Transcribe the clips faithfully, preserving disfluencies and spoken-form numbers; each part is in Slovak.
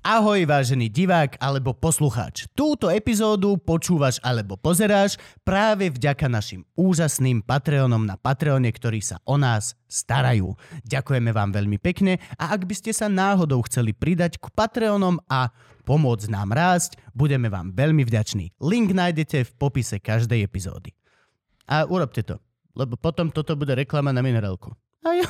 Ahoj, vážený divák alebo poslucháč. Túto epizódu počúvaš alebo pozeráš práve vďaka našim úžasným Patreonom na Patreone, ktorí sa o nás starajú. Ďakujeme vám veľmi pekne a ak by ste sa náhodou chceli pridať k Patreonom a pomôcť nám rásť, budeme vám veľmi vďační. Link nájdete v popise každej epizódy. A urobte to, lebo potom toto bude reklama na minerálku. Aj.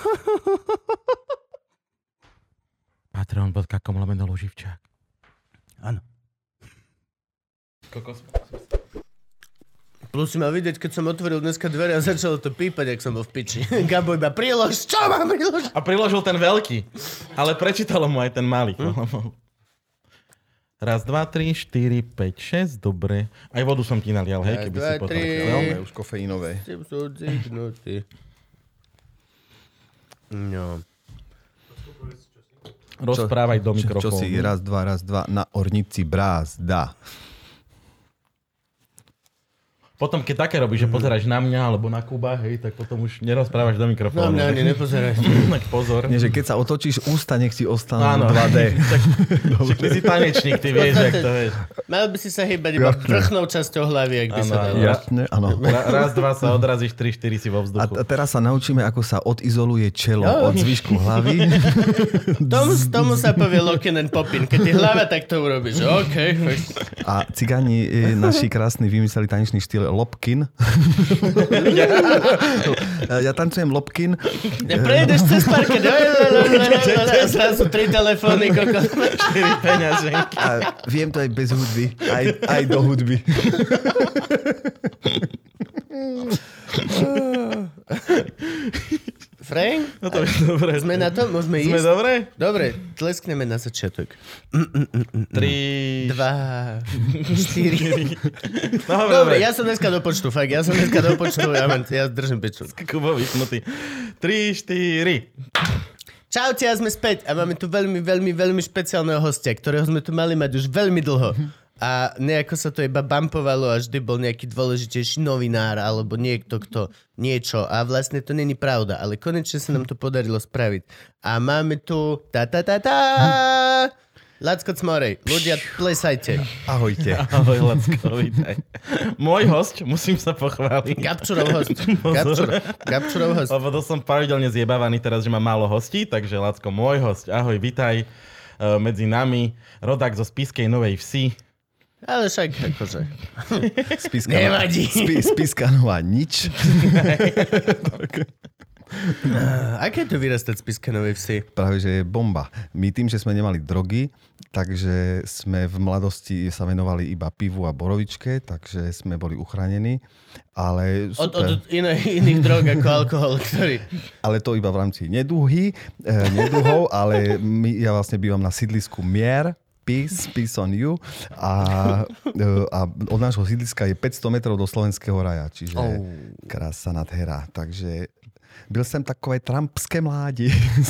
patreon bodka com lomeno Luživčák. Áno. Kokos. Plus si mal vidieť, keď som otvoril dneska dvere a začalo to pípať, jak som bol v piči. Gabo iba prilož, čo mám prilož? A priložil ten veľký, ale prečítalo mu aj ten malý. Hm? Raz, dva, tri, štyri, päť, šesť, dobre. Aj vodu som ti nalial, hej, keby si potom chcel. Už kofeínové. No. Rozprávaj do mikrofónu. Čo si raz, dva, raz, dva na ornici brázda. Potom, keď také robíš, že pozeráš na mňa alebo na Kuba, hej, tak potom už nerozprávaš do mikrofónu. No, mňa ani nepozeraj. Tak pozor. Nie, že keď sa otočíš, ústa nech si ostanú dva dé. Tak, ty si tanečník, ty vieš, jak to vieš. Mal by si sa hýbať iba vrchnou časťou hlavy, ak by ano, sa dalo. Jasne, áno. Raz, dva sa odrazíš, tri, štyri si vo vzduchu. A teraz sa naučíme, ako sa odizoluje čelo no. od zvyšku hlavy. Tomu, tomu sa povie lock and popin. Keď ty hlava, tak to urobíš. OK. A cigáni e, naši krásni vymysleli tanečný štýl lopkin. Ja tancujem lopkin. Prejdeš cez parket. A zrazu tri telefóny, kokos. štyri peňaženky. A viem to aj bez hudby. Aj, aj do hudby. Frank? No to je dobré. Sme na to? Môžeme ísť? Sme dobre? Dobre, tleskneme na začiatok. Tri... Dva... Štyri... No, dobre, dobre, ja som dneska do počtu, fakt. Ja som dneska do počtu, ja, man, ja držím peču. Kubo vypnutý. Tri, štyri... Čaute, a sme späť a máme tu veľmi, veľmi, veľmi špeciálneho hostia, ktorého sme tu mali mať už veľmi dlho. A nejako sa to iba bumpovalo a vždy bol nejaký dôležitejší novinár alebo niekto, kto niečo. A vlastne to není pravda, ale konečne sa nám to podarilo spraviť. A máme tu ta ta ta ta Lacko Cmorej. Ľudia, plesajte. Ahojte. Ahoj, Lacko, vítaj. Môj host, musím sa pochváliť. Gabčurov host. Gabčurov, Gabčurov host. Lebo to som pravidelne zjebávaný teraz, že mám málo hostí, takže Lacko, môj host. Ahoj, vítaj uh, medzi nami. Rodák zo Spišskej Novej Vsi. Ale však akože... Spiska Nevadí. Spi, spiska nová nič. Aké to vyrastať z Spišskej Novej Vsi? Práve, že je bomba. My tým, že sme nemali drogy, takže sme v mladosti sa venovali iba pivu a borovičke, takže sme boli uchránení. Ale od, od iné, iných drog ako alkohol, ktorý... Ale to iba v rámci neduhy, eh, neduhov, ale my, ja vlastne bývam na sídlisku Mier, Peace, peace on you. A, a od nášho sídliska je päťsto metrov do slovenského raja, čiže oh. krása nadhera. Takže byl som takové trampské mládi.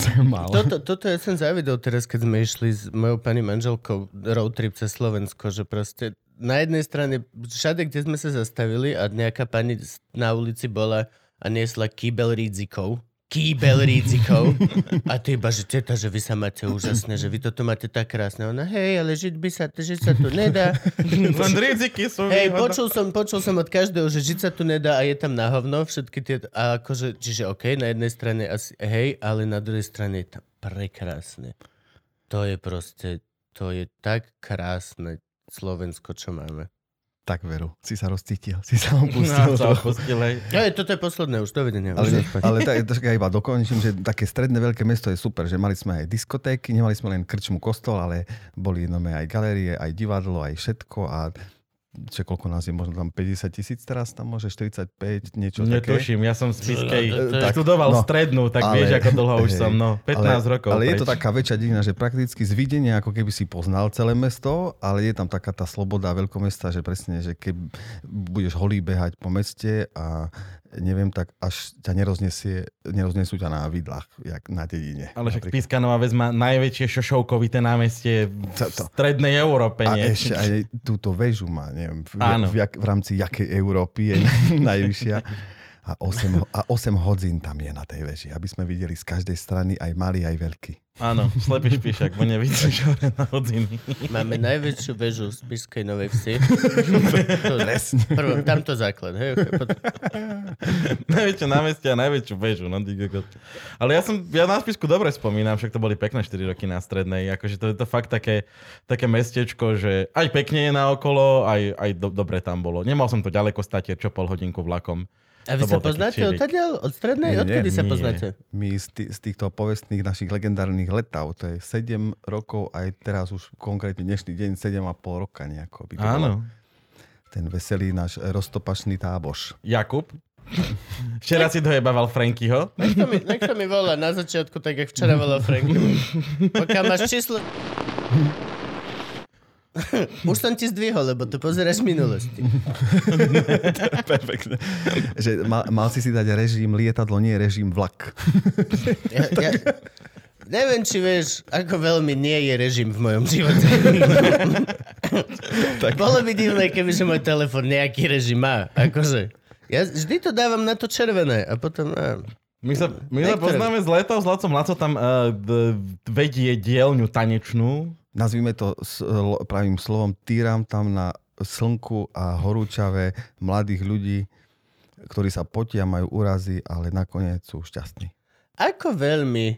Toto, toto ja som zavidel teraz, keď sme išli s mojou pani manželkou road trip cez Slovensko, že proste na jednej strane všade, kde sme sa zastavili a nejaká pani na ulici bola a niesla kýbel rídzikov. Kýbel rídzikov. A ty iba, že teta, že vy sa máte úžasné, že vy toto máte tak krásne. Ona, hej, ale žiť by sa, žiť sa tu nedá. Len rídziky sú hej, počul som, počul som od každého, že žiť sa tu nedá a je tam na hovno. Všetky tie, a akože, čiže okej, okay, na jednej strane asi, hej, ale na druhej strane je tam prekrásne. To je proste, to je tak krásne Slovensko, čo máme. Tak veru, si sa rozcítil, si sa opustil. No, sa opustil aj. Ja, toto je posledné, už dovidenia. Ale, ale tak, tak iba dokončím, že také stredné veľké mesto je super, že mali sme aj diskotéky, nemali sme len krčmu kostol, ale boli nové aj galérie, aj divadlo, aj všetko a čo koľko nás je, možno tam päťdesiat tisíc teraz, tam môže štyridsaťpäť, niečo také. Netuším, ja som z Spišskej študoval no, strednú, tak ale, vieš, ako dlho už hej, som, no, pätnásť ale, rokov. Ale preč. je to taká väčšia dedina, že prakticky z videnia, ako keby si poznal celé mesto, ale je tam taká tá sloboda veľkomesta, že presne, že keď budeš holý behať po meste a neviem, tak až ťa neroznesie, neroznesú ťa na vidlách, jak na dedine. Ale však Spišská Nová Ves má najväčšie šošovkovité námestie v to. strednej Európe. A nie? ešte aj túto väžu má, neviem, v, v, v rámci jakej Európy je najvyššia. A osem, a osem hodín tam je na tej veži, aby sme videli z každej strany aj malý, aj veľký. Áno, slepý špíšak, bo nevidíš hore na hodiny. Máme najväčšiu väžu v Spišskej Novej Vsi. Presne. Prvom, tamto základ. Hej, okay, pod... Najväčšie námestie a najväčšiu väžu. No, ale ja som, ja na Spišsku dobre spomínam, však to boli pekné štyri roky na strednej. Akože to je to fakt také, také mestečko, že aj pekne je naokolo, aj, aj do, dobre tam bolo. Nemal som to ďaleko stať, čo pol hodinku vlakom. A vy sa poznáte odtiaľ? Od strednej? Nie, Odkedy nie, sa nie. poznáte? My z, tý, z týchto povestných našich legendárnych letav, to je sedem rokov, aj teraz už konkrétne dnešný deň, sedem a pol roka nejako. By to Áno. bolo. Ten veselý náš roztopašný tábož. Jakub. Včera si dojebával Frankyho. Nech to mi, nech to mi volá na začiatku, tak jak včera volal Franky. Pokiaľ máš číslo... Už som ti zdvihol, lebo tu pozeráš minulosti. Perfektne. Že mal, mal si si dať režim lietadlo, nie režim vlak. Ja, ja, neviem, či vieš, ako veľmi nie je režim v mojom živote. Tak. Bolo by divné, kebyže môj telefon nejaký režim má. Akože. Ja vždy to dávam na to červené a potom... Á. My sa, my sa Niektoré- poznáme s Letou, s Lacom. Laco tam uh, d- vedie dielňu tanečnú. Nazvime to s, lo- pravým slovom, týram tam na slnku a horúčavé mladých ľudí, ktorí sa potia, majú úrazy, ale nakoniec sú šťastní. Ako veľmi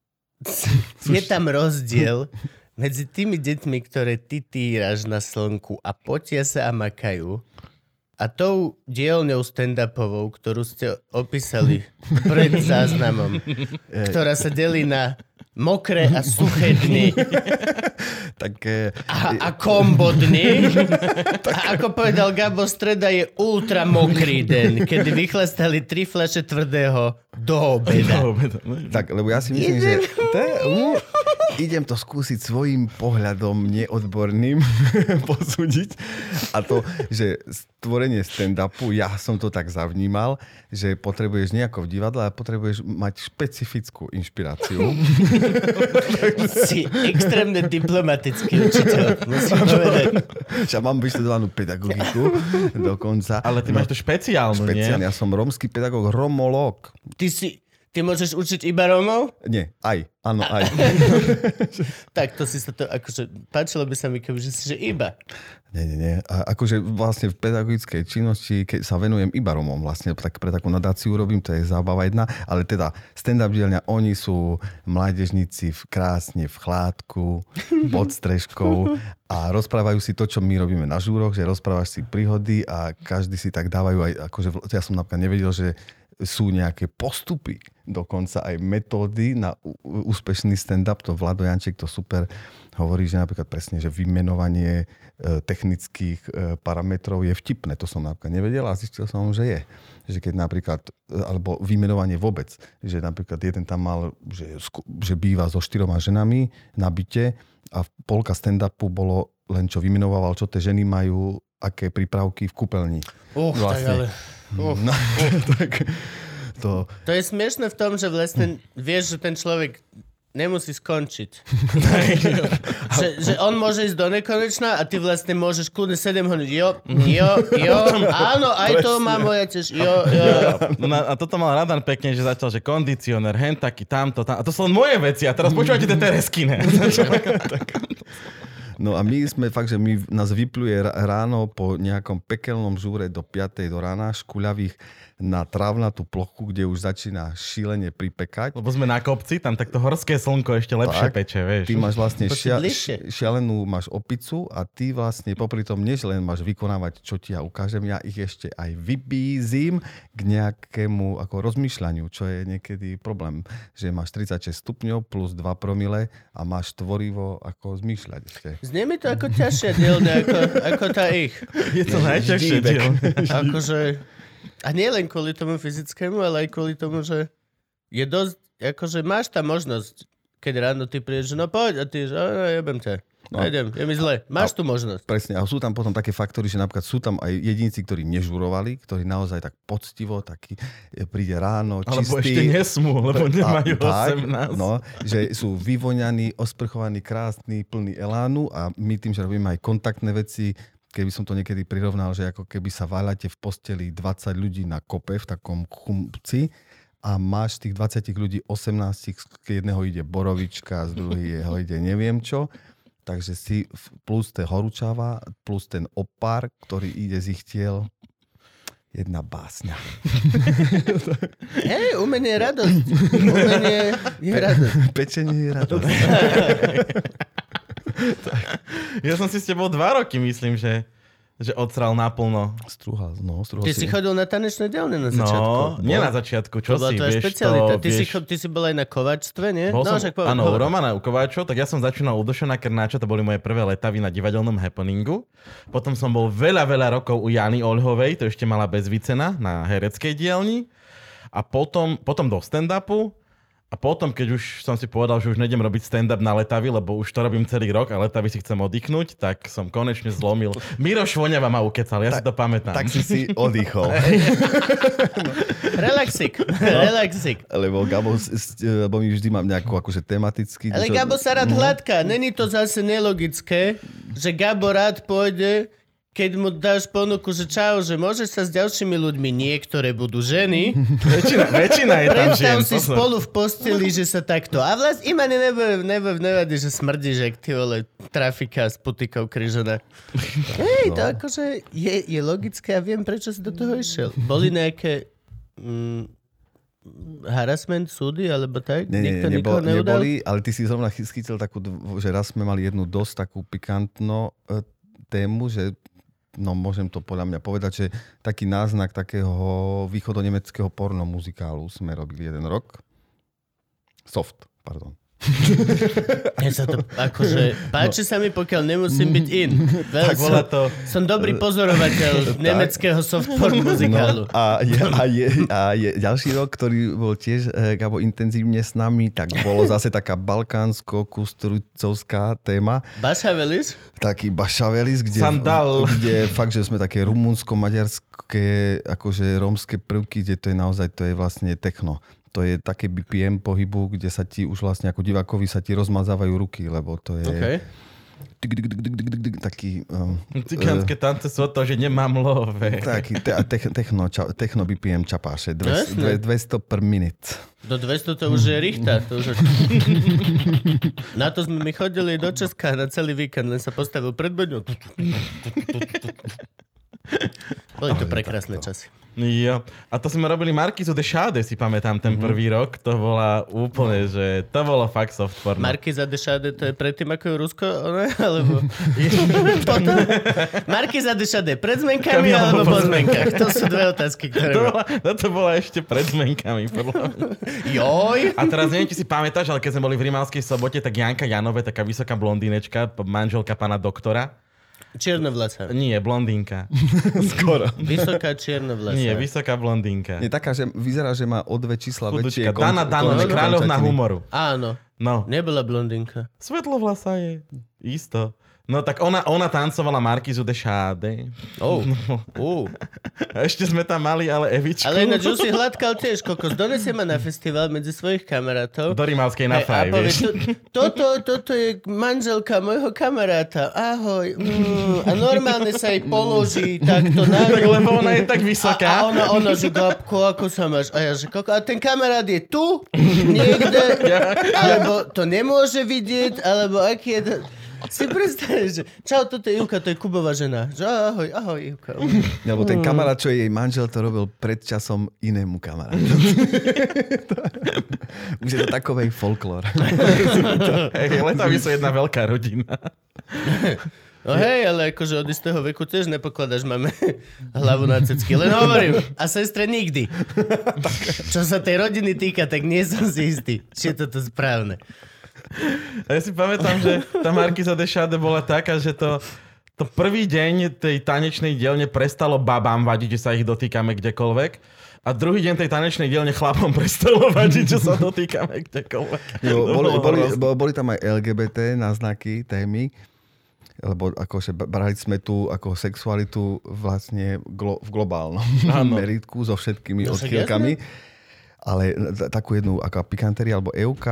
je tam rozdiel medzi tými deťmi, ktoré ty týraš na slnku a potia sa a makajú, a tou dielňou stand-upovou, ktorú ste opísali pred záznamom, ktorá sa delí na mokré a suché dny Tak, eh, a, a kombo dny. A ako povedal Gabo, streda je ultra mokrý deň, kedy vychlastali tri fľaše tvrdého do obeda. tak, lebo ja si myslím, že to je, uh, idem to skúsiť svojím pohľadom neodborným posúdiť. A to, že stvorenie stand-upu, ja som to tak zavnímal, že potrebuješ nejako v divadle, ale potrebuješ mať špecifickú inšpiráciu. Si extrémne diplomatický učiteľ, musím povedať. Ja mám vyštudovanú pedagogiku dokonca. Ale ty máš to špeciálnu, Špeciálne, nie? ja som rómsky pedagóg, romológ. Ty si... Ty môžeš učiť iba Rómov? Nie, aj, áno, aj. Tak to si sa to... Akože, páčilo by sa mi, kebyže si, že iba. Nie, nie, nie. A akože vlastne v pedagogickej činnosti, keď sa venujem iba Romom, vlastne tak pre takú nadáciu robím, to je zábava jedna, ale teda stand-up dielňa, oni sú mládežníci v krásne v chládku, pod strežkou a rozprávajú si to, čo my robíme na žúroch, že rozprávaš si príhody a každý si tak dávajú aj, akože ja som napríklad nevedel, že sú nejaké postupy, dokonca aj metódy na ú- úspešný stand-up. To Vlado Janček to super hovorí, že napríklad presne, že vymenovanie e, technických e, parametrov je vtipné. To som napríklad nevedel a zistil som, že je. Že keď napríklad, e, alebo vymenovanie vôbec, že napríklad jeden tam mal, že, sku- že býva so štyroma ženami na byte a polka stand-upu bolo len čo vymenoval, čo tie ženy majú, aké prípravky v kúpeľni. Uch, tak ale... Uh, No, tak to... To je smiešné v tom, že vlastne vieš, že ten človek nemusí skončiť. že, že on môže ísť do nekonečna a ty vlastne môžeš kľudne sedem hodín. Jo, jo, jo, áno, aj to má moja tiež. Jo, jo. No, a toto mal Radan pekne, že začal, že kondicionér, hen taký, tamto, tam. A to sú len moje veci. A teraz počúvate tie Tereskine. No a my sme fakt, že my, nás vypluje ráno po nejakom pekelnom žúre do piatej do rána, škuľavých na trávnatú plochu, kde už začína šílenie pripekať. Lebo sme na kopci, tam takto horské slnko ešte lepšie Tak, peče, vieš. Ty máš vlastne To si šia, bližšie. ši- šialenú máš opicu a ty vlastne popri tom než len máš vykonávať, čo ti ja ukážem, ja ich ešte aj vybízim k nejakému ako rozmýšľaniu, čo je niekedy problém. Že máš tridsaťšesť stupňov plus dva promile a máš tvorivo ako zmýšľať ešte. Znie mi to ako ťažšia dielňa, ako, ako tá ich. Je to najťažšie vždy, diel. Akože... A nie len kvôli tomu fyzickému, ale aj kvôli tomu, že je dosť... Akože máš tam možnosť, keď ráno ty prídeš, no poď a ty, že no, jebem ťa. No. Idem, je mi zle. Máš tu možnosť. Presne, a sú tam potom také faktory, že napríklad sú tam aj jedinci, ktorí nežurovali, ktorí naozaj tak poctivo, taký e, príde ráno, čistý. Alebo ešte nesmú, lebo nemajú A- tak, osemnásť. No, že sú vyvoňaní, osprchovaní, krásni, plní elánu a my tým, že robíme aj kontaktné veci, keby som to niekedy prirovnal, že ako keby sa váľate v posteli dvadsať ľudí na kope v takom chumpci a máš tých dvadsať ľudí osemnásť, z jedného ide borovička, z druhého ide neviem čo. Takže si plus ten horúčava, plus ten opár, ktorý ide z ich tiel. Jedna básňa. Hej, umenie je radosť. Umenie je radosť. Pečenie je radosť. Ja som si s tebou dva roky, myslím, že, že odsral naplno. Strúhal, no, strúhal Ty si chodil na tanečné dielne na začiatku. No, nie na začiatku, čo to si, vieš špecialita. to. Ty, vieš... si, ty si bol aj na kováčstve, nie? Bol no, som, však povedal, áno, u povedal. Romana u Kováčov, tak ja som začínal u Dušana Krnáča, to boli moje prvé letavy na divadelnom happeningu. Potom som bol veľa, veľa rokov u Jany Oľhovej, to ešte mala bez vicena, na hereckej dielni. A potom, potom do stand-upu. A potom, keď už som si povedal, že už nejdem robiť stand-up na letavy, lebo už to robím celý rok a letavy si chcem oddychnúť, tak som konečne zlomil. Miro Švoňava ma ukecal, ja tak, si to pamätám. Tak si si oddychol. Relaxik, relaxik. Lebo Gabo, lebo my vždy mám nejakú akože tematický... Ale čo... Gabo sa rád hladká. Není to zase nelogické, že Gabo rád pôjde, keď mu dáš ponuku, že čau, že môžeš sa s ďalšími ľuďmi, niektoré budú ženy. väčšina, väčšina je tam žien. Predstav si pozor. Spolu v posteli, že sa takto. A vlastne ima nebude, nebude, nevadí, že smrdíš, jak ty vole trafika s putykou križená. Hej, to akože je, je logické a viem, prečo si do toho išiel. Boli nejaké mm, harassment súdy, alebo tak? Nie, nie, Niekto nebol, nikoho neudal? neboli, ale ty si zrovna chytil takú, že raz sme mali jednu dosť takú pikantnú e, tému, že no môžem to podľa mňa povedať, že taký náznak takého východonemeckého porno muzikálu sme robili jeden rok. Soft, pardon. Ja sa to, akože, páči no. sa mi, pokiaľ nemusím byť in. Veľ, tak som, to... som dobrý pozorovateľ nemeckého softporn muzikálu. No, a, je, a, je, a je ďalší rok, ktorý bol tiež e, Gabo intenzívne s nami, tak bolo zase taká balkánsko-kustrucovská téma. Bašavelis? Taký Bašavelis, kde, Sandal. kde fakt, že sme také rumunsko-maďarské, akože rómske prvky, kde to je naozaj, to je vlastne techno. To je také bé pé em pohybu, kde sa ti už vlastne ako divákovi sa ti rozmazávajú ruky, lebo to je... Okay. Taký... Um, Cigánske tance sú to, že nemám love. Taký te, techno, ča, techno bé pé em čapáše. dvesto per minute. Do dvesto to už je richta. To už je... Na to sme my chodili do Česka na celý víkend, len sa postavil pred beňou. Boli to prekrásne časy. Jo. A to sme robili Markizu de Sade, si pamätám, ten prvý mm-hmm. rok. To bola úplne, že to bolo fakt soft porno. Markiza de Sade, to je predtým, ako je Rusko? Ono, alebo... Potom... Markiza de Sade, pred zmenkami alebo po zmenkách? To sú dve otázky, ktoré... To bola, to bola ešte pred zmenkami, podľa mňa. Joj! A teraz neviem, či si pamätáš, ale keď sme boli v Rimavskej Sobote, tak Janka Janové, taká vysoká blondínečka, manželka pána doktora. Čiernovlasá. Nie, blondínka. Skoro. Vysoká čiernovlasá. Nie, vysoká blondínka. Je taká, že vyzerá, že má o dve čísla Chudučka. väčšie. Dana Danone, kráľovná humoru. Áno. No. Nebola blondínka. Svetlovlasá je. Isto. No tak ona, ona tancovala Markizu de Sade. Oh. No. Uh. A ešte sme tam mali ale Evičku. Ale ináč už si hladkal tiež, kokos. Donesie ma na festival medzi svojich kamarátov. Do Rimavskej na Fraj, vieš. To, toto, toto je manželka môjho kamaráta. Ahoj. Mm. A normálne sa jej položí takto na Tak lebo ona je tak vysoká. A, a ona, ona, že Gabko, ako sa máš? A ja, že koko, a ten kamarát je tu, niekde, alebo to nemôže vidieť, alebo aký je to... Si predstavíš, že čau, toto je Ivka, to je Kubová žena. Že ahoj, ahoj Ivka. Lebo ten kamarát, čo je jej manžel, to robil pred časom inému kamarátu. Už je to takovej folklór. Hej, Letaví sú jedna veľká rodina. No hej, ale akože od istého veku tiež nepokladaš, máme hlavu na cecky. Len hovorím, a sestre nikdy. Čo sa tej rodiny týka, tak nie som si istý, či je toto správne. A ja si pamätám, že tá Markiza de Sade bola taká, že to, to prvý deň tej tanečnej dielne prestalo babám vadiť, že sa ich dotýkame kdekoľvek. A druhý deň tej tanečnej dielne chlapom prestalo vadiť, že sa dotýkame kdekoľvek. Jo, boli, boli, boli tam aj el gé bé té náznaky, témy, lebo akože brali sme tu ako sexualitu vlastne glo, v globálnom meritku so všetkými no, odchýlkami. Ale takú jednu ako pikantéria alebo Euka,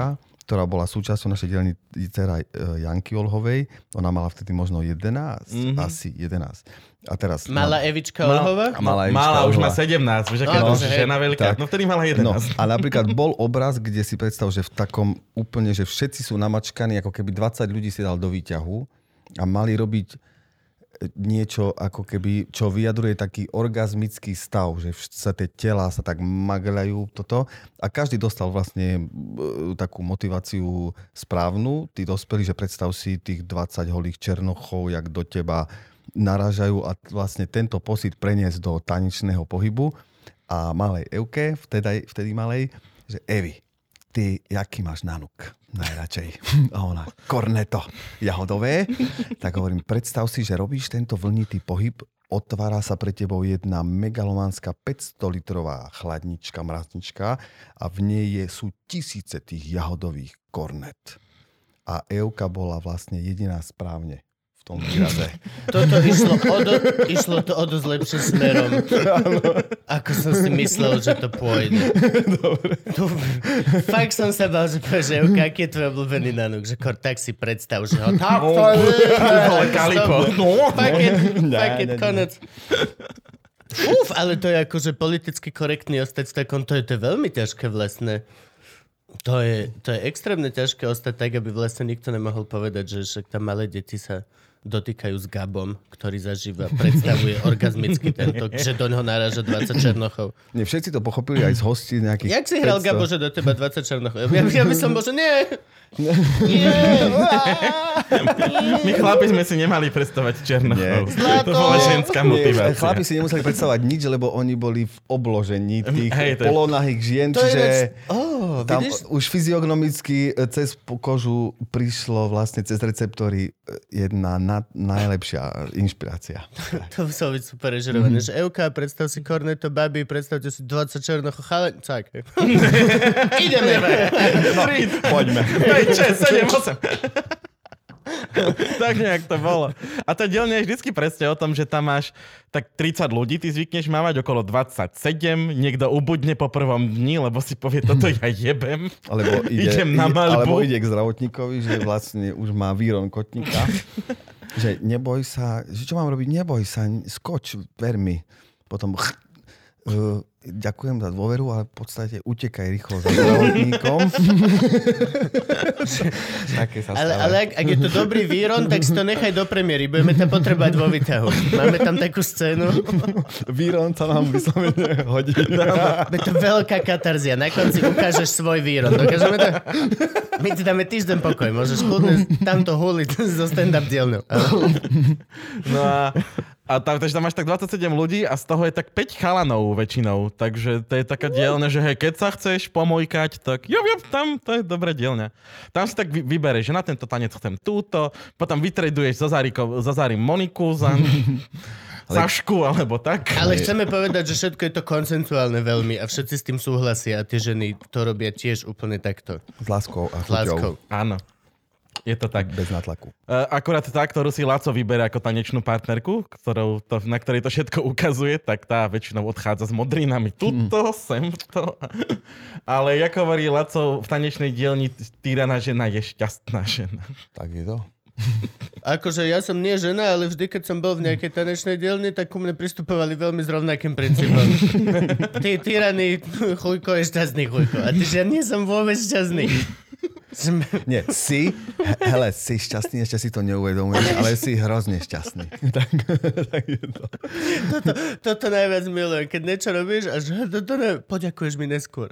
ktorá bola súčasťou našej dielni dcera Janky Olhovej. Ona mala vtedy možno jedenásť, mm-hmm. asi jedenásť. A teraz... Mala Evička Olhová? Mala, mala už má sedemnásť, vieš, aká to je žena veľká. Tak. No vtedy mala jedenásť. No, a napríklad bol obraz, kde si predstav, že v takom úplne, že všetci sú namačkaní, ako keby dvadsať ľudí si dal do výťahu a mali robiť niečo, ako keby, čo vyjadruje taký orgazmický stav, že sa tie telá sa tak magľajú toto a každý dostal vlastne takú motiváciu správnu. Tí dospelí, že predstav si tých dvadsať holých černochov, jak do teba narážajú a vlastne tento pocit preniesť do tanečného pohybu a malej Evke, vtedy, vtedy malej, že Evi, ty jaký máš nanuk najradšej? A ona, korneto jahodové. Tak hovorím, predstav si, že robíš tento vlnitý pohyb, otvára sa pre tebou jedna megalománska päťstolitrová chladnička, mraznička a v nej je, sú tisíce tých jahodových kornet. A Evka bola vlastne jediná správne v tom výraze. Toto išlo o, do, išlo to o dosť lepšie smerom. Ako som si myslel, že to pôjde. Dobre. Tu, fakt som sa bál, že povieš, Evka, aký je tvoj obľúbený nanuk? Že kor, tak si predstav, že ho tak to je. Kalipo. Fuck it, fuck it, konec. Uf, ale to je akože politicky korektný ostať v takom, to je, to je veľmi ťažké vlastne. To je, to je extrémne ťažké ostať tak, aby vlastne nikto nemohol povedať, že však tam malé deti sa dotýkajú s Gabom, ktorý zažíva, predstavuje orgazmicky tento, že do ňoho naráža dvadsať černochov. Nie, všetci to pochopili aj z hostí nejakých... Jak si hral päťsto... Gabo, že do teba dvadsať černochov? Ja, ja by som bol, že nie. Nie. My chlapi sme si nemali predstavať černochov. To bola ženská motivácia. Nie, chlapi si nemuseli predstavať nič, lebo oni boli v obložení tých hey, polonahých žien, to čiže oh, tam vidíš? Už fyziognomicky cez kožu prišlo vlastne cez receptory jedna na, najlepšia inšpirácia. To muselo byť super režirované. Mm-hmm. Že Evka, predstav si korneto, babi, predstavte si dvadsať černochov, chale... Cak. Ideme. No, poďme. šesť, sedem, osem Tak nejak to bolo. A tá dielňa je vždycky presne o tom, že tam máš tak tridsať ľudí, ty zvykneš mávať okolo dvadsaťsedem, niekto ubudne po prvom dni, lebo si povie, toto ja jebem. Alebo ide, idem na maľbu. Alebo ide k zdravotníkovi, že vlastne už má výron kotníka. Že neboj sa, že čo mám robiť? Neboj sa, skoč, ver mi. Potom... Uh, ďakujem za dôveru, ale v podstate utekaj rýchlo za zdravotníkom. ale ale ak, ak je to dobrý výron, tak si to nechaj do premiéry. Budeme tam potrebovať vo výťahu. Máme tam takú scénu. Výron sa nám vyslovene hodí. Je to veľká katarzia. Na konci ukážeš svoj výron. Dokážeme to? My ti dáme týždeň pokoj. Môžeš kľudne tamto huliť zo stand-up dielňou. No a A tam, takže tam máš tak dvadsaťsedem ľudí a z toho je tak päť chalanov väčšinou. Takže to je taká dielňa, že hej, keď sa chceš pomojkať, tak jo, jo, tam to je dobrá dielňa. Tam si tak vy, vybereš, že na tento tanec chcem túto, potom vytreduješ za Zárim Moniku, za Sašku, alebo tak. Ale chceme povedať, že všetko je to konsensuálne veľmi a všetci s tým súhlasia a tie ženy to robia tiež úplne takto. S láskou a chuťou. Áno. Je to tak. Bez nátlaku. Uh, akurát tá, ktorú si Laco vyberie ako tanečnú partnerku, ktorou to, na ktorej to všetko ukazuje, tak tá väčšinou odchádza s modrinami. Tuto, mm. sem to. Ale ako hovorí Laco, v tanečnej dielni týraná žena je šťastná žena. Tak je to. Akože ja som nie žena, ale vždy, keď som bol v nejakej tanečnej dielni, tak ku mne pristupovali veľmi s rovnakým princípom. Ty tyraný chujko je šťastný chujko. A ty, že ja nie som vôbec šťastný. Nie, si, hele, si šťastný, ešte si to neuvedomuješ, ale si hrozne šťastný. tak, tak je to. Toto, toto najviac milujem, keď niečo robíš a že toto ne... poďakuješ mi neskôr.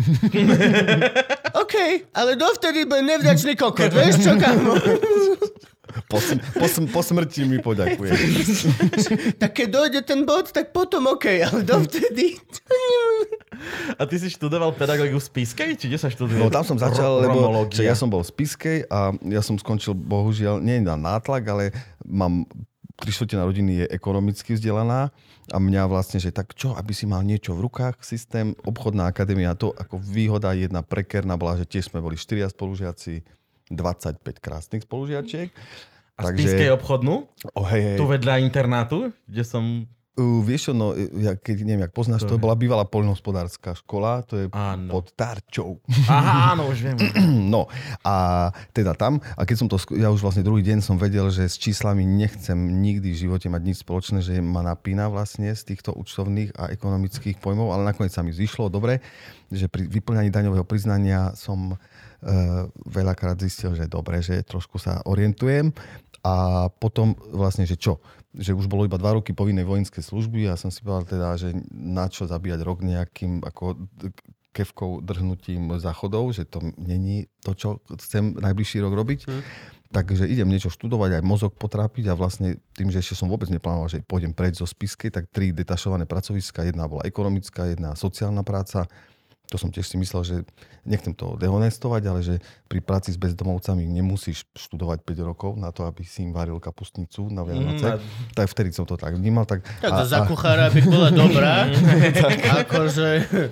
OK, ale dovtedy budem nevďačný kokot, vieš čo, kámo? Po, po, po smrti mi poďakuješ. Tak keď dojde ten bod, tak potom OK, ale dovtedy... A ty si študoval pedagogiku v Spiskej? Či kde sa študoval? No tam som začal, lebo ja som bol v Spiskej a ja som skončil, bohužiaľ, nie na nátlak, ale mám tri štvrtina rodiny je ekonomicky vzdelaná a mňa vlastne, že tak čo, aby si mal niečo v rukách, systém, obchodná akadémia, to ako výhoda jedna prekerná bola, že tiež sme boli štyria spolužiaci, dvadsaťpäť krásnych spolužiačiek. A takže... Spiskej obchodnú? Oh, hej, hej. Tu vedľa internátu, kde som... Uh, vieš čo, no, ja, keď neviem, jak poznáš, to, to bola bývalá poľnohospodárska škola, to je áno. pod Tarčou. Aha, áno, už viem. No, a teda tam, a keď som to, ja už vlastne druhý deň som vedel, že s číslami nechcem nikdy v živote mať nič spoločné, že ma napína vlastne z týchto účtovných a ekonomických pojmov, ale nakoniec sa mi zišlo, dobre, že pri vyplňaní daňového priznania som uh, veľakrát zistil, že dobre, že trošku sa orientujem a potom vlastne, že čo? Že už bolo iba dva roky povinnej vojenskej služby a som si povedal teda, že na čo zabíjať rok nejakým ako kevkou drhnutím záchodov, že to není to, čo chcem najbližší rok robiť. Hmm. Takže idem niečo študovať, aj mozog potrápiť a vlastne tým, že ešte som vôbec neplánoval, že pôjdem preč zo Spiskej, tak tri detašované pracoviska, jedna bola ekonomická, jedna sociálna práca. To som tiež si myslel, že nechcem to dehonestovať, ale že pri práci s bezdomovcami nemusíš študovať päť rokov na to, aby si im varil kapustnicu na Vianoce. Mm, tak vtedy som to tak vnímal. Tak, tak to a, za kuchára by bola dobrá. Akože...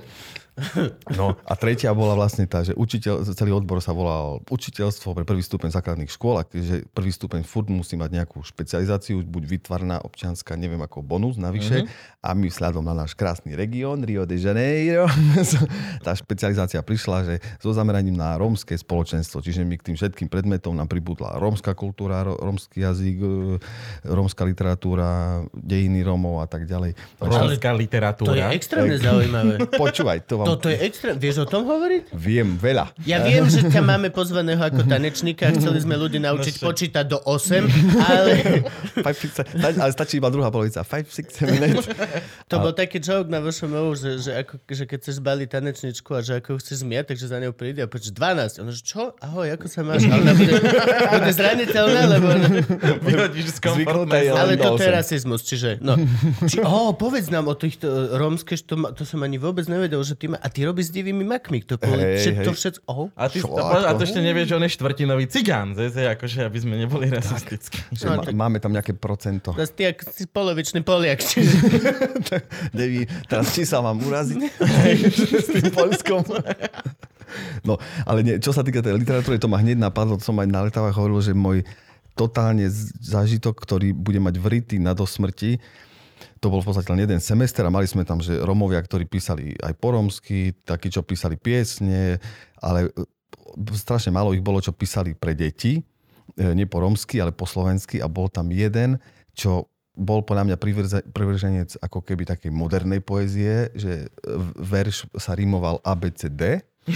No a tretia bola vlastne tá, že učiteľ, celý odbor sa volal učiteľstvo pre prvý stupeň základných škôl a že prvý stupeň furt musí mať nejakú špecializáciu, buď výtvarná, občianska, neviem ako bonus navyše. Mm-hmm. A my vzhľadom na náš krásny región Rio de Janeiro, tá špecializácia prišla, že so zameraním na rómske spoločenstvo, čiže my k tým všetkým predmetom nám pribudla rómska kultúra, rómsky jazyk, rómska literatúra, dejiny Rómov a tak ďalej. Rómska literatúra. To je extrémne zaujímavé. Počúvaj, to vám... Toto je extrém. Vieš o tom hovoriť? Viem, veľa. Ja viem, že ťa máme pozvaného ako tanečníka a chceli sme ľudí naučiť no, počítať do osem, ale... five, six, ale stačí iba druhá polovica. five, six, seven, eight To a... bol taký joke na vašom movu, že, že, ako, že keď chceš zbaliť tanečničku a že ako chceš zmiať, takže za ňou príde a počíš dvanásť. Ono, že čo? Ahoj, ako sa máš? Ale ona bude, bude zraniteľná, lebo... Vyhodíš z komfortnej. Ale to je rasizmus, čiže... No. Či, oh, povedz nám o týchto rómske, to, to som ani vôbec nevedel, že ty ma... A ty robíš s divými makmi, to boli hey, to všetko... Oh. A, ty, to, a to ešte nevieš, že on je štvrtinový cigán, zase, akože, aby sme neboli rasistickí. No, má, máme tam nejaké procento. To ty ako si polovičný Poliak, čiže... Neví, teraz či sa mám uraziť s tým Poľskom. No, ale nie, čo sa týka tej literatúry, to ma hneď napadlo, to som aj na letávach hovoril, že môj totálne zážitok, ktorý bude mať vrytý na do smrti, to bol v podstate len jeden semester a mali sme tam, že Rómovia, ktorí písali aj po rómsky, takí, čo písali piesne, ale strašne málo ich bolo, čo písali pre deti, nie po rómsky, ale po slovensky a bol tam jeden, čo bol podľa mňa privrženec ako keby takej modernej poézie, že verš sa rímoval A, B, C, D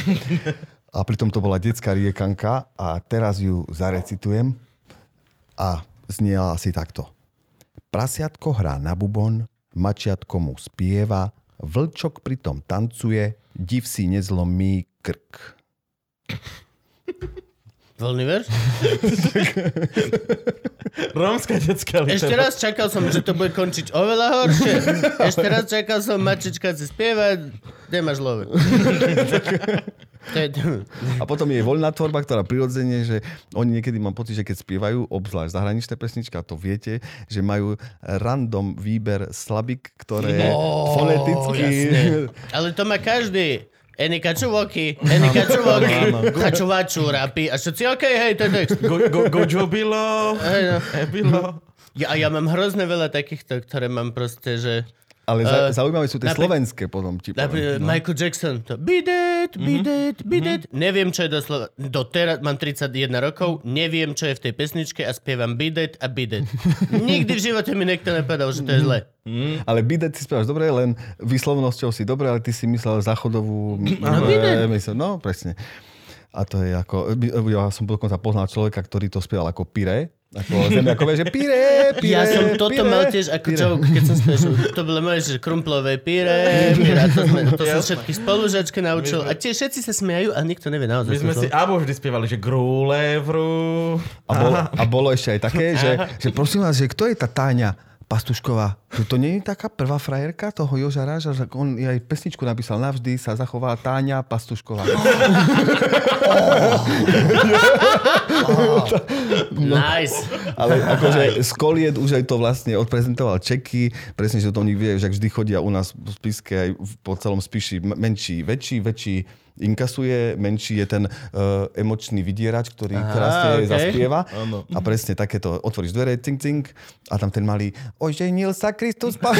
a pritom to bola detská riekanka a teraz ju zarecitujem a zniela asi takto. Prasiatko hrá na bubon, mačiatko mu spieva, vlčok pritom tancuje, div si nezlomí krk. Voľný verš? Rómska detská literatúra. Ešte raz čakal som, že to bude končiť oveľa horšie. Ešte raz čakal som, mačička si spieva, kde máš love. A potom je voľná tvorba, ktorá prirodzene, že oni niekedy mám pocit, že keď spievajú, obzvlášť zahraničné pesničky, a to viete, že majú random výber slabik, ktoré oh, foneticky... Jasne. Ale to má každý. Eni kačuvoky, eni kačuvoky, kačuvaču, rapi. A všetci, okej, okay, hej, to je text. Go, go, gojo bylo, hey, no. e bylo. Ja, a ja mám hrozne veľa takýchto, ktoré mám proste, že... Ale uh, zaujímavé sú tie napr- slovenské potom. Ti napr- no. Michael Jackson, to beat it, beat it, beat it. Mm-hmm. Neviem, čo je doslova. Doteraz mám tridsaťjeden rokov, neviem, čo je v tej pesničke a spievam beat it a beat it. Nikdy v živote mi niekto nepovedal, že to je zle. Mm. Ale beat it si spievaš dobre, len výslovnosťou si dobre, ale ty si myslel záchodovú... No, mysl, no presne. A to je ako... Ja som dokonca poznal človeka, ktorý to spieval ako pire. Ako zemiakové, že pire, pire, Ja som toto pire, mal tiež ako joke, keď som spieval. To bolo moje, že krumplové pire, pire. To, sme, to som všetky spolužačky naučil. A tie všetci sa smejú, ale nikto nevie naozaj. My sme si abo vždy spievali, že grúle vrú. A bolo, a bolo ešte aj také, že, že prosím vás, že kto je tá Táňa Pastušková? To nie je taká prvá frajerka toho Joža Ráža, že on aj pesničku napísal Navždy sa zachovala Táňa Pastušková. No, nice. Ale akože z Koliet už aj to vlastne odprezentoval Čeky, presne, že to oni vie, že vždy chodia u nás v Spiske aj po celom Spiši menší, väčší, väčší inkasuje, menší je ten uh, emočný vydierač, ktorý Aha, krásne okay. zaspieva. Áno. A presne takéto, otvoríš dvere, cink, cink, a tam ten malý, oženil sa Kristus Pán.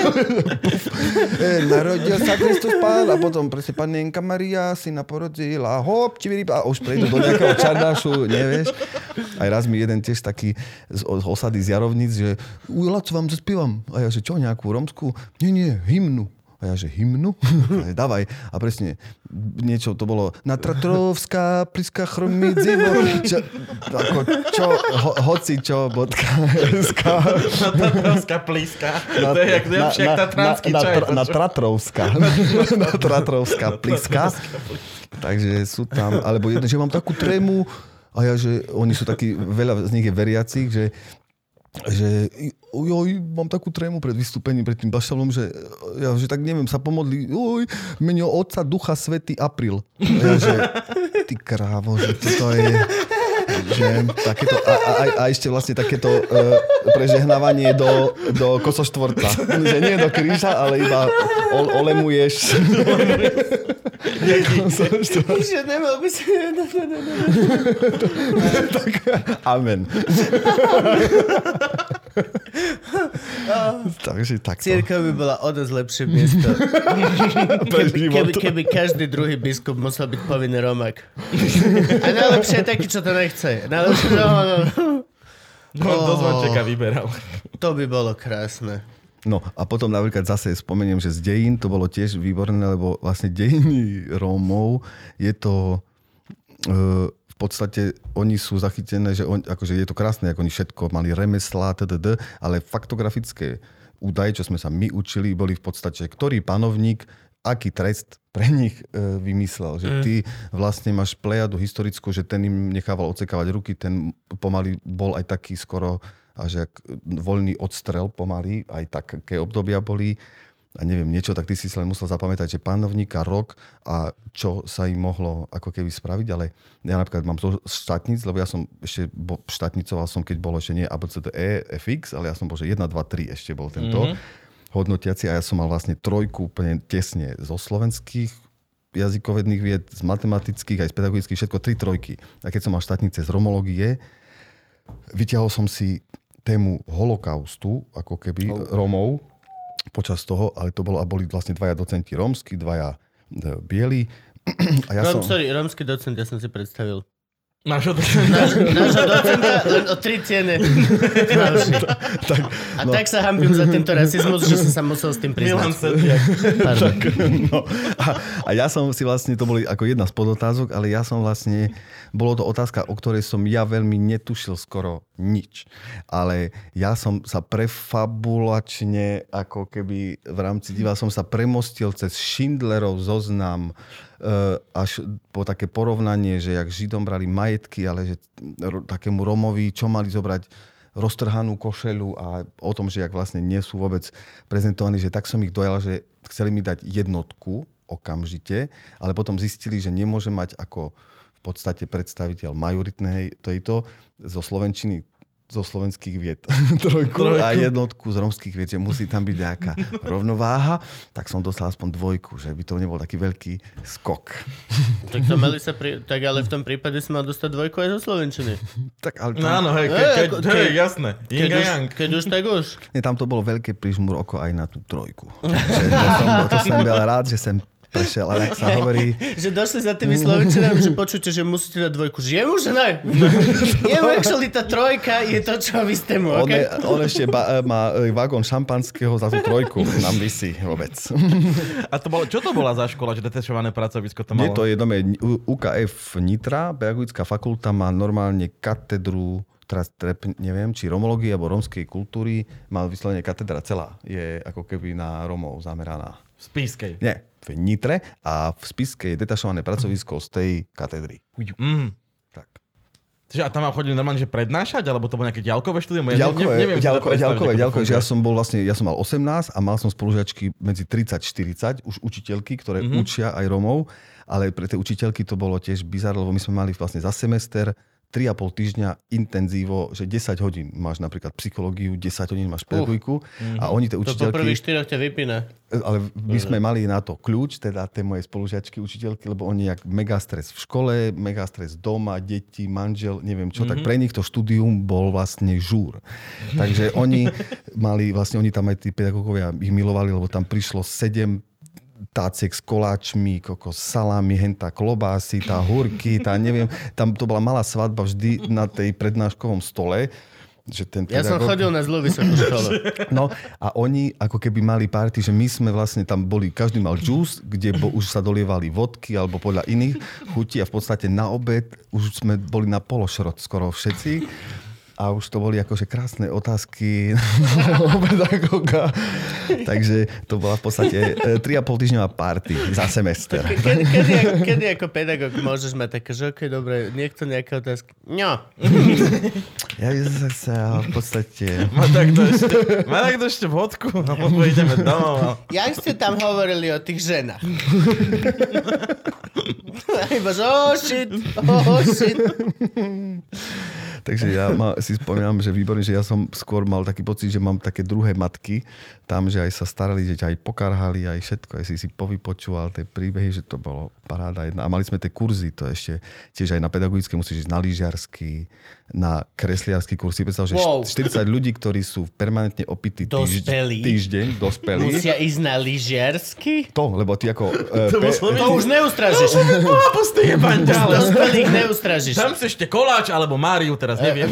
Narodil sa Kristus Pán a potom presne Panenka Maria si naporodila, hop, čivirip, a už prejdú do nejakého čardášu, nevieš. Aj raz mi jeden tiež taký z, z osady z Jarovnic, že Laco, vám zaspievam. A ja, že čo, nejakú romskú? Nie, nie, hymnu. A ja, že hymnu? A ja, dávaj. A presne, niečo to bolo Natratrovská, pliska chromí dzivo. Čo, ako, čo, ho, hoci čo, bodka, eska. Natratrovská pliska. Na, to je jak lepšie, jak tatranský čaj. Natratrovská. Natratrovská pliska. Takže sú tam, alebo jedno, že mám takú trému. A ja, že oni sú takí, veľa z nich je veriacich, že že oj, mám takú trému pred vystúpením, pred tým bašalom, že, ja, že tak neviem, sa pomodli, oj, meno Otca, Ducha, Svätý, Apríl. A ja, že ty krávo, že toto je, že takéto, a, a, a ešte vlastne takéto uh, prežehnávanie do, do kosoštvorca. Že nie do kríža, ale iba ol, olemuješ. Že nemal by si... Tak, amen. Takže takto. Cirkev by bola o dosť lepšie miesto. Keby, keby, keby každý druhý biskup musel byť povinný Romak. A najlepšie je taký, čo to nechce. Najlepšie, no, no. No, dosť vám čaká vyberal. To by bolo krásne. No a potom napríklad zase spomeniem, že z dejín to bolo tiež výborné, lebo vlastne dejiny Rómov je to e, v podstate oni sú zachytené, že on, akože je to krásne, ako oni všetko mali remeslá, tdd, ale faktografické údaje, čo sme sa my učili, boli v podstate, ktorý panovník, aký trest pre nich e, vymyslel. Že ty vlastne máš plejadu historickú, že ten im nechával odsekávať ruky, ten pomaly bol aj taký skoro až jak voľný odstrel pomaly, aj také obdobia boli. A neviem, niečo, tak ty si sa len musel zapamätať, že panovníka, rok a čo sa im mohlo ako keby spraviť, ale ja napríklad mám to štátnic, lebo ja som ešte bo, štátnicoval som, keď bolo ešte nie A, B, C, D, E, F, X, ale ja som bol, že jeden, dva, tri ešte bol tento mm-hmm. hodnotiaci a ja som mal vlastne trojku úplne tesne zo slovenských jazykovedných vied, z matematických, aj z pedagogických, všetko tri trojky. A keď som mal štátnice z romológie, vyťahol som si tému holokaustu, ako keby oh. Rómov počas toho, ale to bolo, a boli vlastne dvaja docenti rómsky, dvaja e, bieli. A ja Rom, som... Sorry, rómsky docent, ja som si predstavil. Nášho docenta. Náš, nášho docenta, len o tri tiene. tak, a no. tak sa hanbím za tento rasizmus, že som sa musel s tým priznať. Milan Sediak. tak, no. a, a ja som si vlastne, to boli ako jedna z podotázok, ale ja som vlastne, bolo to otázka, o ktorej som ja veľmi netušil skoro nič. Ale ja som sa prefabulačne, ako keby v rámci diva som sa premostil cez Schindlerov zoznam až po také porovnanie, že jak Židom brali majetky, ale že takému Romovi, čo mali zobrať roztrhanú košelu a o tom, že jak vlastne nie sú vôbec prezentovaní, že tak som ich dojal, že chceli mi dať jednotku okamžite, ale potom zistili, že nemôže mať ako v podstate predstaviteľ majoritnej tejto zo slovenčiny zo slovenských vied trojku, trojku a jednotku z romských vied, že musí tam byť nejaká rovnováha, tak som dostal aspoň dvojku, že by to nebol taký veľký skok. Tak to mali sa pri... tak ale v tom prípade si mal dostať dvojku aj zo slovenčiny. Tak ale tam... No áno, hej, ke, ke, ke, ke, hej, jasné. Keď už, keď už, tak už. Nie, tam to bolo veľké prižmúr oko aj na tú trojku. Že to som, to som bol rád, že sem prešiel, ale ak sa hovorí... Že došli za tými slovenčinami, že počujete, že musíte dať dvojku. Že jemu, že ne? Jemu, actually, tá trojka je to, čo vy ste mu, on, okay? je, on ešte ba, má vagón šampanského za tú trojku. Nám visí vôbec. A to bolo, čo to bola za škola, že detešované pracovisko to malo? Je to jedno, U K F Nitra, pedagogická fakulta má normálne katedru, teraz neviem, či romológie alebo rómskej kultúry, má vyslovene katedra celá. Je ako keby na Rómov zameraná. V Spišskej? Nie, v Nitre a v Spišskej je detašované pracovisko z tej katedry. Mm. Tak. Čiže a tam vám chodili normálne, že prednášať, alebo to bolo nejaké ďalkové štúdium? Ja ďalkové, ne, neviem, ďalkové, ďalkové, ďalkové, že ja som... som bol vlastne, ja som mal osemnásť a mal som spolužiačky medzi tridsať štyridsať, už učiteľky, ktoré mm-hmm. učia aj Romov, ale pre tie učiteľky to bolo tiež bizar, lebo my sme mali vlastne za semester tri a pol týždňa intenzívo, že desať hodín máš napríklad psychológiu, desať hodín máš pedagogiku uh, a oni tie učiteľky... To po prvých štyroch ťa vypína. Ale my sme mali na to kľúč, teda tie moje spolužiačky, učiteľky, lebo oni jak mega stres v škole, mega stres doma, deti, manžel, neviem čo, mm-hmm. tak pre nich to štúdium bol vlastne žúr. Takže oni mali, vlastne oni tam aj tí pedagógovia ich milovali, lebo tam prišlo sedem táciek s koláčmi, kokos, salámy, hentá klobásy, tá hurky, tá neviem, tam to bola malá svadba vždy na tej prednáškovom stole. Že ten ja pedagóg... som chodil na zlú vysokú školu. No a oni ako keby mali party, že my sme vlastne tam boli, každý mal džús, kde bo, už sa dolievali vodky alebo podľa iných chutí a v podstate na obed už sme boli na pološrot skoro všetci. A už to boli akože krásne otázky o pedagóga. Takže to bola v podstate tri a pol týždňová party za semester. Ke, kedy, kedy, kedy ako pedagóg môžeš mať také, že okej, okay, dobre, niekto nejaké otázky. No. Ja by som sa chcel v podstate... Má takto ešte, má takto ešte vodku a potom ideme domov. Jak ste tam hovorili o tých ženách? Iba, že oh shit, oh shit. Takže ja ma, si spomínam, že výborne, že ja som skôr mal taký pocit, že mám také druhé matky tam, že aj sa starali, že ťa aj pokarhali, aj všetko, aj si si povypočúval tie príbehy, že to bolo paráda jedna. A mali sme tie kurzy, to ešte tiež aj na pedagogické musíš ísť na lyžiarsky, na kresliarsky kurzy. Predstav, že wow. štyridsať ľudí, ktorí sú permanentne opití týždeň, týždeň, dospelí. Musia ísť na lyžiarsky? To, lebo ty ako... Uh, to, pe- to už neustražíš. No, pustý je banďale. Dospelých neustražíš. Tam si ešte koláč, alebo Máriu, teraz neviem.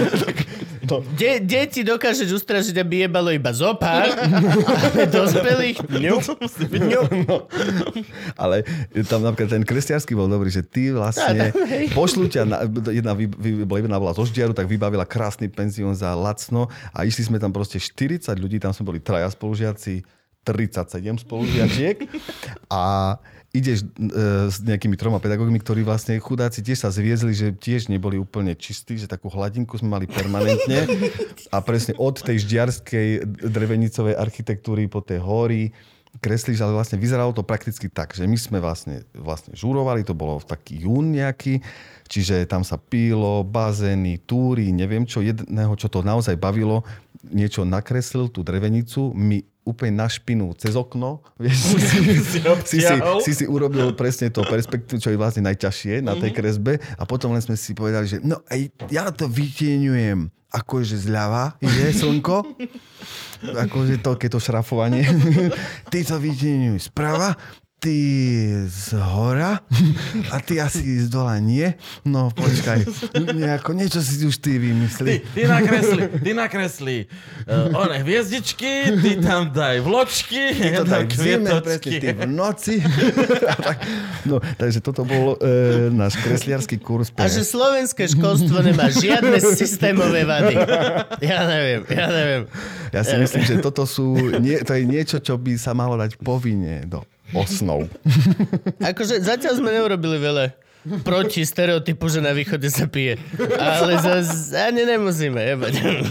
No. De- deti dokážeš ustražiť, aby jebalo iba zopár, ale dospelých ňu. No. Ale tam napríklad ten kresťanský bol dobrý, že ty vlastne pošlú ťa, na, jedna, vy, vy, jedna bola zo Ždiaru, tak vybavila krásny penzión za lacno a išli sme tam proste štyridsať ľudí, tam sme boli traja spolužiaci, tridsaťsedem spolužiačiek a ideš e, s nejakými troma pedagógmi, ktorí vlastne chudáci tiež sa zviezli, že tiež neboli úplne čistí, že takú hladinku sme mali permanentne a presne od tej ždiarskej drevenicovej architektúry po tej hory kreslíš, ale vlastne vyzeralo to prakticky tak, že my sme vlastne, vlastne žúrovali, to bolo v taký jún nejaký, čiže tam sa pílo, bazény, túry, neviem čo, jedného, čo to naozaj bavilo, niečo nakreslil, tú drevenicu, my úplne na špinu cez okno, vieš, si, si, si, si si urobil presne to perspektívu, čo je vlastne najťažšie na tej kresbe a potom len sme si povedali, že no aj ja to vytieňujem akože zľava, ide slnko, akože to, keď to šrafovanie, ty to vytieňuj sprava, ty z hora a ty asi z dola nie. No počkaj, nejako, niečo si už ty vymyslí. Ty, ty nakresli, ty nakresli uh, one hviezdičky, ty tam daj vločky, ty to daj v zime, presne, ty v noci. tak, no, takže toto bol uh, náš kresliarský kurz. A že slovenské školstvo nemá žiadne systémové vady. Ja neviem, ja neviem. Ja si myslím, že toto sú, nie, to je niečo, čo by sa malo dať povinne do osnov. Akože zatiaľ sme neurobili veľa proti stereotypu, že na východe sa pije. Ale zase ani nemusíme jebať.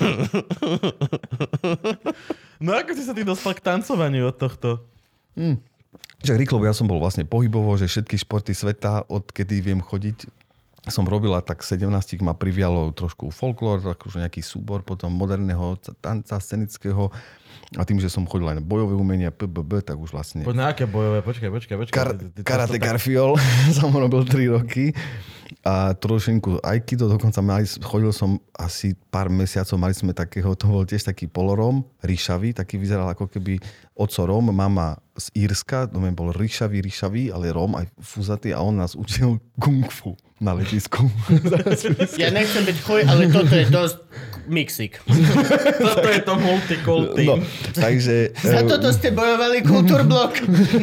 No ako si sa ty dostal k tancovaniu od tohto? Hmm. Že rýchlo, ja som bol vlastne pohybovo, že všetky športy sveta, odkedy viem chodiť, som robila, tak sedemnásť ma privialo trošku folklór, akože nejaký súbor, potom moderného tanca scenického. A tým, že som chodil aj na bojové umenia, pé bé bé, tak už vlastne... Poď na aké bojové? Počkaj, počkaj, počkaj. Kar- karate Garfiol som robil tri roky a trošinku aikido, dokonca mali, chodil som asi pár mesiacov, mali sme takého, to bol tiež taký polorom, ríšavý, taký vyzeral ako keby oco Róm, mama z Írska, to bol ríšavý, ríšavý, ale Róm aj fúzatý a on nás učil kung fu na letisku. Ja nechcem byť chuj, ale toto je dosť mixik. Toto je to multikulty. No, takže... Za toto ste bojovali kultúrblok.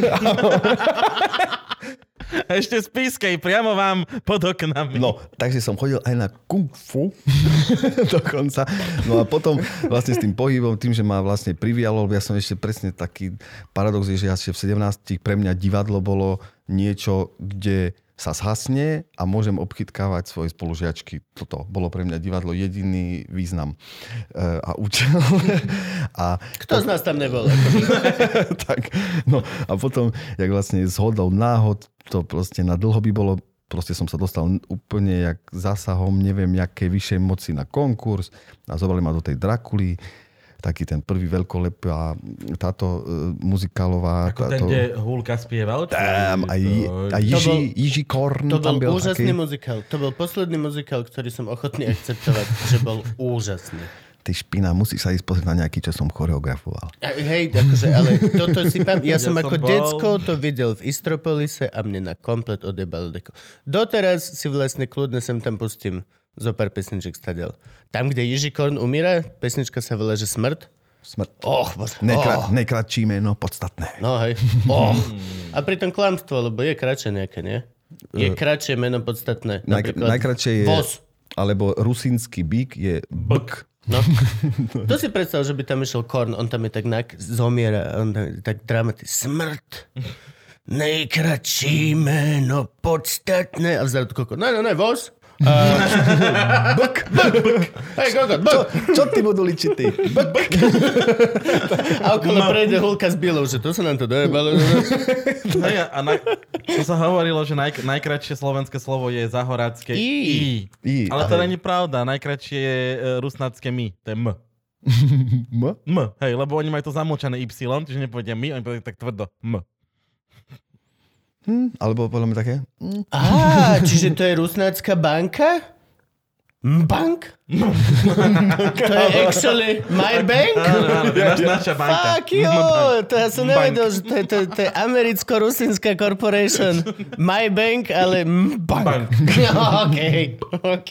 A ešte z Pískej, priamo vám pod oknami. No, takže som chodil aj na kung fu dokonca. No a potom vlastne s tým pohybom, tým, že ma vlastne privialo, ja som ešte presne taký paradox, že ja ešte v sedemnástich pre mňa divadlo bolo niečo, kde sa zhasne a môžem obchytkávať svoje spolužiačky. Toto bolo pre mňa divadlo jediný význam e, a účel. A kto z nás tam nebol? tak, no a potom, jak vlastne zhodou náhod, to proste na dlho by bolo proste som sa dostal úplne jak zásahom, neviem, jakej vyššej moci na konkurs a zobrali ma do tej Drakuly, taký ten prvý veľkolep a táto uh, muzikálová... Ako táto... ten, kde Hulka spieval? Tam, a, a Jiži, Jiži Korn to tam bol byl úžasný taký. muzikál. To bol posledný muzikál, ktorý som ochotný akceptovať, že bol úžasný. Ty špina, musíš sa ísť pozrieť na nejaký, čo som choreografoval. A, hej, akože, ale toto si pam... Ja, ja som som ako bol... decko to videl v Istropolise a mne na komplet odjebal deko. Doteraz si vlastne kľudne sem tam pustím zo pár pesniček stadiaľ. Tam, kde Jiži Korn umíra, pesnička sa volá, že Smrt. Smrt. Och, bože. Nekra- oh. Nekratší meno, podstatné. No hej. Oh. A pritom klamstvo, lebo je kratšie nejaké, nie? Je kratšie meno podstatné. Naj- najkratšie je... Voz. Alebo rusínsky bík je bk. No. To si predstav, že by tam išiel Korn, on tam je tak nak- zomiera, on tam je tak dramatický. Smrt. Najkratší meno podstatné. A vzadu koko. No, no, no, voz. Uh, bk, bk, bk. Hej, kokot, bk. Čo, čo ty budú ličiť ty? Bk. A okolo no. prejde Hulka s Bílou, že to sa nám to dojebalo. Hej, a na, to sa hovorilo, že naj, najkratšie slovenské slovo je zahorácké I. I. I. Ale to není pravda. Najkratšie je uh, rusnácké my. To je M. M? M. Hej, lebo oni majú to zamlčané Y, čiže nepovedia my, oni povedia tak tvrdo. M. Hm, alebo podľa mňa také? Hm. Á, čiže to je rusnácka banka? Bank? To je actually my bank? Áno, áno, to je naš, naša banka. Fuck you, to ja som nevedel, že to je, to, to je americko-rusinská corporation. My bank, ale bank. Bank. OK, OK.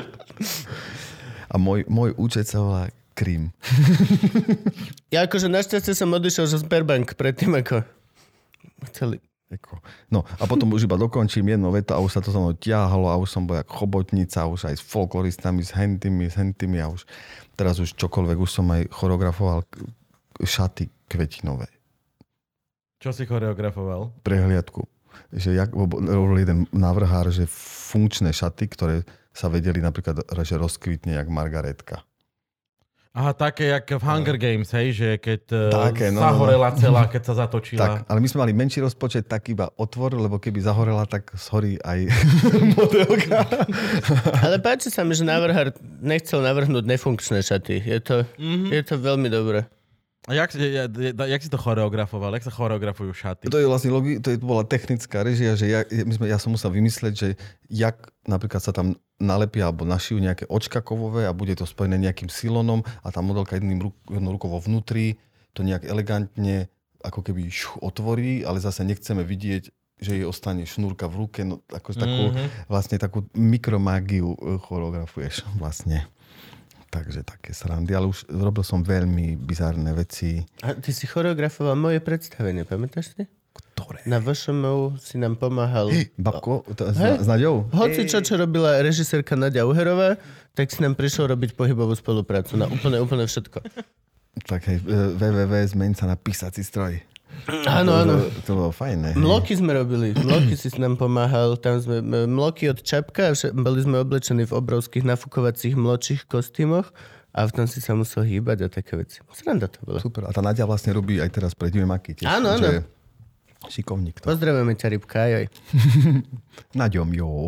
A môj, môj účet sa volá Krím. Ja akože našťastie som odišiel zo Sberbank predtým, ako chceli. No a potom už iba dokončím jedno veto a už sa to so mnou ťahalo a už som bol jak chobotnica, už aj s folkloristami, s hentými, s hentými a už teraz už čokoľvek, už som aj choreografoval šaty kvetinové. Čo si choreografoval? Prehliadku. Že jak robil jeden návrhár, že funkčné šaty, ktoré sa vedeli napríklad, že rozkvitne jak margaretka. Aha, také jak v Hunger Games, hej, že keď také, no, zahorela celá, keď sa zatočila. Tak, ale my sme mali menší rozpočet, tak iba otvoril, lebo keby zahorela, tak shorí aj modelka. Ale páči sa mi, že návrhár nechcel navrhnúť nefunkčné šaty. Je to, mm-hmm. je to veľmi dobré. A jak, jak, jak si to choreografoval? Jak sa choreografujú šaty? To je vlastne logi- to, je, to bola technická režia, že ja, my sme, ja som musel vymysleť, že jak napríklad sa tam nalepia alebo našijú nejaké očka kovové a bude to spojené nejakým silonom a tá modelka jedným ruk- jednou rukou vo vnútri to nejak elegantne ako keby šu, otvorí, ale zase nechceme vidieť, že jej ostane šnúrka v ruke, no akože takú, mm-hmm. vlastne takú mikromágiu choreografuješ vlastne. Takže také srandy, ale už robil som veľmi bizárne veci. A ty si choreografoval moje predstavenie, pamätáš si? Ktoré? Na vé š em u si nám pomáhal. Hey, babko, to, hey. s, s Naďou? Hoci čo, čo robila režisérka Naďa Uherová, tak si nám prišiel robiť pohybovú spoluprácu na úplne, úplne všetko. Tak hej, www, zmeň sa na písací stroj. Áno, áno. To, to bolo fajné. Mloky sme robili. Mloky si nám pomáhal. Tam sme mloky od Čapka. Boli sme oblečení v obrovských nafukovacích mločích kostýmoch a v tom si sa musel hýbať a také veci. Sranda to bolo. Super. A tá Nadia vlastne robí aj teraz pre Divemáky. Áno, áno. Šikovník to. Pozdravujeme ťa, Rybka, aj. Naďom, jo.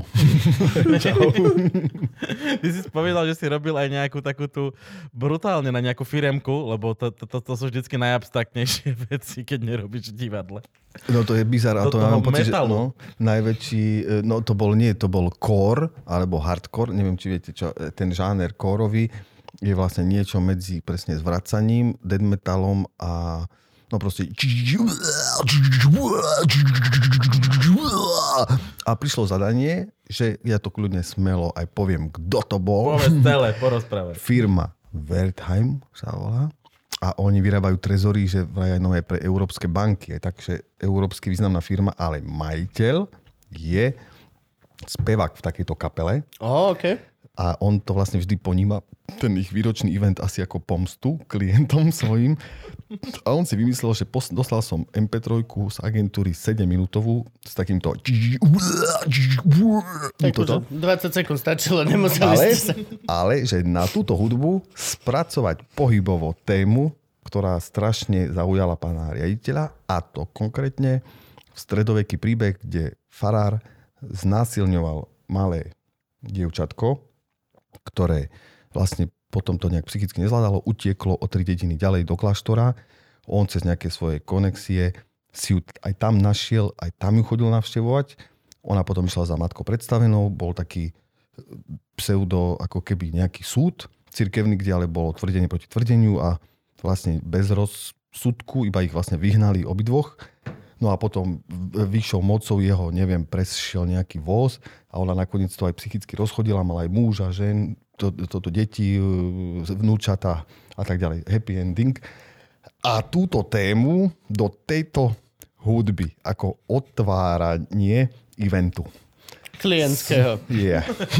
Ty si spovedal, že si robil aj nejakú takú tú brutálne na nejakú firemku, lebo to, to, to, to sú vždycky najabstraktnejšie veci, keď nerobíš divadle. No to je bizar. A Do to toho mám pocit, že metalu. no, najväčší, no to bol nie, to bol core, alebo hardcore, neviem, či viete čo, ten žáner coreový je vlastne niečo medzi presne zvracaním, death metalom a no proste a prišlo zadanie, že ja to kľudne smelo aj poviem, kto to bol. Povedz celé, porozprávaj. Firma Wertheim sa volá a oni vyrábajú trezory, že vraj aj nové pre európske banky. Takže európsky významná firma, ale majiteľ je spevák v takejto kapele. Oh, okay. A on to vlastne vždy poníma, ten ich výročný event asi ako pomstu klientom svojim. A on si vymyslel, že pos- dostal som em pé tri z agentúry sedemminútovú s takýmto Toto. dvadsať sekúnd stačilo, nemuseli ale, ste sa. ale, že na túto hudbu spracovať pohybovo tému, ktorá strašne zaujala pána riaditeľa, a to konkrétne v stredoveký príbeh, kde farár znásilňoval malé dievčatko, ktoré vlastne potom to nejak psychicky nezvládalo, utieklo o tri dediny ďalej do kláštora. On cez nejaké svoje konexie si ju aj tam našiel, aj tam ju chodil navštevovať. Ona potom išla za matkou predstavenou, bol taký pseudo, ako keby nejaký súd cirkevný, kde ale bolo tvrdenie proti tvrdeniu a vlastne bez rozsudku, iba ich vlastne vyhnali obidvoch. No a potom vyššou mocou jeho, neviem, prešiel nejaký voz a ona nakoniec to aj psychicky rozchodila, mala aj muža, žen, toto to, to deti, vnúčata a tak ďalej. Happy ending. A túto tému do tejto hudby ako otváranie eventu. Klientského. Yeah.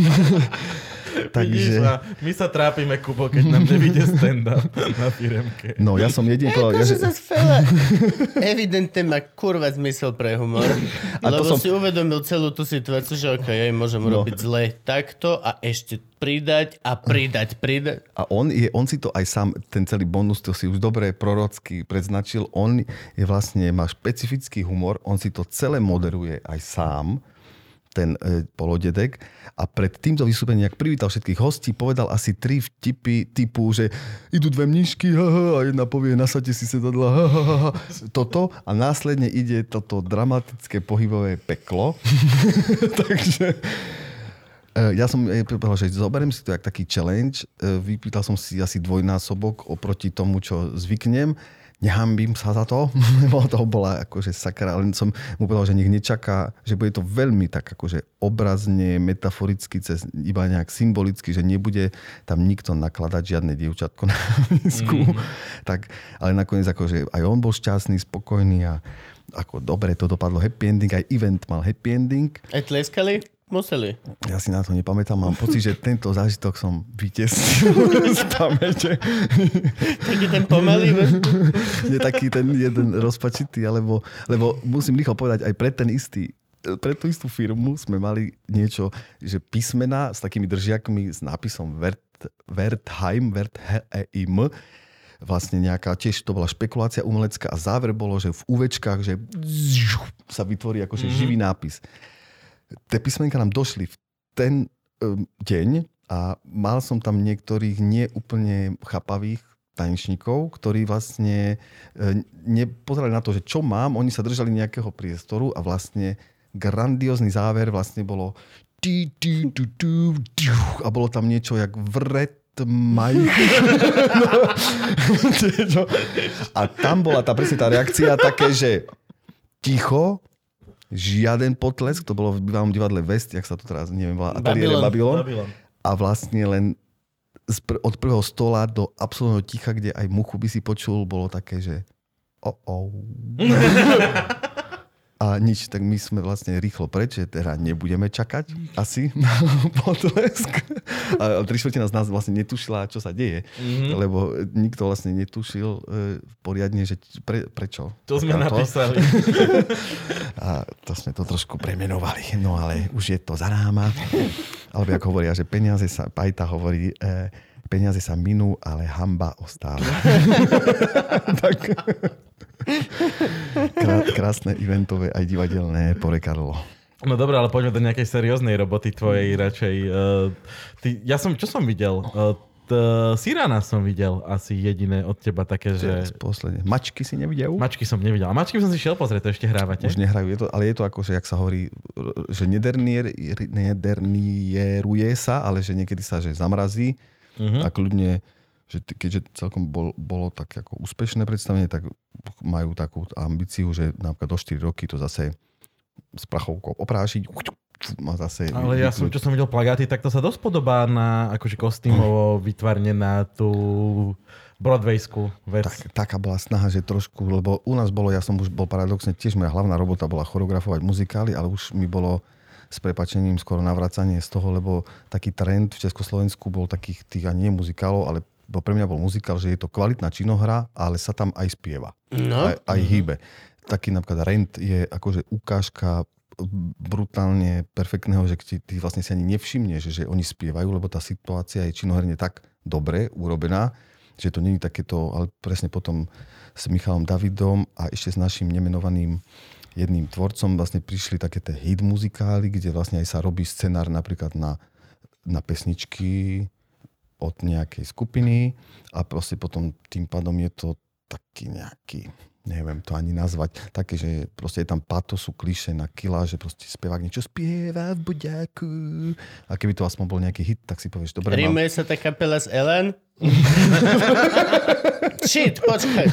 Takže... My sa trápime, Kubo, keď nám nevíde stand-up na firemke. No, ja som jediný povedal... Ja, že... sa fela... Evidentne má kurva zmysel pre humor. A lebo som... si uvedomil celú tú situáciu, že ok, ja môžem no. robiť zle takto a ešte pridať a pridať, pridať. A on, je, on si to aj sám, ten celý bonus, to si už dobre prorocky predznačil. On je vlastne, má špecifický humor, on si to celé moderuje aj sám, ten e, polodedek. A pred týmto vystúpením, jak privítal všetkých hostí, povedal asi tri vtipy typu, že idú dve mnišky, ha, ha, a jedna povie, nasadte si sedadla, ha, ha, ha, toto. A následne ide toto dramatické pohybové peklo. Takže e, ja som e, povedal, že zoberiem si to jak taký challenge. E, vypýtal som si asi dvojnásobok oproti tomu, čo zvyknem. Nehambím sa za to, lebo to bola akože sakra, len som mu povedal, že nech nečaká, že bude to veľmi tak akože obrazne, metaforicky, cez iba nejak symbolicky, že nebude tam nikto nakladať žiadne dievčatko na misku. Mm. Tak, ale nakoniec akože aj on bol šťastný, spokojný a ako dobre to dopadlo, happy ending, aj event mal happy ending. Aj tleskali? Museli. Ja si na to nepamätám, mám pocit, že tento zážitok som vytesnil z pamäte. Taký ten pomalý. Je taký ten jeden rozpačitý, alebo, lebo musím rýchlo povedať, aj pre ten istý, pre tú istú firmu sme mali niečo, že písmena s takými držiakmi s nápisom Wert, Wertheim, Wertheim, vlastne nejaká, tiež to bola špekulácia umelecká a záver bolo, že v úvečkách, že sa vytvorí akože mm-hmm. živý nápis. Tie písmenka nám došli v ten um, deň a mal som tam niektorých neúplne chápavých tanečníkov, ktorí vlastne e, nepozerali na to, že čo mám, oni sa držali nejakého priestoru a vlastne grandiózny záver vlastne bolo a bolo tam niečo jak vret maj. A tam bola tá presne tá reakcia také, že ticho, žiaden potlesk, to bolo v bývalom divadle West, jak sa to teraz, neviem, volá, ateliére Babylon. Babylon. A vlastne len pr- od prvého stola do absolútneho ticha, kde aj muchu by si počul, bolo také, že oh, oh. A nič, tak my sme vlastne rýchlo preč, že teda nebudeme čakať asi na potlesk. A tri štvrtina z nás vlastne netušila, čo sa deje, mm-hmm. lebo nikto vlastne netušil e, poriadne, že pre, prečo. To sme napísali. A to sme to trošku premenovali. No ale už je to za náma. Alebo ako hovoria, že peniaze sa, Pajta hovorí, e, peniaze sa minú, ale hamba ostáva. Tak... Krásne eventové aj divadelné porekadlo. No dobré, ale poďme do nejakej serióznej roboty tvojej radšej. Uh, ty, ja som, čo som videl? Uh, Cyrana som videl asi jediné od teba také, že... Posledne. Mačky si nevidel? Mačky som nevidel. A Mačky som si šiel pozrieť, to ešte hrávate? Už nehrajú, je to, ale je to ako, že jak sa hovorí, že nedernier, nedernieruje sa, ale že niekedy sa že zamrazí uh-huh. a kľudne, že keďže celkom bol, bolo tak ako úspešné predstavenie, tak majú takú ambíciu, že napríklad do štyri roky to zase s prachovkou oprášiť. Zase ale ja som, čo som videl plagáty, tak to sa dosť podobá na akože kostýmovo vytvarne na tú broadwayskú vec. Tak, taká bola snaha, že trošku, lebo u nás bolo, ja som už bol paradoxne, tiež moja hlavná robota bola choreografovať muzikály, ale už mi bolo s prepáčením skoro navracanie z toho, lebo taký trend v Československu bol takých tých ani nie muzikálov, ale bo pre mňa bol muzikál, že je to kvalitná činohra, ale sa tam aj spieva. No. Aj, aj mm-hmm. hýbe. Taký napríklad Rent je akože ukážka brutálne perfektného, že ty, ty vlastne si ani nevšimneš, že oni spievajú, lebo tá situácia je činoherne tak dobre urobená, že to nie je takéto, ale presne potom s Michalom Davidom a ešte s našim nemenovaným jedným tvorcom vlastne prišli také tie hit muzikály, kde vlastne aj sa robí scenár napríklad na, na pesničky od nejakej skupiny a proste potom tým pádom je to taký nejaký, neviem to ani nazvať, také, že proste je tam patosu, klišé na kila, že proste spevák niečo spieva v buďaku. A keby to aspoň bol nejaký hit, tak si povieš, dobre, mám... Rímuje sa tá kapela s Ellen? Shit, počkaj.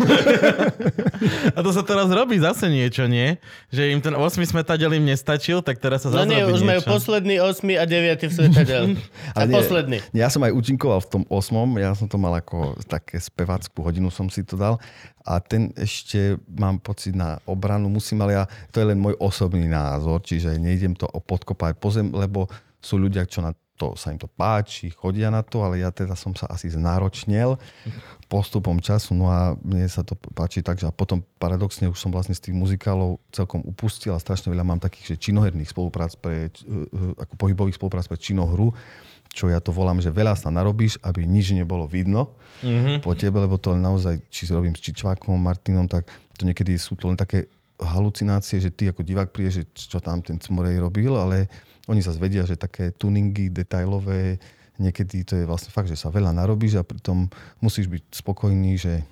A to sa teraz robí zase niečo, nie? Že im ten osmi smetadel im nestačil, tak teraz sa zase no nie, robí už niečo. majú posledný osmi a deviatý v svetadel. A nie, posledný. Ja som aj účinkoval v tom osmom, ja som to mal ako také speváckú hodinu som si to dal a ten ešte mám pocit na obranu musím, ale ja, to je len môj osobný názor, čiže nejdem to podkopať po zem, lebo sú ľudia, čo na to, sa im to páči, chodia na to, ale ja teda som sa asi znáročnel postupom času, no a mne sa to páči tak, že a potom paradoxne už som vlastne z tých muzikálov celkom upustil a strašne veľa mám takých, že činoherných spoluprác pre, ako pohybových spoluprác pre činohru, čo ja to volám, že veľa sa narobíš, aby nič nebolo vidno mm-hmm. po tebe, lebo to naozaj, či si robím s Čičvákom, Martinom, tak to niekedy sú to len také halucinácie, že ty ako divák príde, že čo tam ten Cmorej robil, ale oni sa zvedia, že také tuningy detailové, niekedy to je vlastne fakt, že sa veľa narobíš a pritom musíš byť spokojný, že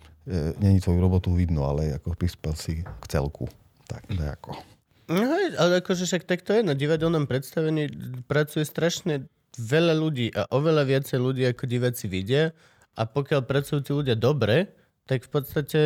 e, není tvoju robotu vidno, ale ako prispel si k celku. Tak, ako. No hej, ale akože však tak to je, na divadelnom predstavení pracuje strašne veľa ľudí a oveľa viacej ľudí, ako diváci vidia a pokiaľ pracujú tí ľudia dobre, tak v podstate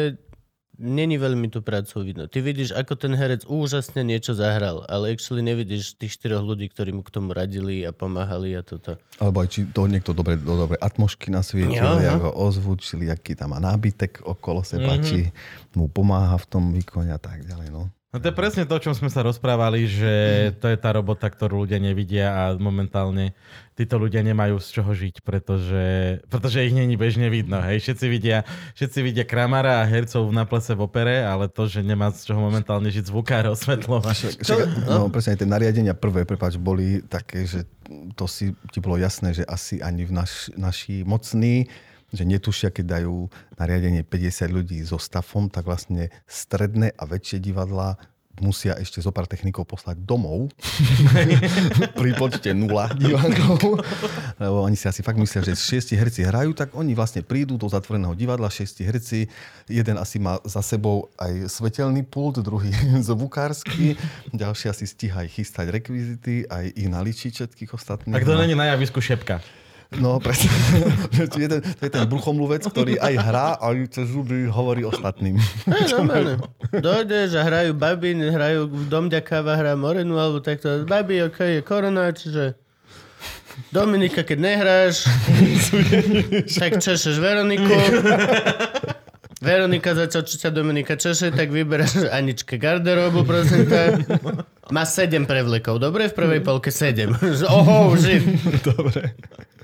není veľmi tú prácu vidno. Ty vidíš, ako ten herec úžasne niečo zahral, ale actually nevidíš tých štyroch ľudí, ktorí mu k tomu radili a pomáhali a toto. Alebo aj či to niekto dobre, do dobre atmošky nasvietil, ako ozvučili, aký tam má nábytek okolo seba, mm-hmm. či mu pomáha v tom výkone a tak ďalej. No. No to je presne to, o čom sme sa rozprávali, že to je tá robota, ktorú ľudia nevidia a momentálne títo ľudia nemajú z čoho žiť, pretože, pretože ich není bežne vidno. Hej. Všetci vidia, všetci vidia kramára a hercov na plese v opere, ale to, že nemá z čoho momentálne žiť zvukár, osvetľovať. No, presne aj tie nariadenia prvé, prepáč, boli také, že to si ti bolo jasné, že asi ani v naš, naši mocní že netušia, keď dajú nariadenie päťdesiat ľudí so stafom, tak vlastne stredné a väčšie divadlá musia ešte zo pár technikov poslať domov pri počte nula divákov. Lebo oni si asi fakt myslia, že šiesti herci hrajú, tak oni vlastne prídu do zatvoreného divadla, šiesti herci, jeden asi má za sebou aj svetelný pult, druhý zvukársky, ďalší asi stíha aj chystať rekvizity, aj ich naličiť všetkých ostatných. A kto není na javisku šepka? No, presne. To je ten, to je ten bruchomluvec, ktorý aj hrá, aj cez zuby hovorí ostatným. Hej, normálne. Dojdeš a hrajú babi, hrajú Domďa Káva, hrá Morenu, alebo takto. Babi, okej, okay, je korona, čiže Dominika, keď nehráš, tak češeš Veroniku. Veronika začal, čo ťa Dominika češe, tak vyberáš Aničke garderobu, prosím ťa. Má sedem prevlekov, dobre? V prvej polke sedem. Oho, žid. Dobre.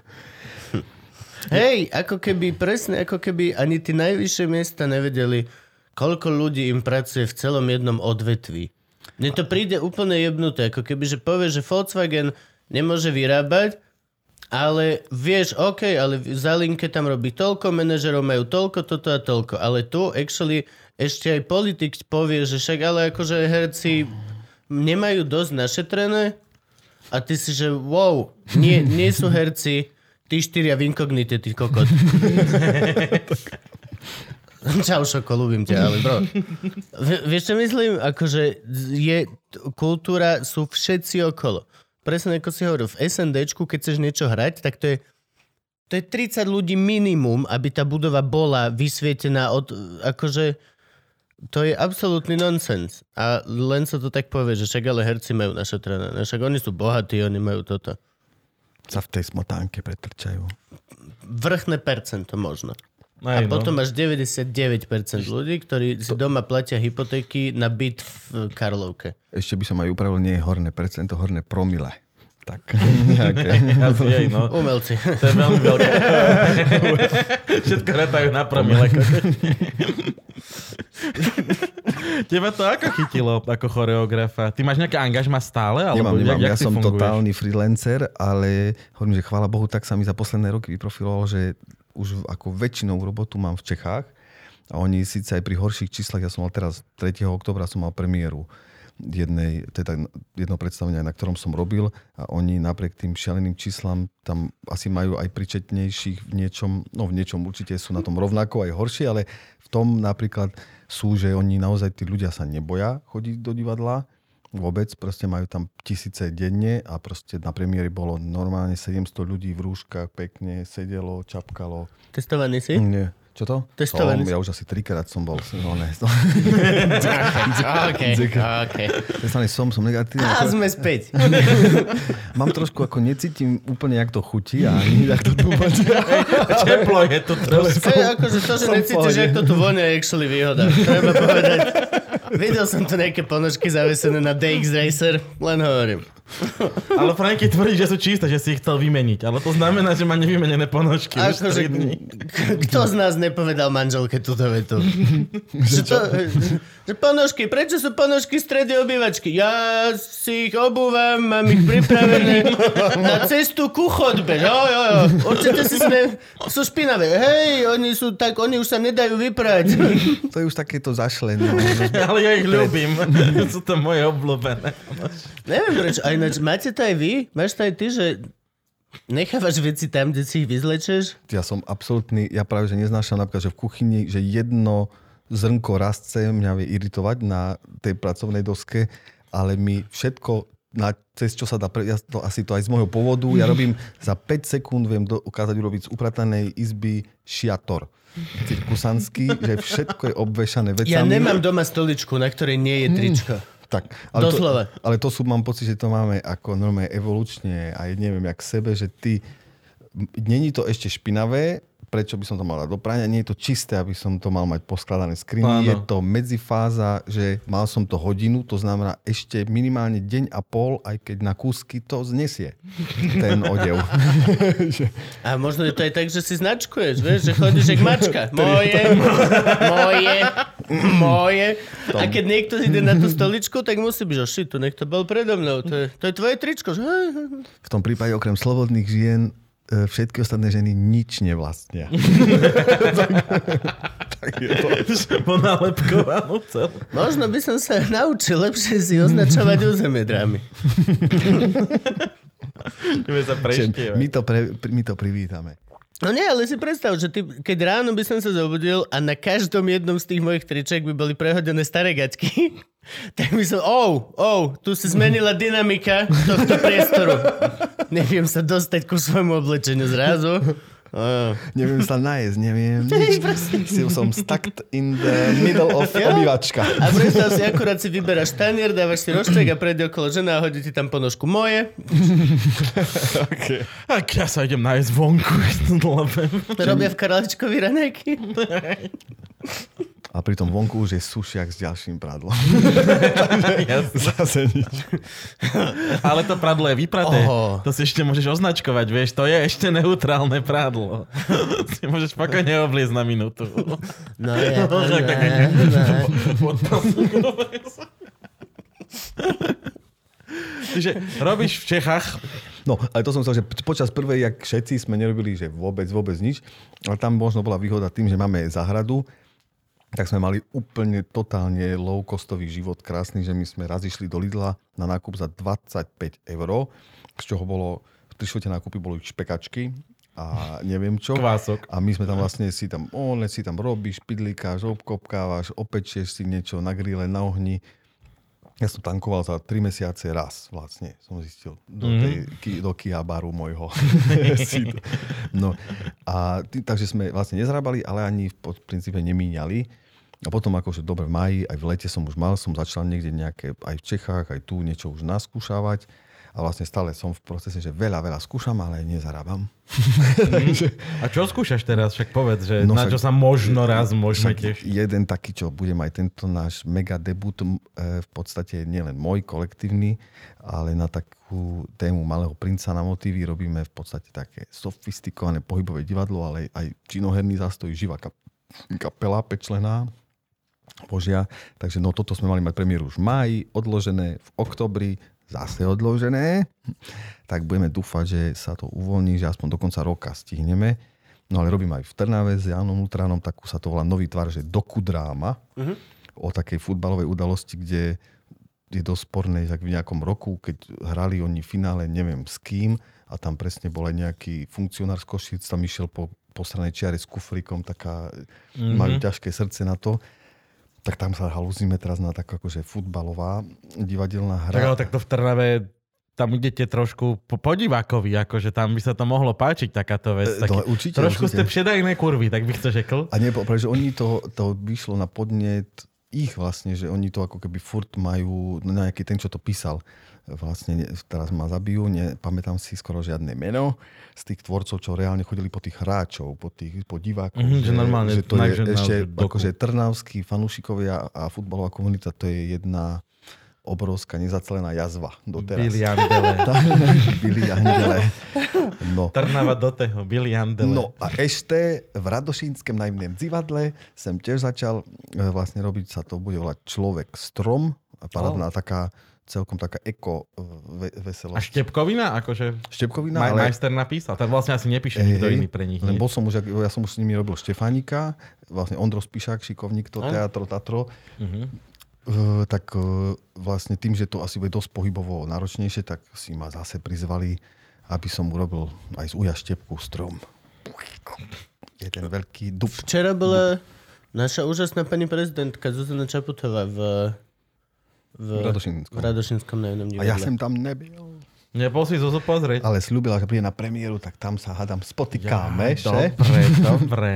Hej, ako keby, presne ako keby ani tí najvyššie miesta nevedeli, koľko ľudí im pracuje v celom jednom odvetví. Mne to príde úplne jebnuté, ako keby, že povie, že Volkswagen nemôže vyrábať, ale vieš, OK, ale za linke tam robí toľko, manažerov majú toľko, toto a toľko, ale tu actually ešte aj politik povie, že však ale akože herci nemajú dosť našetrené a ty si, že wow, nie, nie sú herci tí štyria v inkognite, ty kokot. Čau, Šoko, ľúbim ťa, ale bro. V, vieš, čo myslím? Akože je, kultúra sú všetci okolo. Presne ako si hovoril, v SNDčku, keď chceš niečo hrať, tak to je, to je tridsať ľudí minimum, aby tá budova bola vysvietená od, akože to je absolútny nonsens. A len sa to tak povie, že však ale herci majú našetrené. Však oni sú bohatí, oni majú toto. Sa v tej smotánke pretrčajú. Vrchné percento možno. Aj, a potom no. Máš deväťdesiatdeväť percent ľudí, ktorí si doma platia hypotéky na byt v Karlovke. Ešte by som aj upravil, nie je horné percento, horné promile. Tak. Jej, no. Umelci. To je veľmi veľké. Všetko ratajú na promile. Teba to ako chytilo ako choreografa? Ty máš nejaké angažma stále? Alebo nemám, nemám. Jak, jak ja som funguješ? totálny freelancer, ale hovorím, že chvála Bohu, tak sa mi za posledné roky vyprofilovalo, že už ako väčšinou robotu mám v Čechách A oni síce aj pri horších číslach, ja som mal teraz tretieho októbra som mal premiéru jednej, teda jedno predstavenia, na ktorom som robil a oni napriek tým šialeným číslam tam asi majú aj pričetnejších v niečom, no v niečom určite sú na tom rovnako aj horšie, ale v tom napríklad sú, že oni naozaj, tí ľudia sa neboja chodiť do divadla, vôbec, proste majú tam tisíce denne a proste na premiéry bolo normálne sedemsto ľudí v rúškach, pekne sedelo, čapkalo. Testovaný si? Nie. Čo to? Testovaný. Som, ja už asi trikrát som bol. No, ne. OK, OK. Testovaný som, som negatívny. A sme späť. Mám trošku, ako necítim úplne, jak to chutí a ani jak to tu máte. Teplo je to trošku. Hej, akože to, že necítiš, jak to tu vonia, je actually výhoda. Treba povedať. Videl som tu nejaké ponožky zavesené na D X Racer, len hovorím. Ale Franky tvrdí, že sú čisté, že si ich chcel vymeniť. Ale to znamená, že má nevymenené ponožky. Akože, kto z nás nepovedal manželke túto vetu? že, to, že ponožky, prečo sú ponožky v strede obývačky? Ja si ich obúvam, mám ich pripravené na cestu ku chodbe. Jo, jo, jo. Určite si sme, sú špinavé. Hej, oni sú tak, oni už sa nedajú vyprať. To je už takéto zašlené. Ale ja ich ľúbim. Sú to moje obľúbené. Neviem prečo, aj ináč, máte to aj vy? Máš to aj ty, že nechávaš veci tam, kde si ich vyzlečeš? Ja som absolútny, ja práve, že neznášam napríklad, že v kuchyni, že jedno zrnko rastce mňa vie iritovať na tej pracovnej doske, ale mi všetko, na, cez čo sa dá, pre, ja to, asi to aj z môjho pôvodu, ja robím za päť sekúnd, viem ukázať urobiť z upratanej izby šiator. Kusanský, že všetko je obvešané vecami. Ja nemám doma stoličku, na ktorej nie je tričko. Tak, ale doslova. To, ale to sú, mám pocit, že to máme ako normálne evolučne aj neviem, jak sebe, že ty, není to ešte špinavé, prečo by som to mal dať do prania, nie je to čisté, aby som to mal mať poskladané skrini, je to medzifáza, že mal som to hodinu, to znamená ešte minimálne deň a pol, aj keď na kúsky to znesie, ten odev. A možno je to aj tak, že si značkuješ, vieš, že chodíš jak mačka. Moje, moje, moje. A keď niekto ide na tú stoličku, tak musí byť, že shit, tu niekto bol predo mnou, to je, to je tvoje tričko. Že? V tom prípade okrem slobodných žien všetky ostatné ženy nič nevlastnia. tak, tak je to. Ponálepkovanú celú. Možno by som sa naučil lepšie si označovať územie drámy. sa my, to pre, my to privítame. No nie, ale si predstav, že ty, keď ráno by som sa zobudil a na každom jednom z tých mojich triček by boli prehodené staré gaťky, tak by som, oh, oh, tu sa zmenila dynamika tohto priestoru. Neviem sa dostať ku svojmu oblečeniu zrazu. Oh. Neviem sa nájsť, neviem nič. Si som stuck in the middle of ja? obývačka. A predstav si, akurát si vyberáš tanier, dávaš si roštek a prejde okolo žena a hodí ti tam ponožku moje. Okay. Tak ja sa idem nájsť vonku. To robia v Karaličkovi raňajky. A pri tom vonku už je sušiak s ďalším prádlom. Zase nič. Ale to prádlo je vypraté. Oho. To si ešte môžeš označkovať, vieš. To je ešte neutrálne prádlo. Si môžeš spokojne obliecť na minútu. No je, no, no, no. Čiže robíš v Čechách. No, ale to som chcel, že počas prvej, jak všetci sme nerobili, že vôbec, vôbec nič. Ale tam možno bola výhoda tým, že máme záhradu, tak sme mali úplne totálne low-costový život, krásny, že my sme raz išli do Lidla na nákup za dvadsaťpäť eur, z čoho bolo, tri štvrte nákupy boli špekačky a neviem čo. Kvások. A my sme tam vlastne si tam, ole, si tam robíš, pidlikáš, obkopkávaš, opečieš si niečo na grille, na ohni. Ja som tankoval za tri mesiace raz vlastne, som zistil, do, tej, mm. do Kia baru môjho. No, a tý, takže sme vlastne nezrábali, ale ani v princípe nemíňali. A potom akože dobre v máji, aj v lete som už mal, som začal niekde nejaké, aj v Čechách, aj tu niečo už naskúšavať. A vlastne stále som v procese, že veľa, veľa skúšam, ale nezarábam. Mm. A čo skúšaš teraz? Však povedz, že no, na čo sa možno raz môžeme tiež. Jeden taký, čo bude mať tento náš mega debut, v podstate nielen môj kolektívny, ale na takú tému Malého princa na motívy robíme v podstate také sofistikované pohybové divadlo, ale aj činoherný zástoj, živá kapela päťčlenná. Božia. Takže no toto sme mali mať premiéru už v máji, odložené v oktobri, zase odložené, tak budeme dúfať, že sa to uvoľní, že aspoň do konca roka stihneme. No ale robím aj v Trnave s Jánom Ultránom, takú sa to volá nový tvar, že dokudráma. Uh-huh. O takej futbalovej udalosti, kde je dosť sporné, tak v nejakom roku, keď hrali oni v finále, neviem s kým, a tam presne bol aj nejaký funkcionár z Košíc, tam išiel po, po stranej čiare s kufrikom, taká, mm-hmm. majú ťažké srdce na to. Tak tam sa halúzime teraz na taká akože futbalová divadelná hra. Tak ale takto v Trnave tam idete trošku po, po divákovi, akože tam by sa to mohlo páčiť takáto vec. E, to, určite, trošku určite. ste všedajné kurvy, tak bych to řekl. A nie, pretože oni to, to vyšlo na podnet ich vlastne, že oni to ako keby furt majú, no nejaký ten, čo to písal, vlastne teraz ma zabijú, nepamätám si skoro žiadne meno z tých tvorcov, čo reálne chodili po tých hráčov, po tých po divákov. Mm-hmm, že, že normálne, že to je že ešte akože trnavskí fanúšikovia a futbalová komunita, to je jedna obrovská nezacelená jazva doteraz. Billy Andele. Billy Andele. No. Trnava do toho, Billy Andele. No a ešte v Radošínskem naivném divadle som tiež začal vlastne robiť, sa to bude volať Človek strom. Parádna oh. taká, celkom taká eko ve- veselosť. A Štepkovina? Akože Štepkovina, Maj, ale... majster napísal. Tak vlastne asi nepíše nikto iný pre nich. Len bol som už, ja som už s nimi robil Štefánika, vlastne Ondro Spišák, šikovník to, teatro, Tatro. Uh-huh. Uh, tak uh, vlastne tým, že to asi bude dosť pohybovo náročnejšie, tak si ma zase prizvali, aby som urobil aj z uja Štepku strom. Je ten veľký dub. Včera bola naša úžasná pani prezidentka Zuzana Čaputová v, v, v Radošínskom naivnom divadle. A ja som tam nebyl. Nebol si Zuzu pozrieť? Ale sľúbila, že príde na premiéru, tak tam sa hádam spotýkáme. Ja, dobre, dobre.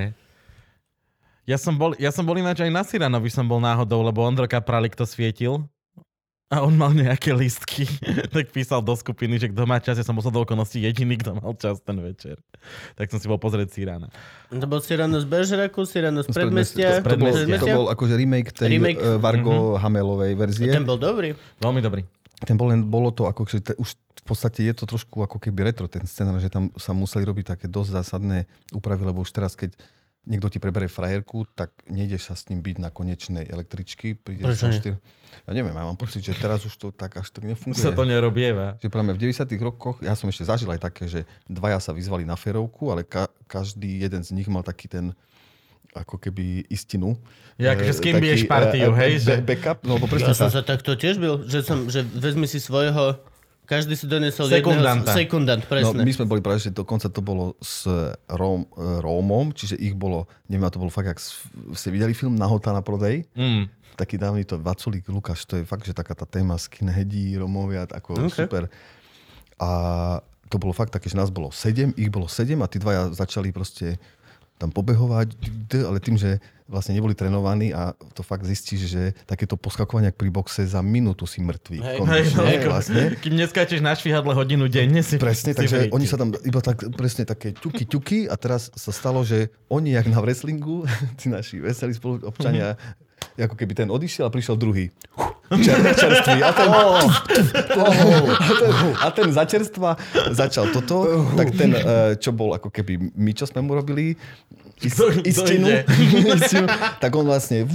Ja som bol, ja som bol ináč aj na Cyranovi som bol náhodou, lebo Ondro Kapralik to svietil a on mal nejaké listky, tak písal do skupiny, že kto má čas, ja som bol do okolností jediný, kto mal čas ten večer. Tak som si bol pozrieť Cyrana. To bol Cyrano z Bežeraku, Cyrano z Predmestia. To, to, bol, to bol akože remake tej remake. Vargo uh-huh. Hamelovej verzie. Ten bol dobrý. Veľmi dobrý. Ten bol len, bolo to ako, že te, už v podstate je to trošku ako keby retro ten scenár, že tam sa museli robiť také dosť zásadné úpravy, lebo už teraz, keď niekto ti preberie frajerku, tak nejdeš sa s ním byť na konečnej električky. Prečo nie? štyri... Ja neviem, ja mám pocit, že teraz už to tak až tak nefunguje. Sa to nerobieva. Že práve v deväťdesiatych rokoch, ja som ešte zažil aj také, že dvaja sa vyzvali na férovku, ale ka- každý jeden z nich mal taký ten ako keby istinu. Ja, akože s kým biješ partiu, hej? Be- backup, no, ja som sa takto tiež byl, že, som, že vezmi si svojho. Každý si donesol sekundanta. Jedného sekundant, presne. No, my sme boli práve, že dokonca to bolo s Róm, Rómom, čiže ich bolo, neviem, to bolo fakt, ak ste videli film Nahota na prodej, mm. taký dávny to Vaculík Lukáš, to je fakt, že taká tá téma skinheadí, Rómovia, ako okay. super. A to bolo fakt také, že nás bolo sedem, ich bolo sedem a tí dvaja začali proste tam pobehovať, ale tým, že vlastne neboli trénovaní a to fakt zistíš, že takéto poskakovania pri boxe za minútu si mŕtvý. Hej, hej, hej, vlastne. Kým neskáčeš na švihadle hodinu denne si... Presne, si takže vejti. Oni sa tam iba tak, presne také ťuky, ťuky a teraz sa stalo, že oni, jak na wrestlingu, tí naši veselí spoluobčania, mm-hmm. ako keby ten odišiel a prišiel druhý. Čerstvý. A ten, oh, oh, a ten, a ten za čerstva začal toto, tak ten, čo bol ako keby my, čo sme mu robili, ist, istinu, istinu, tak on vlastne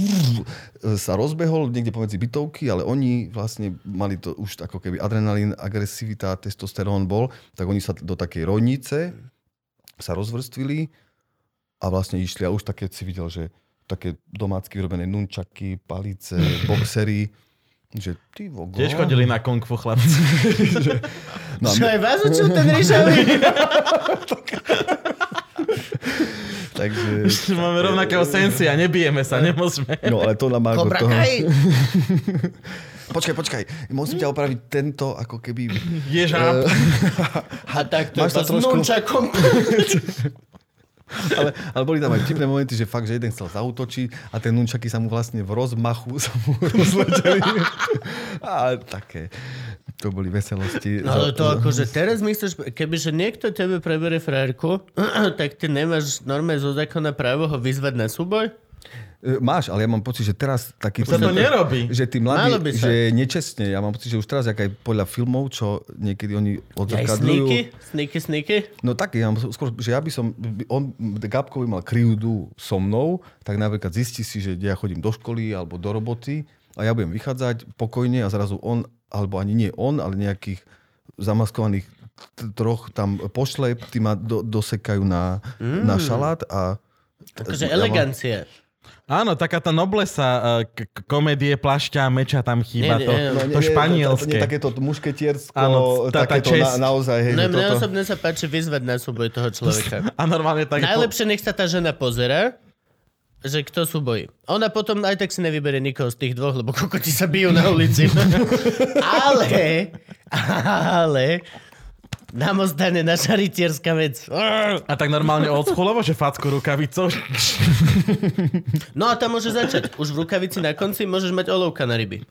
sa rozbehol niekde pomedzi bytovky, ale oni vlastne mali to už ako keby adrenalín, agresivita, testosterón bol, tak oni sa do takej rojnice sa rozvrstvili a vlastne išli a už také si videl, že také domácky vyrobené nunčaky, palice, boxery, že ty vogo. Tiež chodili na kung fu chlapci. No, čo aj vás učil ten Ríšavý? Takže... Máme rovnakého sensia, nebijeme sa, nemôžeme. No ale to nám má... Kobra toho... Kai! Počkaj, počkaj, musím ťa opraviť tento, ako keby... Ježáb. A tak to je to s nunčakom. Ale, ale boli tam aj vtipné momenty, že fakt, že jeden chcel zaútočiť a ten nunčaky sa mu vlastne v rozmachu sa mu rozleteli. A také, to boli veselosti. No ale to akože teraz myslíš, kebyže niekto tebe preberie frajerku, tak ty nemáš normálne zo zákona právo ho vyzvať na súboj? Máš, ale ja mám pocit, že teraz taký... Už sa to nerobí. Že tí mladí, že nečestne. Ja mám pocit, že už teraz, jak aj podľa filmov, čo niekedy oni odzrkadľujú... Aj sneaky? Sneaky, sneaky? No tak, ja mám skôr, že ja by som... On, Gabko by mal krivdu so mnou, tak napríklad zistí si, že ja chodím do školy alebo do roboty a ja budem vychádzať pokojne a zrazu on, alebo ani nie on, ale nejakých zamaskovaných troch tam pošle, tí ma do, dosekajú na, mm. na šalát a... Takže elegancia. Áno, taká tá noblesa k- k- komédie plášťa a meča tam chýba. Nie, nie, to, nie, to španielské. Nie, takéto mušketiersko, Áno, tá- tá takéto česť. na, naozaj. Hej, No že mne toto... osobne sa páči vyzvať na súboj toho človeka. A normálne tak... Najlepšie nech sa tá žena pozera, že kto súbojí. Ona potom aj tak si nevyberie nikoho z tých dvoch, lebo kokoti sa bijú na ulici. ale, ale... Nám ostane naša rytierská vec. A tak normálne oldschoolovo, že facku rukavicou. No a tam môže začať. Už v rukavici na konci môžeš mať olovka na ryby.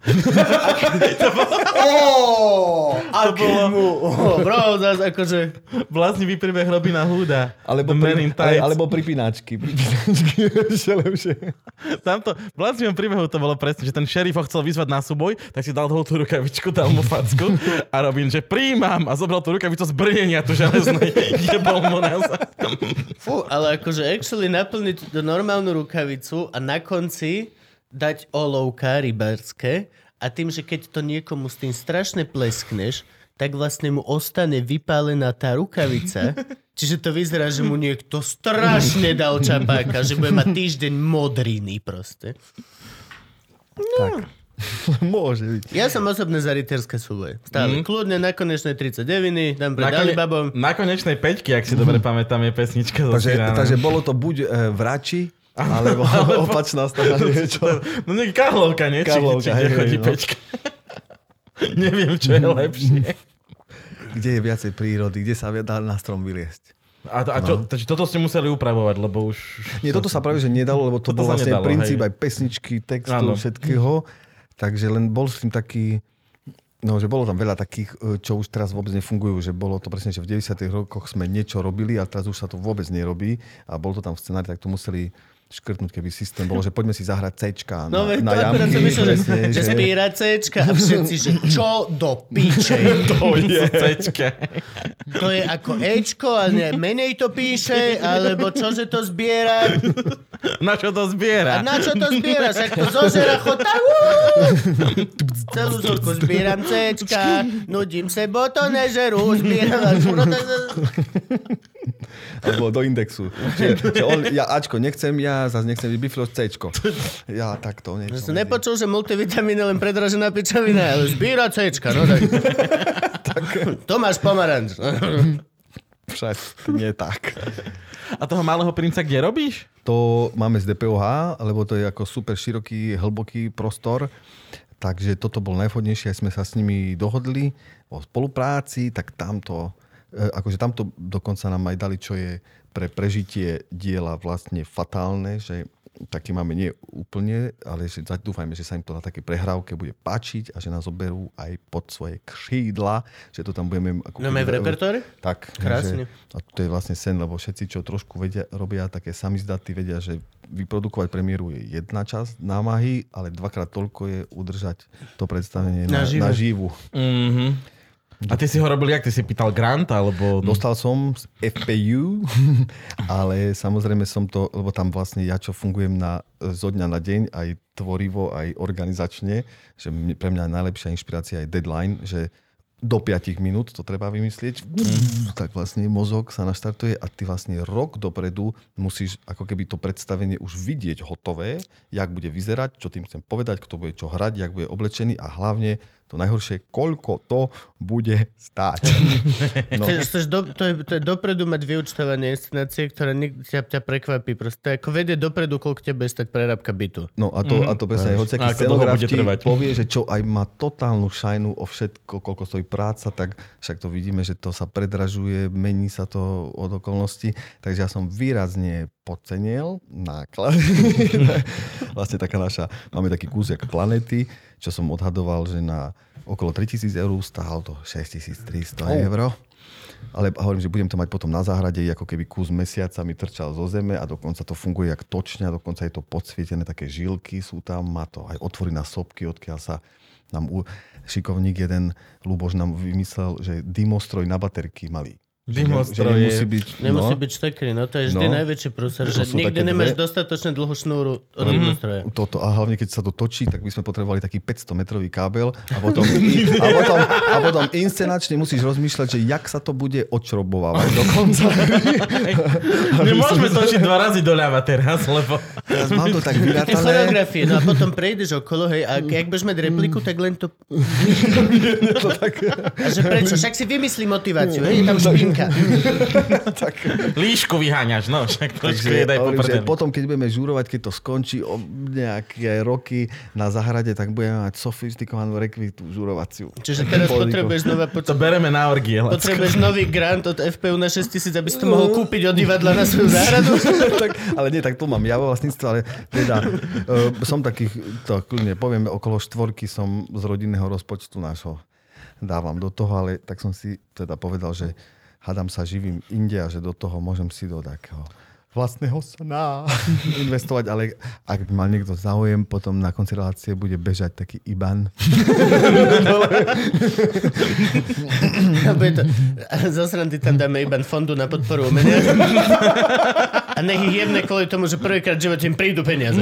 Ó, aký mu... Bro, zás akože... Bláznivý príbeh Robina Hooda. Alebo, The Man pri, in Tights. alebo pripínačky. Pripínačky ešte lepšie. Tamto, v bláznivom príbehu to bolo presne, že ten šerif ho chcel vyzvať na súboj, tak si dal dole tú rukavičku, dal mu facku a Robin, že príjmam a zobral tú rukavicu z brnenia tu železnej. Jebol mu nazad. Fú, ale akože actually naplniť do normálnu rukavicu a na konci dať olovka rybárske a tým, že keď to niekomu s tým strašne pleskneš, tak vlastne mu ostane vypálená tá rukavica. Čiže to vyzerá, že mu niekto strašne dal čapáka, že bude mať týždeň modriny proste. No. Tak. Môže byť. Ja som osobne za rytierské súboje. Stále. Mm. Kľudne na konečnej tridsaťdeväť, dám pre Na, Dali kone, babom. na konečnej peťky, ak si dobre pamätám, je pesnička zo Takže, Sirána. takže bolo to buď e, vrači, alebo opačná strana, niečo. No nie, Karlovka, nie? Karlovka, či, či, kde hej, chodí no. pečka. Neviem, čo je lepšie. Kde je viacej prírody, kde sa dá na strom vyliesť. A, to, a čo, to, toto ste museli upravovať, lebo už... Nie, toto sa práve, že nedalo, lebo to Toto bol sa vlastne nedalo, princíp hej. aj pesničky, textu, Áno. všetkého. Takže len bol s tým taký... No, že bolo tam veľa takých, čo už teraz vôbec nefungujú, že bolo to presne, že v deväťdesiatych rokoch sme niečo robili a teraz už sa to vôbec nerobí a bol to tam v scenári, tak to museli škrtnúť, keby systém bolo, že poďme si zahrať C-čka No, na, veď na to akurát jamky. som myslel, že, presne, že spíra C-čka a všetci, že čo do piče. To je cečka. To je ako Ečko a ne, menej to píše, alebo čože to zbiera. Na čo to A zbiera? na čo to zbiera? Však to zožera chota. Celú zorku zbieram C-čka, nudím se, bo to nežerú, zbieram. Alebo do indexu. Že, že on, ja Ačko nechcem, ja zase nechcem byť biflo Cčko. Ja takto niečo. Ja som nepočul, že multivitamín je len predražená pičovina, ale zbíra C-čka, no tak. tak. Tomáš Pomaranč. Však nie tak. A toho malého princa kde robíš? To máme z dé pé ó há, lebo to je ako super široký, hlboký prostor. Takže toto bol najvhodnejšie, aj sme sa s nimi dohodli o spolupráci, tak tamto, akože tamto dokonca nám aj dali, čo je pre prežitie diela vlastne fatálne, že taký máme nie úplne, ale že dúfajme, že sa im to na také prehrávke bude páčiť a že nás zoberú aj pod svoje křídla, že to tam budeme... Ako No, máme v repertoári? Tak. Krásne. Že, a to je vlastne sen, lebo všetci, čo trošku vedia, robia také samizdaty, vedia, že vyprodukovať premiéru je jedna časť námahy, ale dvakrát toľko je udržať to predstavenie na, na živu. Mhm. A ty si ho robil jak? Ty si pýtal grant, alebo... Dostal som z ef pé ú, ale samozrejme som to, lebo tam vlastne ja, čo fungujem na, zo dňa na deň, aj tvorivo, aj organizačne, že pre mňa najlepšia inšpirácia je deadline, že do päť minút to treba vymyslieť, mm. tak vlastne mozog sa naštartuje a ty vlastne rok dopredu musíš ako keby to predstavenie už vidieť hotové, jak bude vyzerať, čo tým chcem povedať, kto bude čo hrať, jak bude oblečený a hlavne to najhoršie, koľko to bude stáť. No. Chceš do, to, je, to je dopredu mať vyúčtovanie inscenácie, ktorá nik, ťa, ťa prekvapí. Proste ako vedie dopredu, koľko ťa bude stať prerábka bytu. No a to, mm. a to presne, mm. hociaký scenograf ti povie, že čo aj má totálnu šajnu o všetko, koľko stojí práca, tak však to vidíme, že to sa predražuje, mení sa to od okolností. Takže ja som výrazne podcenil náklad. Vlastne taká naša, máme taký kus jak planety, čo som odhadoval, že na okolo tritisíc eur stálo to šesťtisíctristo oh. eur. Ale hovorím, že budem to mať potom na záhrade, ako keby kus mesiaca mi trčal zo zeme a dokonca to funguje jak točňa, dokonca je to podsvietené, také žilky sú tam, má to aj otvory na sopky, odkiaľ sa nám u... šikovník jeden, Luboš, nám vymyslel, že dymostroj na baterky malý. Dymostroje. Nemusí byť, Nemusí no. byť štekry, no to je vždy No. najväčší prúser, To že sú nikdy také nemáš dve. dostatočne dlhú šnúru od dymostroja. Toto, a hlavne keď sa to točí, tak by sme potrebovali taký päťstometrový kábel a potom, a potom, a potom inscenačne musíš rozmýšľať, že jak sa to bude odšrobovávať do konca. Nemôžeme točiť dva razy doľava teraz, lebo... Teraz mám to tak Tie vyrátané. choreografie, no a potom prejdeš okolo, hej, a ak budeš mať repliku, tak len to... A že prečo? Však si vymyslí motiváciu, hej, je tam špinka. tak, Líšku vyháňaš, no. Však trošku takže, je daj hovorím, že poprdeli. potom, keď budeme žúrovať, keď to skončí o nejaké roky na záhrade, tak budeme mať sofistikovanú rekvitu žúrovaciu. Čiže teraz Podniku. potrebuješ znova... To bereme na orgie. Lacko. Potrebuješ nový grant od ef pé ú na šesťtisíc, aby si to mohol kúpiť od divadla na svoju záhradu. tak, ale nie, tak to mám ja vo vlastníctve, ale teda uh, som takých, to kľudne poviem, okolo štvorky som z rodinného rozpočtu nášho dávam do toho, ale tak som si teda povedal, že hádam sa živím inde a že do toho môžem si do takého vlastného sna investovať, ale ak by mal niekto záujem, potom na konci relácie bude bežať taký í ban. A bude to, zo srandy tam dáme iba fondu na podporu umenia. A nech ich jemne kvôli tomu, že prvýkrát v živote im prídu peniaze.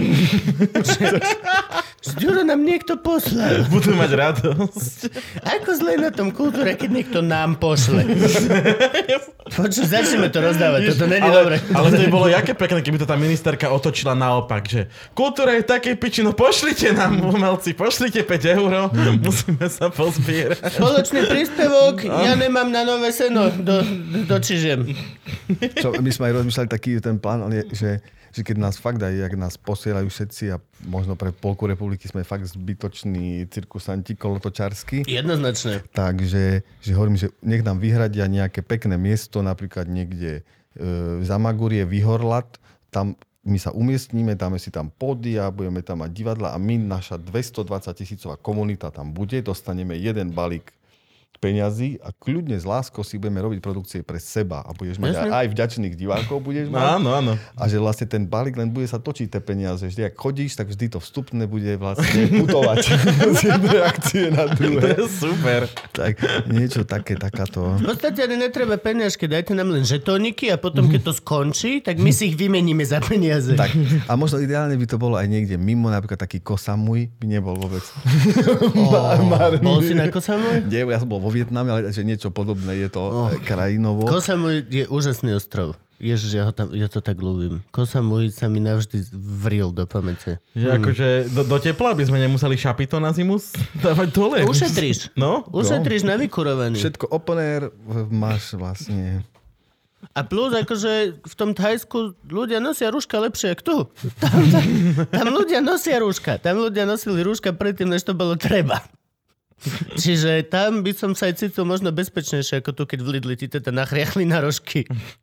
Ďuro nám niekto poslal. Budú mať radosť. Ako zle na tom kultúre, keď niekto nám pošle. Počuť, začneme to rozdávať, toto není ale, dobre. ale to by bolo jaké pekné, keby to tá ministerka otočila naopak, že kultúra je také piči, no pošlite nám umelci, pošlite päť eur, musíme sa pozbierať. Spoločný príspevok, ja nemám na nové seno do, do čižiem. Čo, my sme aj rozmýšľali taký ten plán, ale že, že keď nás fakt aj, jak nás posielajú všetci a možno pre polku republiky sme fakt zbytoční cirkusanti kolotočársky. Jednoznačne. Takže že hovorím, že nech nám vyhradia nejaké pekné miesto, napríklad niekde e, za Magúrie, Vyhorlat, tam my sa umiestníme, dáme si tam pódia, budeme tam mať divadla a my, naša dvestodvadsať tisícová komunita tam bude, dostaneme jeden balík peňazí a kľudne s láskou si budeme robiť produkcie pre seba a budeš mať aj, aj vďačných divákov budeš mať. Áno, áno. A že vlastne ten balík len bude sa točiť tie peniaze. Vždy, ak chodíš, tak vždy to vstupné bude vlastne putovať z jednej akcie na To druhé. je super. Tak niečo také, takáto. V podstate ani netreba peniažky, dajte nám len žetóniky a potom, keď to skončí, tak my si ich vymeníme za peniaze. Tak. A možno ideálne by to bolo aj niekde mimo, napríklad taký Kosamui by nebol vôbec. Oh, bol si na Kosamui? Nie, ja som bol vo Vietname, ale že niečo podobné je to oh. krajinovo. Koh Samui je úžasný ostrov. Ježiš, ja, ho tam, ja to tak ľúbim. Koh Samui sa mi navždy vril do pamäte. Že akože do, do tepla by sme nemuseli šapito na zimu dávať dole. Ušetríš. No? Ušetríš na vykurovaní. Všetko open air máš vlastne. A plus, akože v tom Thajsku ľudia nosia rúška lepšie ako tu. Tam, tam, tam ľudia nosia rúška. Tam ľudia nosili rúška predtým, než to bolo treba. Čiže tam by som sa aj cítil možno bezpečnejšie ako tu, keď v Lidli ti teda nachriachli na rožky.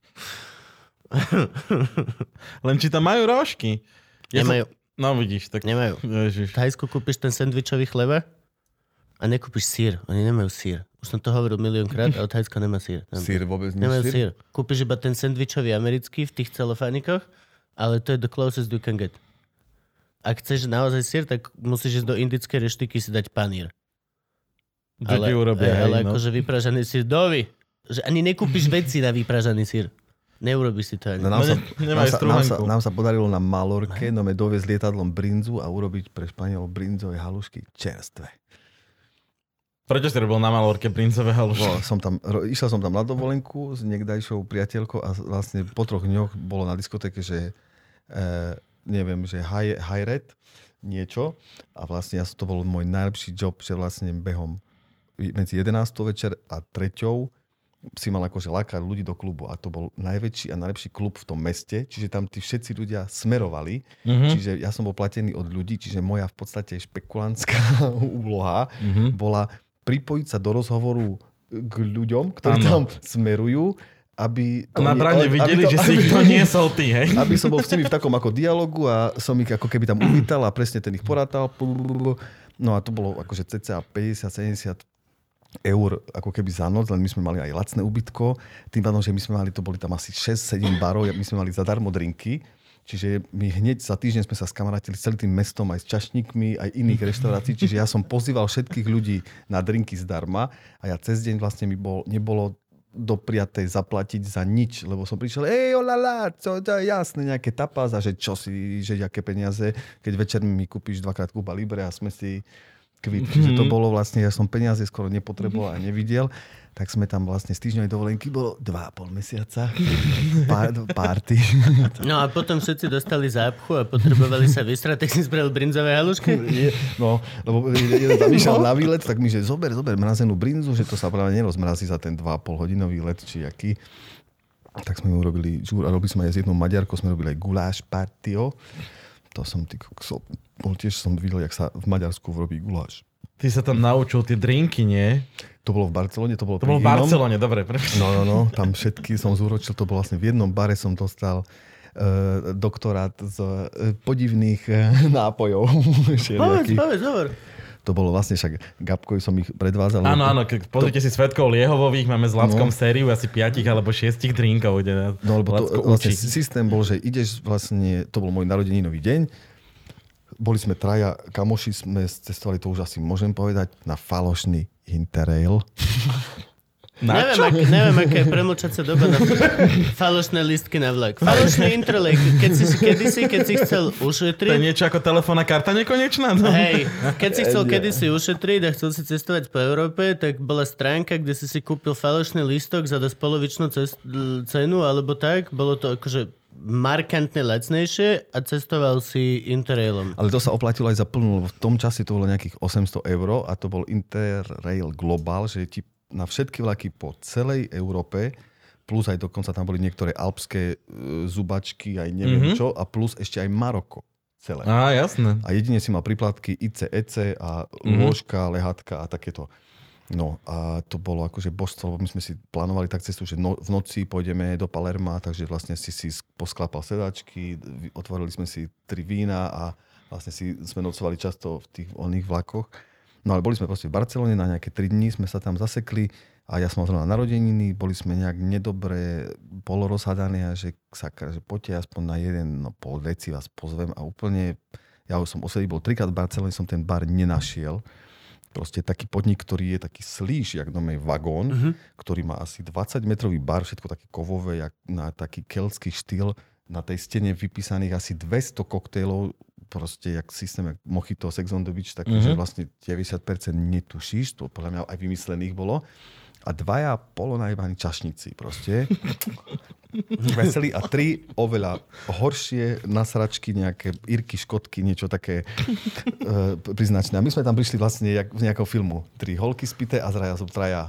Len či tam majú rožky. Ja Nemajú. Som... No vidíš, tak... Nemajú. Ježiš. V Thajsku kúpiš ten sendvičový chleba a nekúpiš sír. Oni nemajú sír. Už som to hovoril miliónkrát, ale Thajsko nemá sír. Tam... Sír vôbec nie Nemajú sír. sír. Kúpiš iba ten sendvičový americký v tých celofánikoch, ale to je the closest you can get. Ak chceš naozaj sír, tak musíš ísť do indickej reštiky si dať panír. Čo ale, ti urobia, ale, hej, ale no. akože vypražaný sír dovi. Že ani nekúpiš veci na vypražaný sír. Neurobíš si to ani. No, nám, No, sa, ne- nám, nemáš sa, nám, sa, strúhanku. nám sa podarilo na Malorke, no me doviezť lietadlom brinzu a urobiť pre Španielov brinzové halušky čerstvé. Prečo si robil na Malorke princové halušky? Bol, som tam, ro, išiel som tam na dovolenku s niekdajšou priateľkou a vlastne po troch dňoch bolo na diskotéke, že e, neviem, že high, high red niečo a vlastne ja, to bol môj najlepší job, že vlastne behom medzi jedenástou večer a treťou si mal akože lákať ľudí do klubu a to bol najväčší a najlepší klub v tom meste, čiže tam tí všetci ľudia smerovali, mm-hmm. čiže ja som bol platený od ľudí, čiže moja v podstate špekulantská úloha mm-hmm. bola pripojiť sa do rozhovoru k ľuďom, ktorí ano. tam smerujú, aby... A na bráne videli, to, že si ich to niesol ty, hej? Aby som bol s nimi v takom ako dialogu a som ich ako keby tam uvítal a presne ten ich porátal. No a to bolo akože cca päťdesiat sedemdesiat eur ako keby za noc, len my sme mali aj lacné ubytko. Tým pádom, že my sme mali, to boli tam asi šesť sedem barov, my sme mali zadarmo drinky. Čiže my hneď za týždeň sme sa skamarátili s celým tým mestom, aj s čašníkmi, aj iných reštaurácií. Čiže ja som pozýval všetkých ľudí na drinky zdarma a ja cez deň vlastne mi bol, nebolo dopriatej zaplatiť za nič, lebo som prišiel, ej, olala, to, to je jasné, nejaké tapas a že čo si, že aké peniaze, keď večer mi kúpiš dvakrát Cuba Libre a sme si kvit. Mm-hmm. Čiže to bolo vlastne, ja som peniaze skoro nepotreboval a nevidel, tak sme tam vlastne z týždňovej dovolenky bolo dva a pol mesiaca Pár, party. No a potom všetci dostali zápchu a potrebovali sa vystrať, tak si spravil brinzové halušky? No, lebo jeden tam išiel na výlet, tak mi, že zober, zober mrazenú brinzu, že to sa práve nerozmrazí za ten dva a pol hodinový let, či aký. Tak sme mu robili, a robili sme aj s jednou Maďarkou, sme robili aj guláš partio. To som, ty, bol tiež som videl, jak sa v Maďarsku robí guláš. Ty sa tam naučil tie drinky, nie? To bolo v Barcelone, to bolo To bolo v Barcelone, dobre. No, no, no, tam všetky som zúročil, to bolo vlastne v jednom bare som dostal uh, doktorát z uh, podivných uh, nápojov. Povedz, povedz, hovor. To bolo vlastne, však Gabkovi som ich predvádzal. Áno, áno, ke, pozrite to... si Svedkov Liehovových, máme s Lackom no. sériu asi piatich alebo šiestich drinkov. Kde no, lebo to, vlastne systém bol, že ideš vlastne, to bol môj narodeninový deň, boli sme traja kamoši, sme cestovali, to už asi môžem povedať, na falošný Interrail. Na neviem, čo? ak, neviem, aká je premlčacia doba na falošné lístky na vlak. Falošný Interrail, keď si, kedysi, keď si chcel ušetriť... To je niečo ako telefónna karta nekonečná? No? Hej, keď si chcel kedysi ušetriť a chcel si cestovať po Európe, tak bola stránka, kde si si kúpil falošný lístok za dosť polovičnú cest, cenu, alebo tak. Bolo to akože markantne lacnejšie a cestoval si Interrailom. Ale to sa oplatilo aj za plnú, lebo v tom čase to bolo nejakých osemsto eur a to bol Interrail Global, že ti na všetky vlaky po celej Európe, plus aj dokonca tam boli niektoré alpské e, zubačky, aj neviem mm-hmm. čo, a plus ešte aj Maroko celé. Á, jasné. A jedine si mal príplatky í cé é cé a mm-hmm. lôžka, lehátka a takéto. No a to bolo akože božstvo, lebo my sme si plánovali tak cestu, že no, v noci pôjdeme do Palerma, takže vlastne si si posklapal sedačky, otvorili sme si tri vína a vlastne si sme nocovali často v tých voľných vlakoch. No ale boli sme proste v Barcelone na nejaké tri dní, sme sa tam zasekli a ja som mal zrovna narodeniny, boli sme nejak nedobre polorozhádaní a že sakra, že poďte aspoň na jeden, no pol deci vás pozvem a úplne, ja už som osedy bol trikrát v Barcelone, som ten bar nenašiel. Proste taký podnik, ktorý je taký slíš, jak doma je vagón, uh-huh. ktorý má asi dvadsaťmetrový bar, všetko také kovové, jak na taký keltský štýl. Na tej stene vypísaných asi dvesto koktejlov, proste jak systém, jak Mojito, Sex on the Beach, takže uh-huh. vlastne deväťdesiat percent netušíš, to podľa mňa aj vymyslených bolo. A dvaja polonajbaní čašníci proste. Veselí a tri oveľa horšie nasračky, nejaké Irky, Škotky, niečo také uh, priznačné. A my sme tam prišli vlastne jak z nejakého filmu. Tri holky spité a zraja som traja.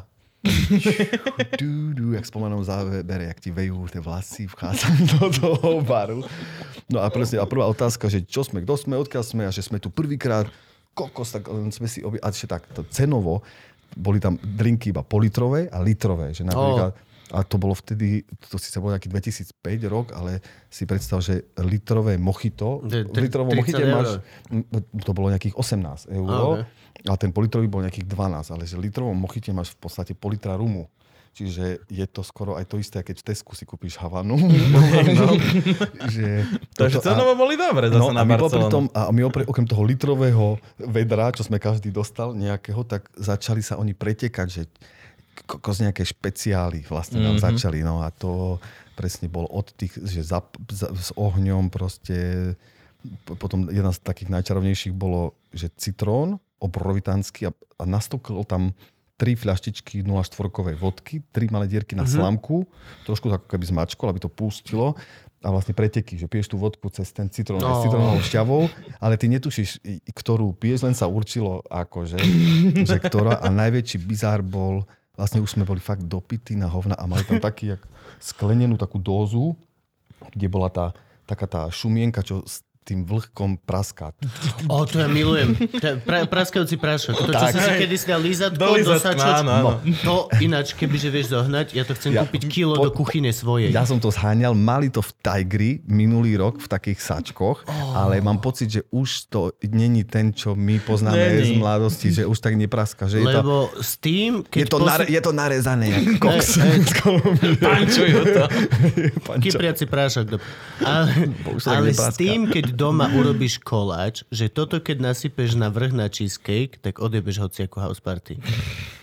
Dú, jak spomenom zábere, jak ti vejú tie vlasy, vchádzam do toho baru. No a presne, a prvá otázka, že čo sme, kto sme, odkiaľ sme a že sme tu prvýkrát kokos, tak sme si obi... A ešte tak, to cenovo, boli tam drinky iba politrové a litrové, že napríklad... Oh. A to bolo vtedy, to síce bol nejaký dvetisícpäť rok, ale si predstav, že litrové mojito, v litrovom mojite máš, to bolo nejakých osemnásť eur, oh, okay. A ten politrový bol nejakých dvanásť, ale že litrovom mojite máš v podstate pol litra rumu. Čiže je to skoro aj to isté, keď v Tesku si kúpiš Havanu. No. Že Takže cenovo boli dobre zase no, na Barcelonu. A my opre, okrem toho litrového vedra, čo sme každý dostal nejakého, tak začali sa oni pretekať, že kokos nejaké špeciály vlastne nám mm-hmm. začali. No a to presne bolo od tých, že za, za, s ohňom proste. Potom jedna z takých najčarovnejších bolo, že citrón, obrovitánsky a, a nastúkol tam tri fľaštičky nula štyri vodky, tri malé dierky na mm-hmm. slamku, trošku tak keby zmačkol, aby to pustilo a vlastne preteky, že piješ tú vodku cez ten citrón, no. s citrónovou šťavou, ale ty netušíš, ktorú piješ, len sa určilo akože, že ktorá. A najväčší bizár bol, vlastne už sme boli fakt dopití na hovna a mali tam taký, jak sklenenú takú dózu, kde bola tá, taká tá šumienka, čo s tým vlhkom praská. O, to ja milujem. Pra, praskajúci prášok. To, čo tak. Si si kedy si dal lízatko, dosačoč. No. To ináč, kebyže vieš zohnať, ja to chcem ja, kúpiť kilo po, do kuchyne svojej. Ja som to zháňal, mali to v Tigri minulý rok v takých sačkoch, oh. ale mám pocit, že už to není ten, čo my poznáme není. Z mladosti, že už tak nepraska. Že Lebo je to, s tým, keď... Je to, posl... nare, je to narezané, jak koks. Pančujú to. Kypriaci prášok. Ale, ale s tým, keď doma urobíš koláč, že toto keď nasypeš na vrch na cheesecake, tak odjebeš hociakú house party.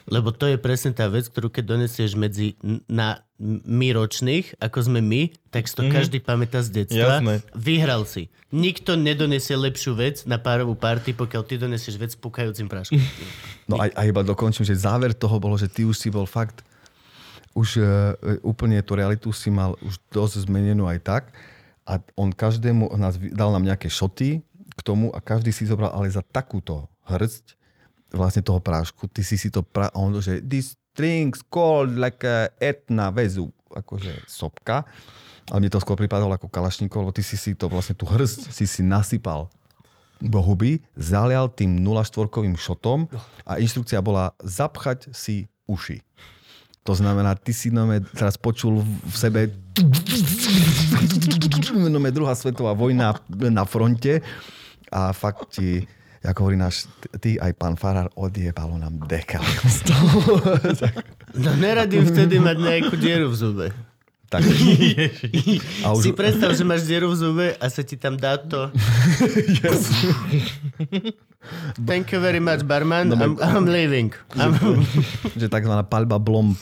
Lebo to je presne tá vec, ktorú keď donesieš medzi na my ročných, ako sme my, tak si to mm. každý pamätá z detstva. Jasné. Vyhral si. Nikto nedonesie lepšiu vec na párovú party, pokiaľ ty donesieš vec s pukajúcim práškom. No a, a iba dokončím, že záver toho bolo, že ty už si bol fakt už uh, úplne tú realitu si mal už dosť zmenenú aj tak a on každému nás dal nám nejaké šoty k tomu a každý si zobral ale za takúto hrst vlastne toho prášku. Ty si si to pra... A on, že this drinks cold like a Etna väzu. Akože sopka. Ale mne to skôr pripadalo ako kalašníkov, lebo ty si si to vlastne tú hrst si si nasypal do huby, zalial tým nula štyri šotom a inštrukcia bola zapchať si uši. To znamená, ty si nome teraz počul v sebe nome druhá svetová vojna na fronte a fakt ti ako hovorí náš, ty aj pán farár, odjebalo nám dekel. No neradím vtedy mať nejakú dieru v zube. Tak. A už... Si predstav, že máš dieru v zube a sa ti tam dá to. Yes. Thank you very much, barman. No, I'm, I'm leaving. I'm... Že takzvaná paľba blomb.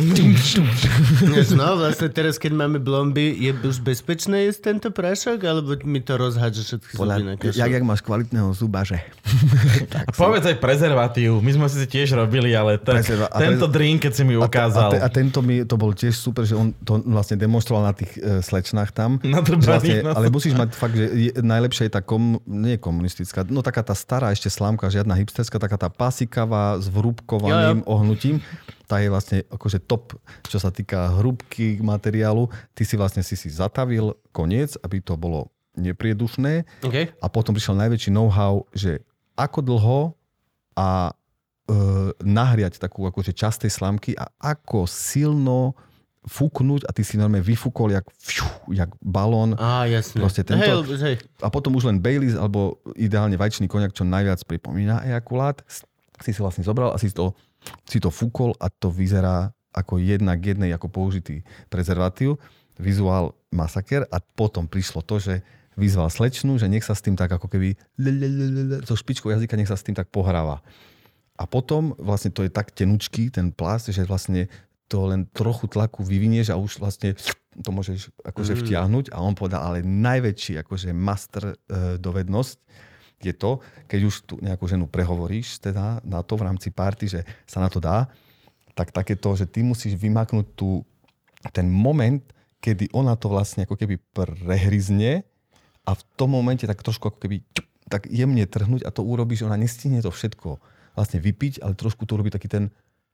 No vlastne teraz, keď máme blomby, je už bezpečné jesť tento prášok? Alebo mi to rozhádže všetky zuby na kašu? Jak, jak máš kvalitného zubaže. A povedz aj prezervatív. My sme si tiež robili, ale ten, Prezerva- tento pre... drink, keď si mi ukázal. A, te, a, te, a tento mi, to bol tiež super, že on to vlastne demonstroval na tých uh, slečnách tam. Na vlastne, ale musíš mať fakt, že je, najlepšia je tá kom, nie komunistická, no taká tá stará ešte slámka, žiadna hipsterská, taká tá pasikavá s vrúbkovaným jo, jo. ohnutím. Tá je vlastne akože top, čo sa týka hrúbky materiálu. Ty si vlastne si si zatavil koniec, aby to bolo nepriedušné. Okay. A potom prišiel najväčší know-how, že ako dlho a e, nahriať takú akože časť tej slámky a ako silno fúknuť a ty si normálne vyfúkol jak, fiu, jak balón. Á, jasne. Tento, hej, hej. A potom už len Baileys alebo ideálne vajčný koniak, čo najviac pripomína ejakulát. Si si vlastne zobral a si to, si to fúkol a to vyzerá ako jedna k jednej, ako použitý prezervatív. Vizuál masaker a potom prišlo to, že vyzval slečnu, že nech sa s tým tak ako keby so špičkou jazyka nech sa s tým tak pohráva. A potom vlastne to je tak tenučký ten plast, že vlastne to len trochu tlaku vyvinieš a už vlastne to môžeš akože mm. vtiahnuť a on povedal, ale najväčší akože master e, dovednosť je to, keď už tu nejakú ženu prehovoríš teda na to v rámci party, že sa na to dá, tak takéto, že ty musíš vymaknúť tu ten moment, kedy ona to vlastne ako keby prehryzne a v tom momente tak trošku ako keby tak jemne trhnúť a to urobí, že ona nestihne to všetko vlastne vypiť, ale trošku to urobí taký ten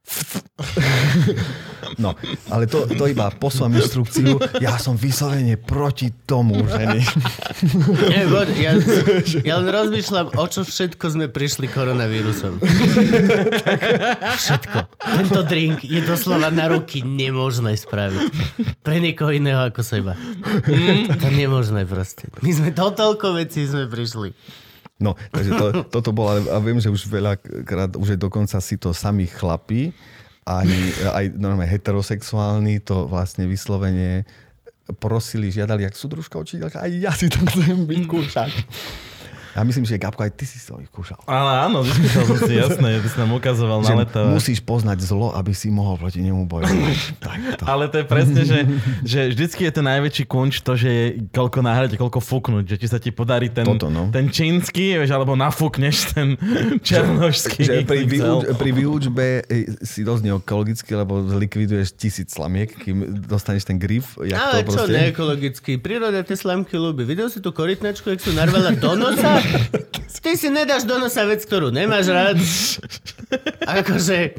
no, ale to, to iba posúvam inštrukciu. Ja som vyslovene proti tomu, ženy. Nie, bod, ja, ja len rozmýšľam, o čo všetko sme prišli koronavírusom. Všetko. Tento drink je doslova na ruky nemožné spraviť. Pre niekoho iného ako seba. To nemožné proste. My sme do toľko vecí sme prišli. No, takže to, toto bolo, ale a viem, že už veľakrát, už je dokonca si to sami chlapi, ani aj normálne heterosexuálni to vlastne vyslovene prosili, žiadali, jak súdružka učiteľka, aj ja si to chcem vyskúšať. Ja myslím, že Gabko, aj ty si to vyskúšal. Ale áno, vyskúšal som si, jasné, ty si nám ukazoval na leto. Musíš poznať zlo, aby si mohol proti nemu bojovať. Ale to je presne, že, že vždycky je ten najväčší kunč to, že je koľko nahrať a koľko fúknuť. Že či sa ti podarí ten, Toto, no. ten čínsky, vieš, alebo nafúkneš ten černošský. Že, že pri, výuč, pri výučbe si dosť neekologicky, lebo zlikviduješ tisíc slamiek, kým dostaneš ten grif. Ale čo proste... neekologicky? Príroda tie slamky ľúbi. Videl si tú korytnačku, jak sú narvala do nosa? Ty si nedáš do nosa vec, ktorú nemáš rád. Akože...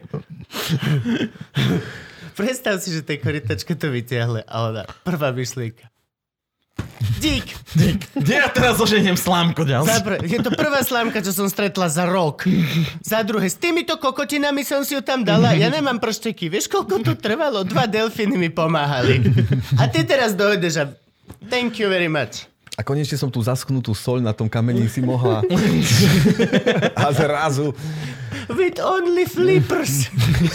Predstav si, že tej korytačke to vytiahle a ona, prvá myšlienka. Dík! Dík. Kde ja teraz zoženiem slámko ďalšie? Zapr- je to prvá slámka, čo som stretla za rok. Za druhé, s týmito kokotinami som si ju tam dala. Ja nemám pršteky. Vieš, koľko to trvalo? Dva delfíny mi pomáhali. A ty teraz dojdeš a... Thank you very much. A konečne som tú zaschnutú soľ na tom kameni si mohla... A zrazu... With only flippers.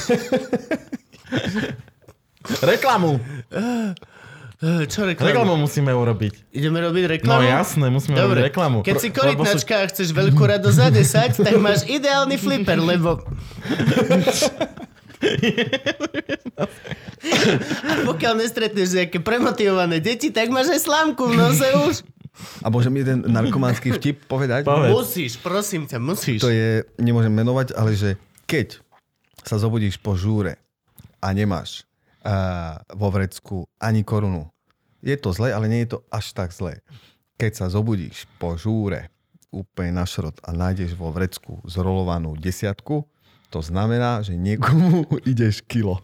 Reklamu. Čo reklamu? Reklamu musíme urobiť. Ideme robiť reklamu? No jasné, musíme Dobre. robiť reklamu. Keď si korytnačka a chceš veľkú radosť za desať, tak máš ideálny flipper, lebo... A pokiaľ nestretneš nejaké premotivované deti, tak máš aj slámku v nose už. A môžem jeden narkománsky vtip povedať? Povedz. Musíš, prosím ťa, musíš. To je, nemôžem menovať, ale že keď sa zobudíš po žúre a nemáš uh, vo vrecku ani korunu, je to zlé, ale nie je to až tak zlé. Keď sa zobudíš po žúre úplne na šrot a nájdeš vo vrecku zrolovanú desiatku, to znamená, že niekomu ideš kilo.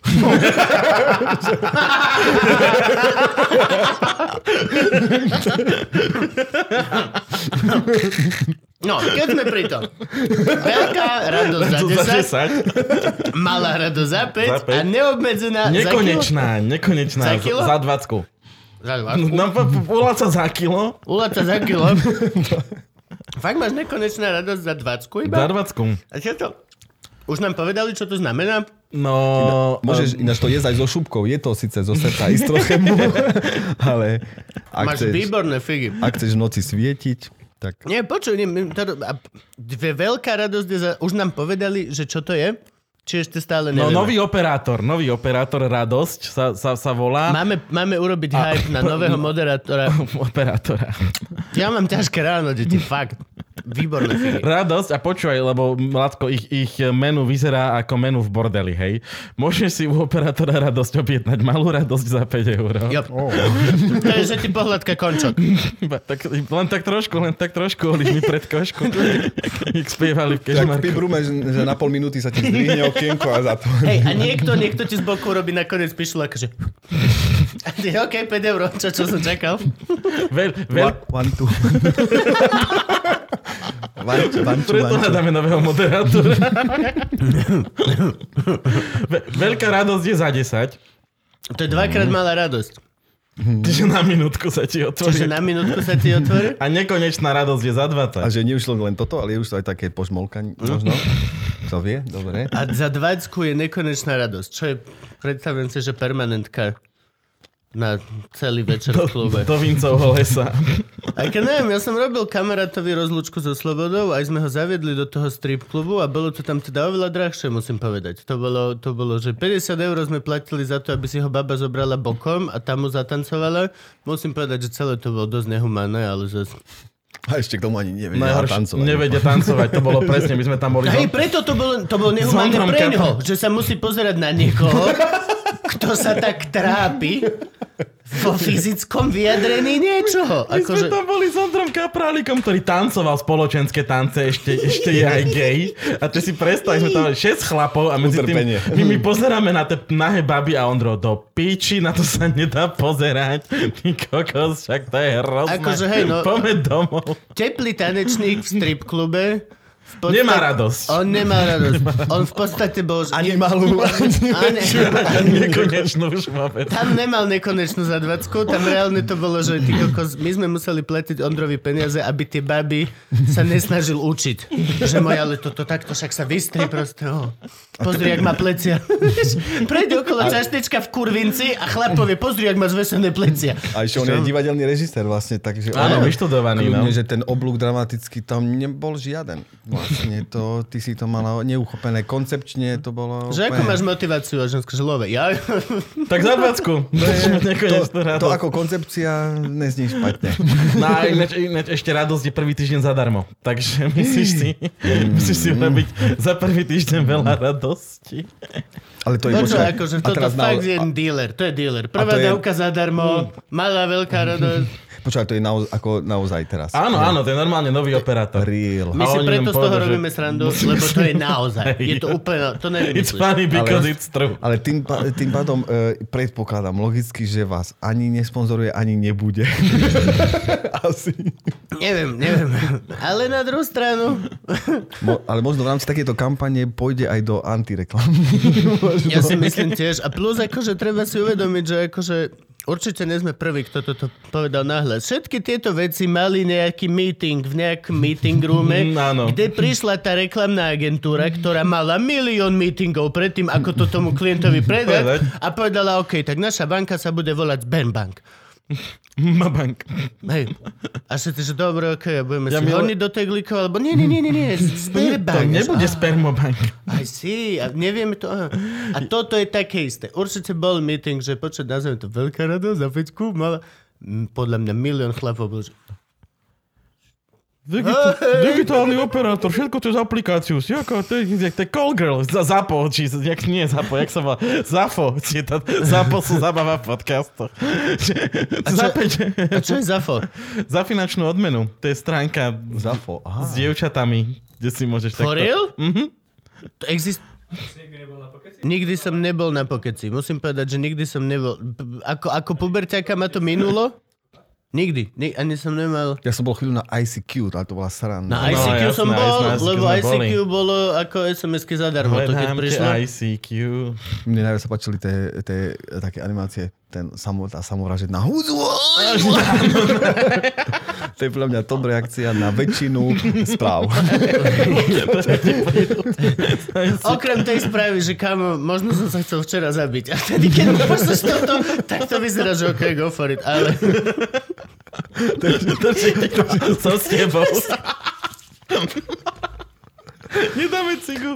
No, keď sme pri tom. Veľká radosť za desať, malá radosť za päť, za päť a neobmedzená nekonečná, za kilo. Nekonečná, za kilo? Za dvacku. Za dvacku? No, uláca za kilo. Uláca za kilo. Fakt máš nekonečná radosť za dvacku iba? Za dvacku. A čo to? Už nám povedali, čo to znamená? No... Iná, môžeš, ináč to jesť aj so šupkou. Je to síce zo srdca istrochému, ale... Ak máš chceš, výborné figy. Ak chceš v noci svietiť, tak... Nie, počuj, nie, to, dve veľká radosť je za... Už nám povedali, že čo to je? Či ešte stále nevieme? No, nový operátor, nový operátor Radosť sa, sa, sa volá. Máme, máme urobiť a, hype na nového moderátora. Operátora. Ja mám ťažké ráno, deti, fakt. Výborné figy. Radosť a počúvaj, lebo Mladko, ich, ich menu vyzerá ako menu v bordeli, hej. Môžeš si u operátora Radosť objednať malú radosť za päť eur. Oh. To je, že ti pohľadka končok. tak, len tak trošku, len tak trošku, oliš mi pred košku. Ich spievali v Tak kežmarku. pibrume, že na pol minúty sa ti zdvihne okienko a za to. Hej, a niekto, niekto ti z boku robí nakoniec pišul akože... A ty, okej, okay, päť eur, čo, čo som čakal? Veľ, veľ... One, one, two. Vanču, vanču, Preto vanču. hľadáme nového moderátora. Ve- veľká radosť je za desať. To je dvakrát malá radosť. Čiže na minútku sa ti otvorí. Čiže na minútku sa ti otvorí? A nekonečná radosť je za dvadsať. A že nie už len toto, ale je už to aj také požmolkanie možno. Kto vie? Dobre. A za dvacku je nekonečná radosť. Čo je, predstavujem si, že permanentka na celý večer v klube. Do Vincovho lesa. Aj keď neviem, ja som robil kamarátovi rozlúčku so Slobodou, aj sme ho zaviedli do toho strip klubu a bolo to tam teda oveľa drahšie, musím povedať. To bolo, to bolo, že päťdesiat eur sme platili za to, aby si ho baba zobrala bokom a tam mu zatancovala. Musím povedať, že celé to bolo dosť nehumánne, ale zase... A ešte k tomu ani nevedia tancovať. Nevedia tancovať, to bolo presne, my sme tam boli... Hej, preto to bolo, to bolo nehumánne pre ňoho, že sa musí pozerať na niekoho, kto sa tak trápi vo fyzickom vyjadrení niečoho. My Ako, sme že... tam boli s Ondrom Kaprálikom, ktorý tancoval spoločenské tance, ešte, ešte je aj gay. A ty si predstav, sme tam mali šesť chlapov a medzi tým my, my pozeráme na tie nahé baby a Ondro, do piči, na to sa nedá pozerať. Ty kokos, však to je hrozné. Akože, hej, no, Poďme domov. teplý tanečník v strip klube podstate, nemá radosť. On nemá radosť. On v podstate bol... Ani malú. Ani nekonečnú už vôbec. Tam nemal nekonečnú zadvacku, tam reálne to bolo, že ty kokos, my sme museli platiť Ondrovi peniaze, aby tie baby sa nesnažil učiť. Že môj, ale toto to, takto však sa vystri proste. Oh. Pozri, jak má plecia. Prejde okolo čašnička v kurvinci a chlapovie, pozri, jak má zvesené plecia. A ešte on je divadelný režisér vlastne, takže... Áno, vyštudovaný, no. Že ten oblúk dramatický tam nebol žiaden. Vlastne to, ty si to mala neuchopené koncepčne, to bolo... Že úplne... ako máš motiváciu a ženské žlove? Ja? Tak za dvacku. To, to, to ako koncepcia nezní špatne. No a ináč, ináč ešte radosť je prvý týždeň zadarmo. Takže myslíš si, musíš si urobiť za prvý týždeň veľa radosti. Ale to je Počuť, počkaj. akože toto fakt je dealer. To je dealer. Prvá je... dávka zadarmo, malá veľká radosť. Počkaj, to je naoz, ako naozaj teraz. Áno, áno, to je normálne nový operátor. Real. My si preto z toho povedal, robíme že... srandu, lebo to je naozaj. Je to úplne, to nevymyslíš. It's funny because ale, it's true. Ale tým, tým pádom e, predpokladám logicky, že vás ani nesponzoruje, ani nebude. Asi. Neviem, neviem. Ale na druhú stranu... Mo, ale možno v rámci takéto kampane pôjde aj do antireklam. Ja si myslím tiež. A plus akože treba si uvedomiť, že akože určite nie sme prví, kto toto povedal nahlas. Všetky tieto veci mali nejaký meeting v nejakom meeting roome, mm, kde prišla tá reklamná agentúra, ktorá mala milión meetingov predtým, ako to tomu klientovi predať a povedala, OK, tak naša banka sa bude volať Sberbank. Mabank. Hej. A všetci, že dobre, okej, okay, budeme Ja si milo- honiť do tej glíkov, alebo nie, nie, nie, nie, nie, To sperbank. nebude spermobank. Aj si, a nevieme to. Aha. A toto je také isté. Určite bol meeting, že počať, nazveme to veľká radosť a Feďku mala podľa mňa milión chlapov bol, že Digita- digitálny operátor, všetko to je z aplikáciu. Si ako, to je, to je call girl, za, Zapo, či, jak nie Zapo, jak sa volá, Zafo, či to, Zapo sú zabava v podcastoch. A čo, a čo je Zafo? Za finančnú odmenu, to je stránka Zafo, aha. s dievčatami, kde si môžeš For takto... real? Mhm. To exist... Nikdy som nebol na pokeci. Musím povedať, že nikdy som nebol... Ako, ako puberťáka ma to minulo? Nikdy. Ni- ani som nemal... Ja som bol chvíľu na í cé kú, ale to bola sranda. Na í cé kú jasné, som aj bol, na í cé kú lebo sme í cé kú boli. bolo ako es em esky zadarmo. To keď Hľadám prišlo... í cé kú. Mne najviac sa páčili tie, tie také animácie, ten samo, tá samovražedná húzu. To je podľa mňa top reakcia na väčšinu správ. Okrem tej správy, že kamo, možno som sa chcel včera zabiť. A vtedy, keď mu pošleš toto, tak to vyzerá, že okej, okay, go for it. Ale... Som s tebou. Nedáme cigu.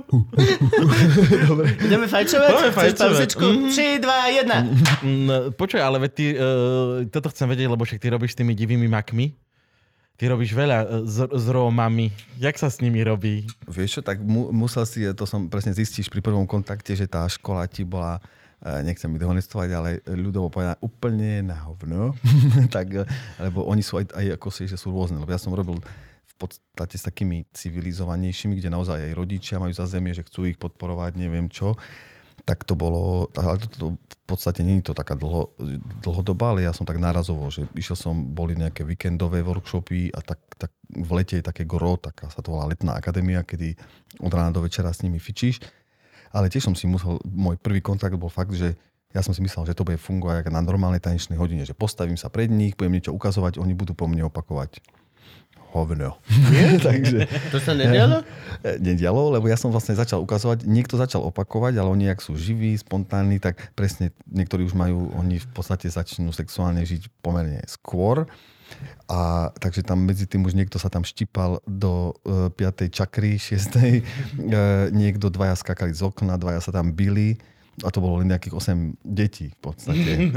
Ideme fajčovať? Ideme Chceš fajčovať. pauzičku? tri, dva, jedna. Mm, Počuj, ale veď ty, uh, toto chcem vedieť, lebo však ty robíš s tými divými makmi. Ty robíš veľa uh, s, s Rómami. Jak sa s nimi robí? Vieš čo, tak mu, musel si, to som presne zistíš pri prvom kontakte, že tá škola ti bola, eh, nechcem mi dehonestovať, ale ľudovo povedané úplne na hovno. Tak, lebo oni sú aj, aj ako si, že sú rôzne. Lebo ja som robil v podstate s takými civilizovanejšími, kde naozaj aj rodičia majú zázemie, že chcú ich podporovať, neviem čo. Tak to bolo, ale to, to v podstate nie je to taká dlho, dlhodobá, ale ja som tak nárazovo, že išiel som, boli nejaké víkendové workshopy a tak, tak v lete je také gro, taká sa to volá letná akadémia, kedy od rána do večera s nimi fičíš. Ale tiež som si musel, môj prvý kontakt bol fakt, že ja som si myslel, že to bude fungovať ako na normálnej tanečnej hodine, že postavím sa pred nich, budem niečo ukazovať, oni budú po mne opakovať. Hovno. Takže, To sa nedialo? nedialo, lebo ja som vlastne začal ukazovať, niekto začal opakovať, ale oni, ak sú živí, spontánni, tak presne niektorí už majú, oni v podstate začnú sexuálne žiť pomerne skôr. A takže tam medzi tým už niekto sa tam štípal do uh, piatej čakry, šiestej. Uh, niekto, dvaja skakali z okna, dvaja sa tam bili. A to bolo len nejakých osem detí v podstate.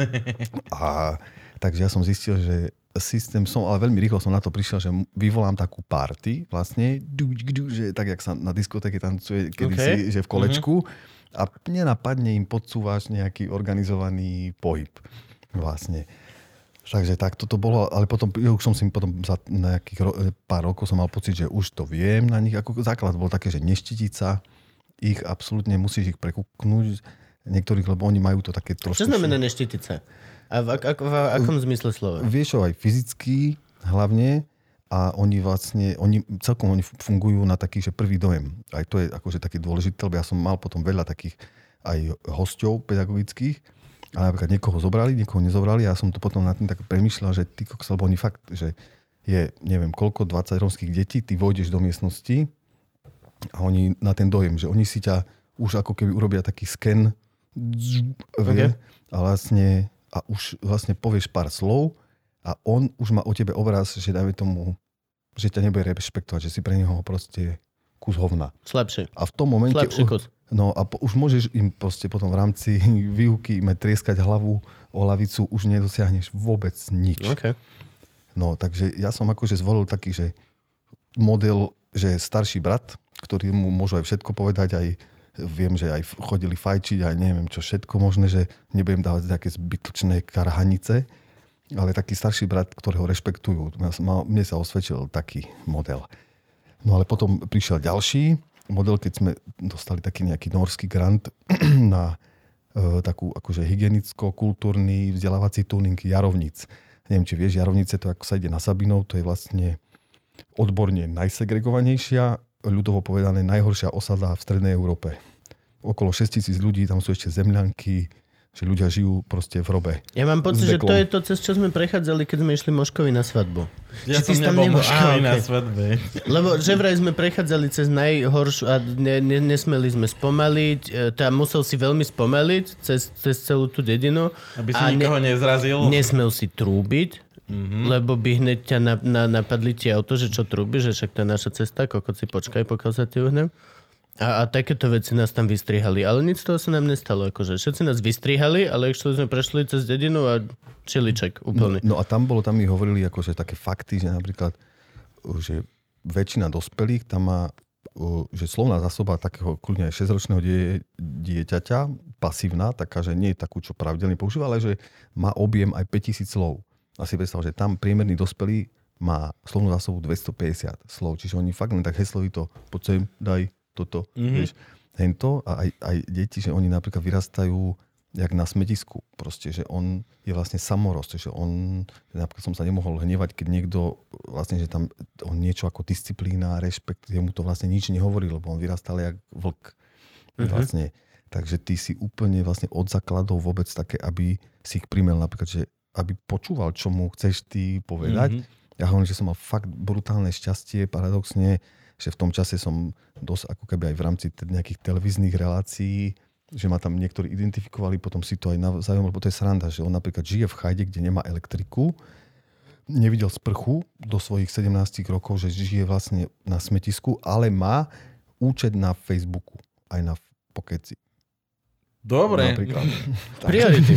A takže ja som zistil, že systém som, ale veľmi rýchlo som na to prišiel, že vyvolám takú party vlastne, že tak, jak sa na diskotéke tancuje kedysi, okay. Že v kolečku a nenapadne im podsúvaš nejaký organizovaný pohyb vlastne. Takže tak toto bolo, ale potom, ja už som si potom za nejakých ro- pár rokov som mal pocit, že už to viem na nich, ako základ bol také, že neštitiť sa, ich absolútne musíš ich prekúknúť, niektorých, lebo oni majú to také trošku... Čo znamená neštitiť sa? A v, ak, v akom zmysle slova? Vieš čo, aj fyzicky hlavne a oni vlastne, oni celkom oni fungujú na taký, že prvý dojem. Aj to je akože taký dôležité, lebo ja som mal potom veľa takých aj hosťov pedagogických a napríklad niekoho zobrali, niekoho nezobrali a ja som to potom nad tým tak premýšľal, že ty kokos, lebo oni fakt, že je neviem koľko, dvadsať rómskych detí, ty vojdeš do miestnosti a oni na ten dojem, že oni si ťa už ako keby urobia taký sken okay. A vlastne a už vlastne povieš pár slov a on už má o tebe obraz, že dajme tomu, že ťa nebude rešpektovať, že si pre neho proste kus hovna. Slabšie. A v tom momente... Slabší kus. No a po, už môžeš im proste potom v rámci výuky im trieskať hlavu o hlavicu, už nedosiahneš vôbec nič. Okay. No takže ja som akože zvolil taký, že model, že starší brat, ktorý mu môžu aj všetko povedať, aj viem, že aj chodili fajčiť, aj neviem čo všetko možné, že nebudem dávať také zbytočné karhanice, ale taký starší brat, ktorého rešpektujú. Mne sa osvedčil taký model. No ale potom prišiel ďalší model, keď sme dostali taký nejaký norský grant na e, takú akože hygienicko-kultúrny vzdelávací tuning Jarovnic. Neviem, či vieš, Jarovnice, to ako sa ide na Sabinov, to je vlastne odborne najsegregovanejšia, ľudovo povedané najhoršia osada v strednej Európe. Okolo šesťtisíc ľudí, tam sú ešte zemľanky, že ľudia žijú proste v robe. Ja mám pocit, že to je to, cez čo sme prechádzali, keď sme išli Moškovi na svadbu. Ja som nebol nebol Moškovi Á, na okay. svadbe. Lebo že vraj sme prechádzali cez najhoršiu a ne, ne, nesmeli sme spomaliť. Tam musel si veľmi spomaliť cez, cez celú tú dedinu. Aby si a nikoho ne, nezrazil. Nesmel si trúbiť. Mm-hmm. Lebo by hneď ťa na, na, napadli ti auto, že čo trúbi, že však to je naša cesta, kokot si počkaj, pokiaľ sa ti uhnem. A, a takéto veci nás tam vystrihali, ale nič z toho sa nám nestalo. Akože všetci nás vystrihali, ale ešte sme prešli cez dedinu a čiliček úplne. No, no a tam bolo, tam mi hovorili akože také fakty, že napríklad, že väčšina dospelých tam má, že slovná zásoba takého kľudne aj šesťročného die, dieťaťa, pasívna, taká, že nie je takú, čo pravidelne používa, ale že má objem aj päťtisíc slov. A si predstav, že tam priemerný dospelý má slovnú zásobu dvestopäťdesiat slov, čiže oni fakt len tak heslovito, poď sem, daj toto, mm-hmm. vieš, hento a aj, aj deti, že oni napríklad vyrastajú jak na smetisku, proste, že on je vlastne samorost, že on, napríklad som sa nemohol hnevať, keď niekto vlastne, že tam on niečo ako disciplína, rešpekt, jemu to vlastne nič nehovorí, lebo on vyrastal jak vlk. Mm-hmm. Vlastne. Takže ty si úplne vlastne od základov vôbec také, aby si ich primel napríklad, že aby počúval, čo mu chceš ty povedať. Mm-hmm. Ja hovorím, že som mal fakt brutálne šťastie, paradoxne, že v tom čase som dosť ako keby aj v rámci nejakých televíznych relácií, že ma tam niektorí identifikovali, potom si to aj navzájom, lebo to je sranda, že on napríklad žije v chajde, kde nemá elektriku, nevidel sprchu do svojich sedemnásť rokov, že žije vlastne na smetisku, ale má účet na Facebooku, aj na Pokeci. Dobre. Priority.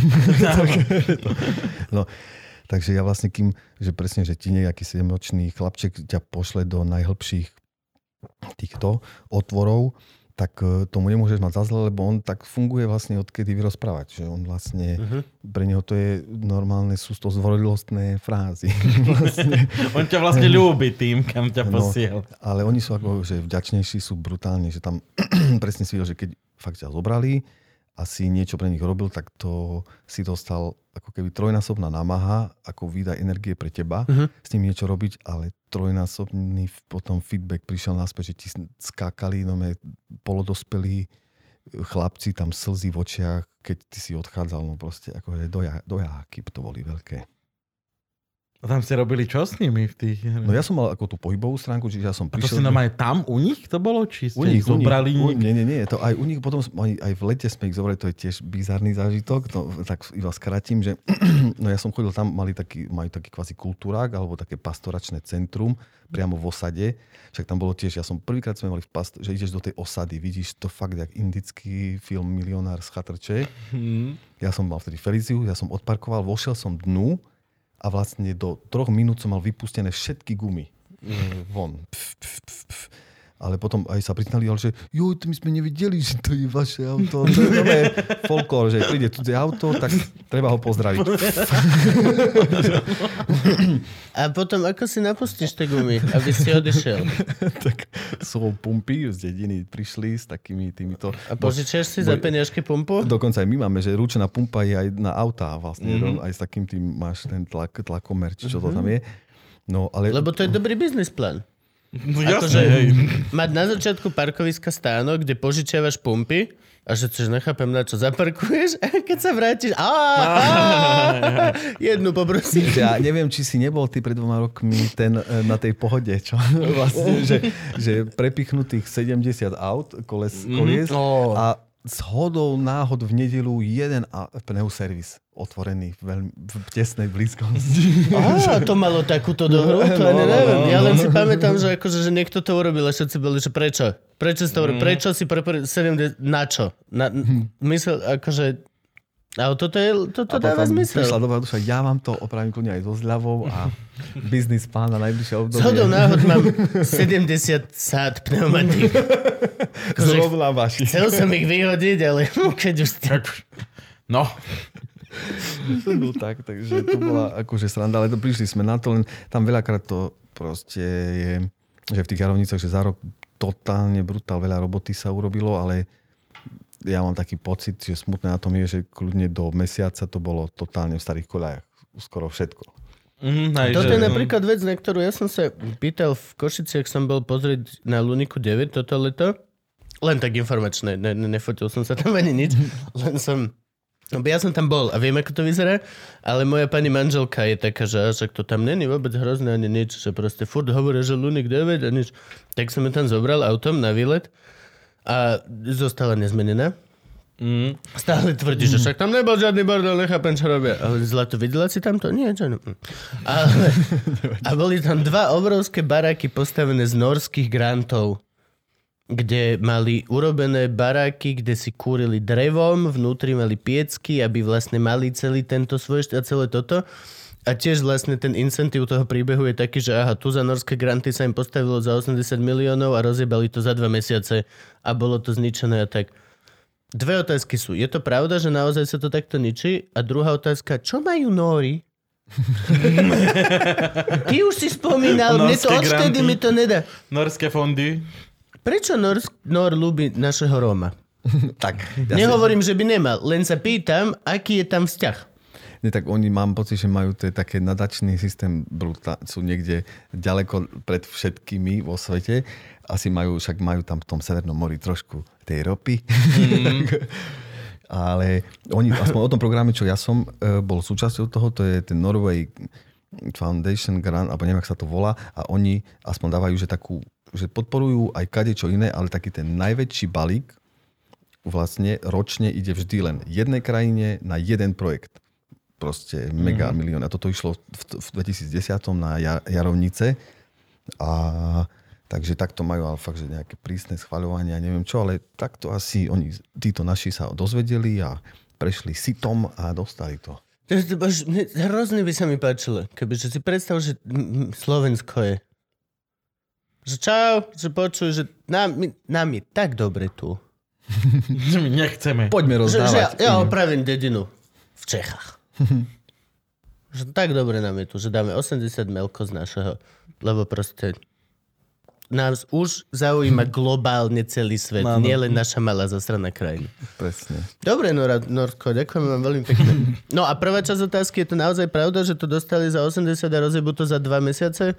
No, takže ja vlastne kým, že presne, že ti nejaký sedemročný chlapček ťa pošle do najhlbších týchto otvorov, tak tomu nemôžeš mať za zle, lebo on tak funguje vlastne odkedy vyrozprávať. Že on vlastne, uh-huh. pre neho to je normálne, sú to zvorilostné frázy. vlastne. On ťa vlastne ľúbi tým, kam ťa posiel. No, ale oni sú ako, že vďačnejší, sú brutálni, že tam presne si videl, že keď fakt ťa zobrali a si niečo pre nich robil, tak to si dostal ako keby trojnásobná námaha, ako výdaj energie pre teba, uh-huh. s tým niečo robiť, ale trojnásobný potom feedback prišiel naspäť, že ti skákali no polodospelí chlapci, tam slzy v očiach, keď ty si odchádzal, no proste akože doja, dojáky to boli veľké. A tam ste robili čo s nimi v tých... No ja som mal ako tú pohybovú stránku, čiže ja som prišiel... A to si normálne tam u nich to bolo? Či ste u nich, zobrali? U nich, nie, nie, nie. To aj u nich potom, aj v lete sme ich zobrali, to je tiež bizarný zážitok, to tak iba skratím, že no ja som chodil tam, mali taký, majú taký kvázi kultúrák, alebo také pastoračné centrum, priamo v osade. Však tam bolo tiež, ja som prvýkrát sme mali v pasto, že ideš do tej osady, vidíš to fakt jak indický film Milionár z chatrče. Hmm. Ja som mal vtedy Feliciu, ja som odparkoval, vošiel som dnu, a vlastne do troch minút som mal vypustené všetky gumy mm. von. Pf, pf, pf, pf. Ale potom aj sa priznali, že joj, to my sme nevideli, že to je vaše auto. To je folklór, že príde cudzie auto, tak treba ho pozdraviť. A potom ako si napustíš tie gumy, aby si odišiel? Tak sú pumpy z dediny prišli s takými týmito... A požičiaš si bo, za peniažky pumpu? Dokonca aj my máme, že ručená pumpa je aj na autá vlastne. Mm-hmm. Aj s takým tým máš ten tlak, tlakomer, či čo mm-hmm. to tam je. No, ale... Lebo to je dobrý biznis plán. No jasne, hej. Mať na začiatku parkoviska stánok, kde požičiavaš pumpy a že což nechápem, na čo zaparkuješ a keď sa vrátiš á, á, jednu poprosím. Ja neviem, či si nebol ty pred dvoma rokmi ten na tej pohode, čo vlastne, že, že prepichnutých sedemdesiat aut, koles, kolies mm. oh. a s hodou náhod v nedelu jeden pneuservis otvorený v, veľmi, v tesnej blízkosti. Á, to malo takúto dohru? To no, neviem. No, no, ja len no. si pamätám, že, akože, že niekto to urobil a všetci boli, že prečo? Prečo si to urobil? Mm. Prečo si preporil sedemdesiat... Na čo? Na, mysel, akože... Ale toto, je, toto dáva zmysel. Prišla dobrá duša, ja vám to opravím kľudne aj so zľavou a biznis plán na najbližšie obdobie. Zhodou náhod mám sedemdesiat sád pneumatík. Zrovna vaši. Chcel som ich vyhodiť, ale keď už... No. tak, takže to bola akože sranda, ale to prišli sme na to, len tam veľakrát to proste je, že v tých jarovnicách, že za rok totálne brutál veľa roboty sa urobilo, ale ja mám taký pocit, že smutné na tom je, že kľudne do mesiaca to bolo totálne v starých koľajach. Skoro všetko. Mm, aj, toto že... je napríklad vec, na ktorú ja som sa pýtal v Košiciach, som bol pozrieť na Luniku deväť toto leto. Len tak informačné, ne, ne, nefotil som sa tam ani nič. Len som... Ja som tam bol a viem, ako to vyzerá, ale moja pani manželka je taká, že až to tam není vôbec hrozné ani nič, že proste furt hovorí, že Lunik deväť a nič. Tak som ju tam zobral autom na výlet a zostala nezmenená. Mm. Stále tvrdí, že však tam nebol žiadny bordel, nechápem, čo robia. Ale Zlato, videla si tam to? Nie, čo? Ale, a boli tam dva obrovské baráky postavené z norských grantov, kde mali urobené baráky, kde si kúrili drevom, vnútri mali piecky, aby vlastne mali celý tento svoj štát, celé toto. A tiež vlastne ten incentív toho príbehu je taký, že aha, tu za norské granty sa im postavilo za osemdesiat miliónov a rozjebali to za dva mesiace a bolo to zničené a tak. Dve otázky sú. Je to pravda, že naozaj sa to takto ničí? A druhá otázka, čo majú Nóri? Ty už si spomínal, mne to odtedy mi to nedá. Norské fondy. Prečo Nor, Nor ľúbi našeho Róma? Tak, ja Nehovorím, si... že by nemal, len sa pýtam, aký je tam vzťah. Nie, tak oni, mám pocit, že majú to také nadačný systém, brutál, sú niekde ďaleko pred všetkými vo svete. Asi majú, však majú tam v tom Severnom mori trošku tej ropy. Mm. Ale oni, aspoň o tom programe, čo ja som e, bol súčasťou toho, to je ten Norway Foundation Grant, alebo neviem, ak sa to volá, a oni aspoň dávajú, že takú, že podporujú aj kadečo iné, ale taký ten najväčší balík vlastne ročne ide vždy len jednej krajine na jeden projekt. Proste mega mm-hmm. milión. A toto išlo v, v dvetisícdesať na jar, Jarovnice. A takže takto majú ale fakt, že nejaké prísne schvaľovanie a neviem čo, ale takto asi oni, títo naši sa dozvedeli a prešli sitom a dostali to. Hrozne by sa mi páčilo, kebyže si predstav, že Slovensko je. Že čau, že počuj, že nám, nám je tak dobre tu. My nechceme. Poďme rozdávať. Že, že ja, ja opravím dedinu v Čechách. Že tak dobre nám je tu, že dáme osemdesiat melko z našeho, lebo proste nás už zaujíma globálne celý svet, no, no. Nie len naša malá zasraná krajina. Presne. Dobre, Nora, Norsko, ďakujem vám veľmi pekne. No a prvá časť otázky, je to naozaj pravda, že to dostali za osemdesiat a rozjebu to za dva mesiace?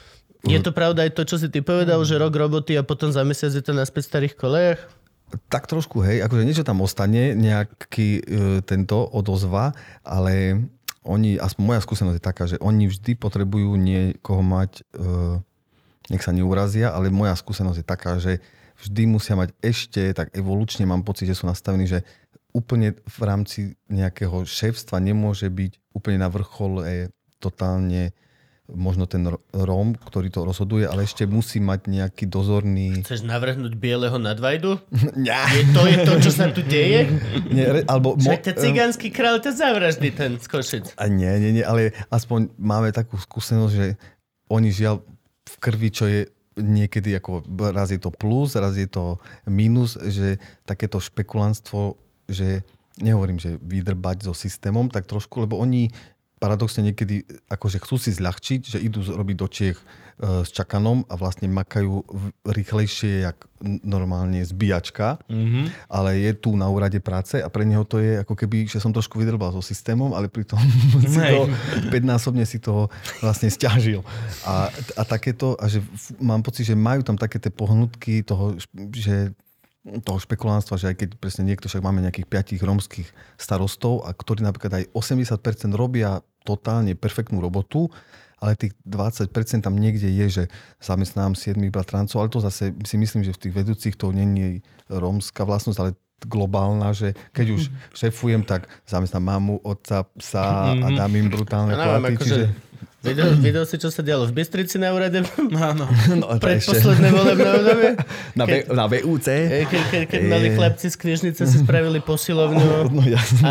Je to pravda aj to, čo si ty povedal, že rok roboty a potom za mesiac je to naspäť v starých kolejach? Tak trošku, hej, akože niečo tam ostane, nejaký e, tento odozva, ale oni, aspoň moja skúsenosť je taká, že oni vždy potrebujú niekoho mať, e, nech sa neurazia, ale moja skúsenosť je taká, že vždy musia mať ešte, tak evolučne mám pocit, že sú nastavení, že úplne v rámci nejakého šéfstva nemôže byť úplne na vrchole totálne možno ten Róm, ktorý to rozhoduje, ale ešte musí mať nejaký dozorný... Chceš navrhnúť bieleho nadvajdu? Je to je to, čo sa tu deje? Nie, alebo... Však ten cigánsky kráľ to zavraždí, ten z Košic. A nie, nie, nie, ale aspoň máme takú skúsenosť, že oni žiaľ v krvi, čo je niekedy ako raz je to plus, raz je to minus, že takéto špekulantstvo, že nehovorím, že vydrbať so systémom, tak trošku, lebo oni paradoxne niekedy akože chcú si zľahčiť, že idú robiť do Čiech e, s čakanom a vlastne makajú rýchlejšie jak normálne zbíjačka, mm-hmm. ale je tu na úrade práce a pre neho to je ako keby, že som trošku vydrbal so systémom, ale pritom si to päťnásobne si to vlastne stiažil. A, a takéto, a že mám pocit, že majú tam také tie pohnutky toho, že toho špekulánstva, že aj keď presne niekto, však máme nejakých piatich rómskych starostov, a ktorí napríklad aj osemdesiat percent robia totálne perfektnú robotu, ale tých dvadsať percent tam niekde je, že zamestnám siedmich bratrancov, ale to zase si myslím, že v tých vedúcich to nie je rómska vlastnosť, ale globálna, že keď už šefujem, tak zamestnám mamu, otca, psa a dám im brutálne platy. Čiže... Videl, videl si, čo sa dialo v Bystrici na úrade? Áno. No, predposledné volebné obdobie? Na, keď, na vé ú cé? Keď, keď, keď mali chlapci z knižnice si spravili posilovňu no, a,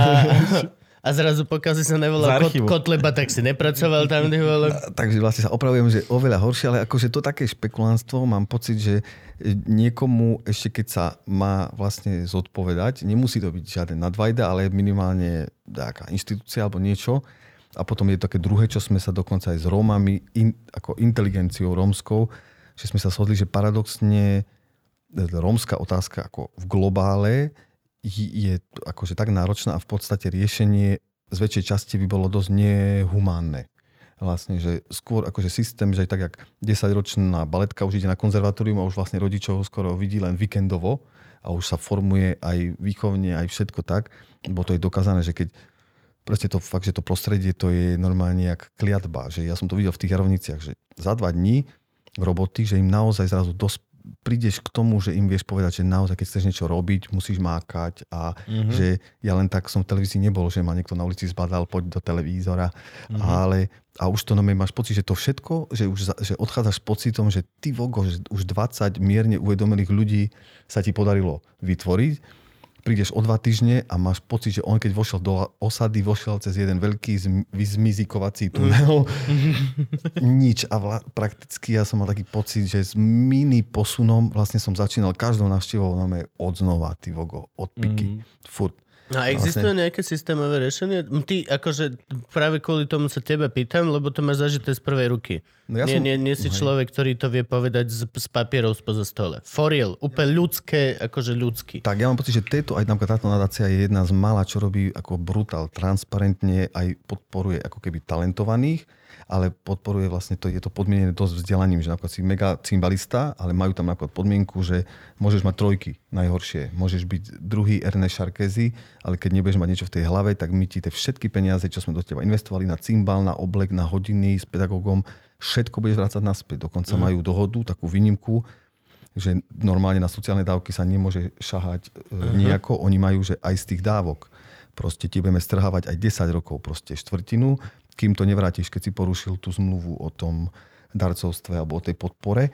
a zrazu pokiaľ si sa nevolal kot, Kotleba, tak si nepracoval tam. Takže vlastne sa opravujem, že oveľa horšie, ale akože to také špekulánstvo, mám pocit, že niekomu ešte keď sa má vlastne zodpovedať, nemusí to byť žiaden nadvajda, ale minimálne nejaká inštitúcia alebo niečo. A potom je také druhé, čo sme sa dokonca aj s Rómami, in, ako inteligenciou rómskou, že sme sa shodli, že paradoxne rómska otázka ako v globále je akože tak náročná a v podstate riešenie z väčšej časti by bolo dosť nehumánne. Vlastne, že skôr akože systém, že aj tak, jak desaťročná baletka už ide na konzervatórium a už vlastne rodičov skoro vidí len víkendovo a už sa formuje aj výchovne, aj všetko tak, bo to je dokázané, že keď proste to fakt, že to prostredie to je normálne jak kliatba. Že ja som to videl v tých Jarovniciach, že za dva dní roboty, že im naozaj zrazu dosť prídeš k tomu, že im vieš povedať, že naozaj, keď chceš niečo robiť, musíš mákať a mm-hmm. že ja len tak som v televízii nebol, že ma niekto na ulici zbadal, poď do televízora, mm-hmm. ale a už to na mňa máš pocit, že to všetko, že už že odchádzaš s pocitom, že ty vogo, že už dvadsať mierne uvedomelých ľudí sa ti podarilo vytvoriť. Prídeš o dva týždne a máš pocit, že on keď vošiel do osady, vošiel cez jeden veľký zmizikovací tunel. Nič. A vla, prakticky ja som mal taký pocit, že s mini posunom vlastne som začínal každou návštevou máme od znova, ty vogo, od piky. Mm. Furt. No a existuje vlastne nejaké systémové riešenie? Ty, akože práve kvôli tomu sa teba pýtam, lebo to máš zažité z prvej ruky. No ja nie, som... nie, nie si človek, ktorý to vie povedať z, z papierov spoza stole. For real. Úplne ľudské, akože ľudský. Tak ja mám pocit, že této, aj napríklad táto nadácia je jedna z mála, čo robí ako brutál, transparentne, aj podporuje ako keby talentovaných, ale podporuje vlastne to, je to podmienené dosť vzdelaním, že napríklad si mega cymbalista, ale majú tam napríklad podmienku, že môžeš mať trojky najhoršie, môžeš byť druhý Ernest Sarkozy, ale keď nebudeš mať niečo v tej hlave, tak my ti tie všetky peniaze, čo sme do teba investovali na cymbal, na oblek, na hodiny s pedagógom, všetko budeš vrácať naspäť. Dokonca mm. majú dohodu, takú výnimku, že normálne na sociálne dávky sa nemôže šahať uh-huh. nejako, oni majú, že aj z tých dávok proste ti budeme strhávať aj desať rokov, proste štvrtinu, kým to nevrátiš, keď si porušil tú zmluvu o tom darcovstve alebo o tej podpore.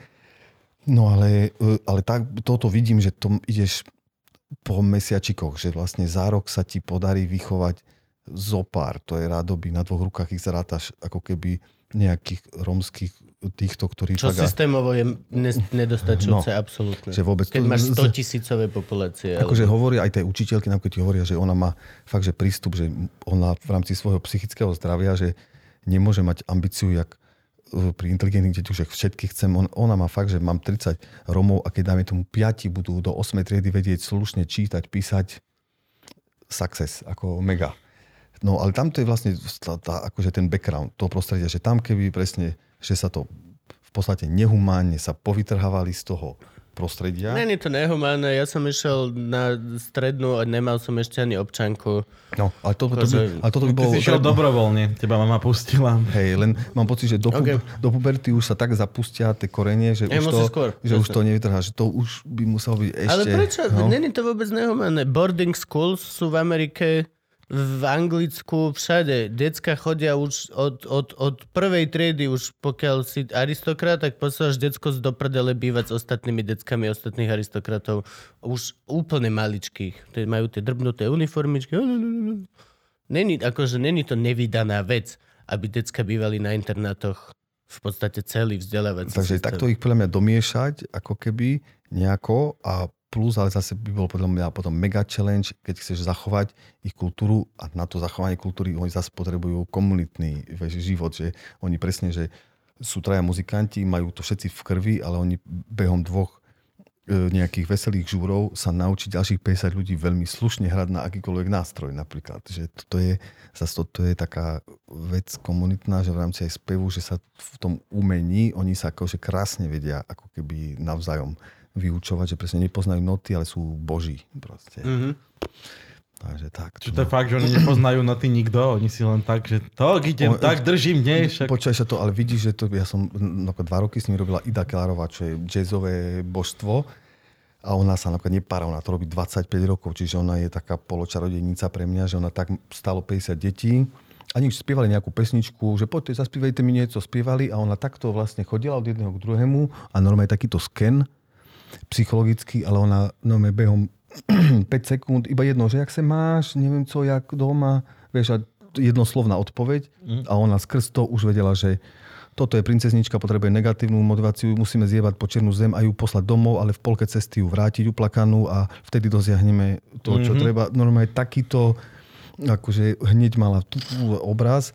No ale, ale tak, toto vidím, že to ideš po mesiačikoch, že vlastne za rok sa ti podarí vychovať zopár. To je rádoby, na dvoch rukách ich zrátaš ako keby nejakých rómskych týchto, ktorí... Čo tak systémovo je nedostačujúce, no, absolútne. Že vôbec keď máš stotisícové populácie. Akože alebo... hovoria aj tie učiteľky, napríklad ti hovoria, že ona má fakt, že prístup, že ona v rámci svojho psychického zdravia, že nemôže mať ambíciu, jak pri inteligentných deťoch, že všetky chcem. On, ona má fakt, že mám tridsať Romov a keď dáme tomu piati budú do ôsmej triedy vedieť slušne čítať, písať, success, ako mega. No ale tam to je vlastne tá, tá, akože ten background toho prostredia, že tam keby presne, že sa to v podstate nehumánne sa povytrhávali z toho prostredia. Nie je to nehumánne, ja som išiel na strednú a nemal som ešte ani občanku. No, ale, to, to, by, ale toto by bolo... Ty si šiel treba... dobrovoľne, teba mama pustila. Hej, len mám pocit, že do, okay. do puberty už sa tak zapustia tie korenie, že, už to, skôr, že už to nevytrhá, že to už by muselo byť ešte... Ale prečo? No? Není to vôbec nehumánne. Boarding schools sú v Amerike... V Anglicku, všade. Decka chodia už od, od, od prvej triedy, už pokiaľ si aristokrat, tak posielaš decko z do prdele bývať s ostatnými deckami ostatných aristokratov. Už úplne maličkých. Majú tie drbnuté uniformičky. Není, akože, není to nevydaná vec, aby decka bývali na internátoch v podstate celý vzdelávací. Takže systém. Takto ich podľa mňa domiešať, ako keby nejako a plus, ale zase by bolo podľa mňa potom mega challenge, keď chceš zachovať ich kultúru a na to zachovanie kultúry oni zase potrebujú komunitný vieš, život, že oni presne, že sú traja muzikanti, majú to všetci v krvi, ale oni behom dvoch e, nejakých veselých žúrov sa naučí ďalších päťdesiat ľudí veľmi slušne hrať na akýkoľvek nástroj napríklad. Že toto je, zase toto je taká vec komunitná, že v rámci aj spevu, že sa v tom umení, oni sa akože krásne vedia ako keby navzájom vyučovať, že presne nepoznajú noty, ale sú boží proste. Mm-hmm. Takže tak. Čo to je fakt, že oni nepoznajú noty nikto? Oni si len tak, že to idem, o, tak držím, nie? Však... Počúvaj sa to, ale vidíš, že to, ja som no, dva roky s ním robila Ida Kelárová, čo je jazzové božstvo a ona sa napríklad nepára, ona to robí dvadsaťpäť rokov, čiže ona je taká poločarodejnica pre mňa, že ona tak stálo päťdesiat detí a oni spievali nejakú pesničku, že poďte, zaspívajte mi niečo, spievali a ona takto vlastne chodila od jedného k druhému a normálne takýto sken psychologicky, ale ona no, behom päť sekúnd, iba jedno, že jak sa máš, neviem co, jak doma, vieš, a jednoslovná odpoveď mm. a ona skrz to už vedela, že toto je princeznička, potrebuje negatívnu motiváciu, musíme zjebať po černú zem a ju poslať domov, ale v polke cesty ju vrátiť uplakanú a vtedy dosiahneme to, čo mm-hmm. treba. Normálne takýto, akože hneď mala tú obraz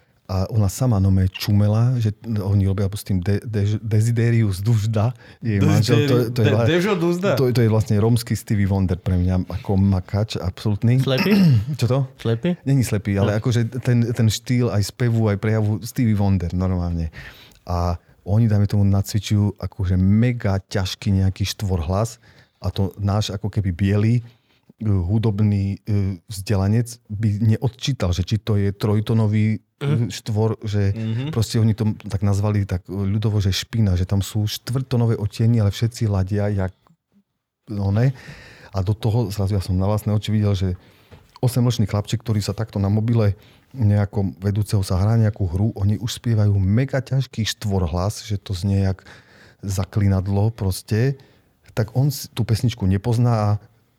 a ona sama nome čumela, že oni robia s tým de, de, Desiderius Duzda. Jej manžel, to, to, je, Dežo Duzda? To, to je vlastne rómsky Stevie Wonder pre mňa, ako makač, absolútny. Slepý? Čo to? Slepý? Není slepý, ale no. akože ten, ten štýl aj spevu, aj prejavu Stevie Wonder normálne. A oni, dáme tomu, nacvičujú akože mega ťažký nejaký štvorhlas a to náš ako keby biely hudobný vzdelanec by neodčítal, že či to je trojtonový štvor, že Mm-hmm. proste oni to tak nazvali tak ľudovo, že špina, že tam sú štvrtonové odtieni, ale všetci ladia jak no ne. A do toho zrazu ja som na vlastné oči videl, že osemročný chlapček, ktorý sa takto na mobile nejakom vedúceho sa hrá nejakú hru, oni už spievajú mega ťažký štvorhlas, že to znie jak zaklinadlo proste, tak on tú pesničku nepozná a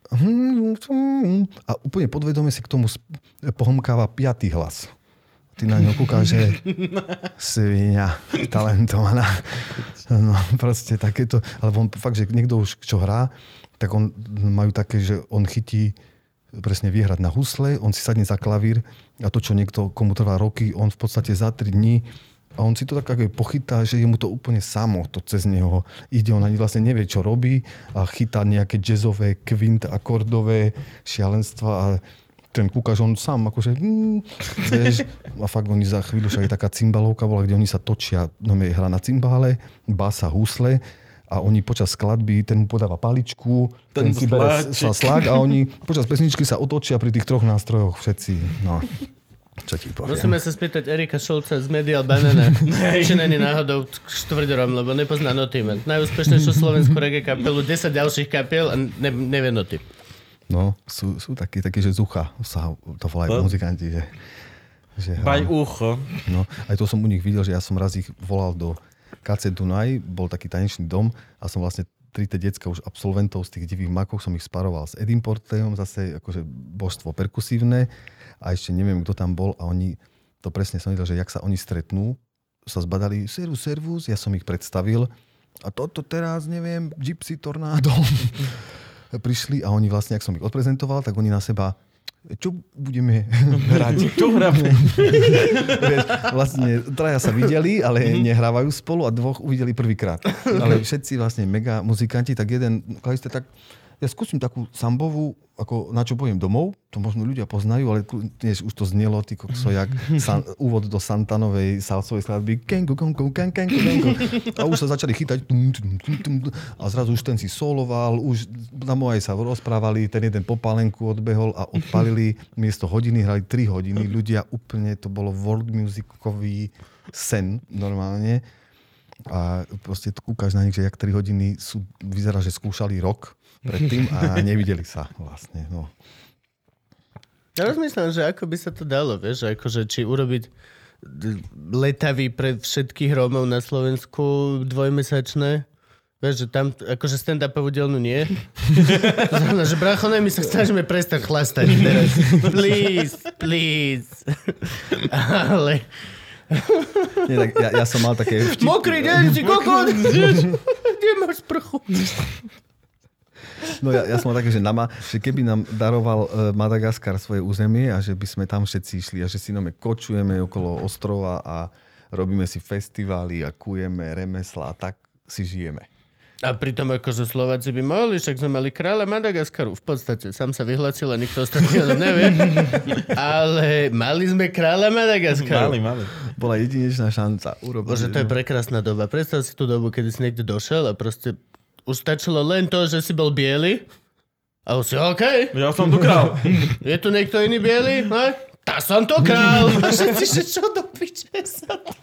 a úplne podvedome si k tomu pohomkáva piatý hlas. Ty na ňo kúkaš, že svinia, talentovaná. No proste takéto, alebo on fakt, že niekto už čo hrá, tak on majú také, že on chytí presne vyhrať na husle, on si sadne za klavír a to, čo niekto, komu trvá roky, on v podstate za tri dní a on si to tak ako pochytá, že je mu to úplne samo, to cez neho ide, on ani vlastne nevie, čo robí a chytá nejaké jazzové, kvint, akordové šialenstva a ten kúkaš, on sám akože mm, vieš, a fakt oni za chvíľu, však je taká cymbalovka bola, kde oni sa točia, no je hra na cymbále, basa, husle a oni počas skladby, ten mu podáva paličku, ten, ten si bere sa slák a oni počas pesničky sa otočia pri tých troch nástrojoch všetci. No, čo ti poviem. Musíme sa spýtať Erika Šolca z Medial Banana, či není náhodou štvrďorom, lebo nepozná noty. Najúspešnejšiu slovenskú reggae kapelu, desať ďalších kapiel a ne, nevie noty. No, sú, sú takí, takí, že z ucha sa to volajú muzikanti, že... že Baj ucho. No, aj to som u nich videl, že ja som raz ich volal do ká cé Dunaj, bol taký tanečný dom a som vlastne tri té decka už absolventov z tých divých makov som ich sparoval s Edim Portejom, zase akože božstvo perkusívne a ešte neviem, kto tam bol a oni, to presne som videl, že jak sa oni stretnú, sa zbadali servus, servus, ja som ich predstavil a toto teraz, neviem, Gypsy Tornado prišli a oni vlastne, ak som ich odprezentoval, tak oni na seba čo budeme hrať? Čo hráme? Vlastne traja sa videli, ale nehrávajú spolu a dvoch uvideli prvýkrát. Ale všetci vlastne mega muzikanti, tak jeden klavista tak ja skúsim takú sambovú, ako na čo pojem domov, to možno ľudia poznajú, ale tiež už to znelo, ty kokso, jak san, úvod do Santanovej salsovej skladby kengu, kongu, kengu, kengu. A už sa začali chytať a zrazu už ten si soloval, už na mojej sa rozprávali, ten jeden po pálenku odbehol a odpalili, miesto hodiny hrali tri hodiny, ľudia úplne, to bolo world musikový sen normálne. A proste kúkaš na nich, že jak tri hodiny sú, vyzerá, že skúšali rok predtým a nevideli sa vlastne. No. Ja rozmýšľam, že ako by sa to dalo, vieš, akože či urobiť letavy pre všetkých Rómov na Slovensku dvojmesačné. Vieš, že tam akože stand-upovú dielnu nie. To znamená, že bracho, my sa snažíme prestať chlastať teraz. Please, please. Ale... Nie, tak ja, ja som mal také... Vtip... Mokrý deň, si kokot! Kde máš sprchu? No ja, ja som mal také, že, nama, že keby nám daroval uh, Madagaskar svoje územie a že by sme tam všetci išli a že si nome kočujeme okolo ostrova a robíme si festivály a kujeme remesla a tak si žijeme. A pritom akože Slováci by mohli, však sme mali kráľa Madagaskaru. V podstate sám sa vyhlasil a nikto ostatný ale nevie. Ale mali sme kráľa Madagaskaru. Mali, mali. Bola jedinečná šanca. Urobiť, Bože, to je prekrásna doba. Predstav si tú dobu, kedy si niekde došiel a proste už stačilo len to, že si bol biely. A už si OK. Ja som tu král. Je tu niekto iný biely? No? Tá som tu král. A všetci, že čo do piče sa to...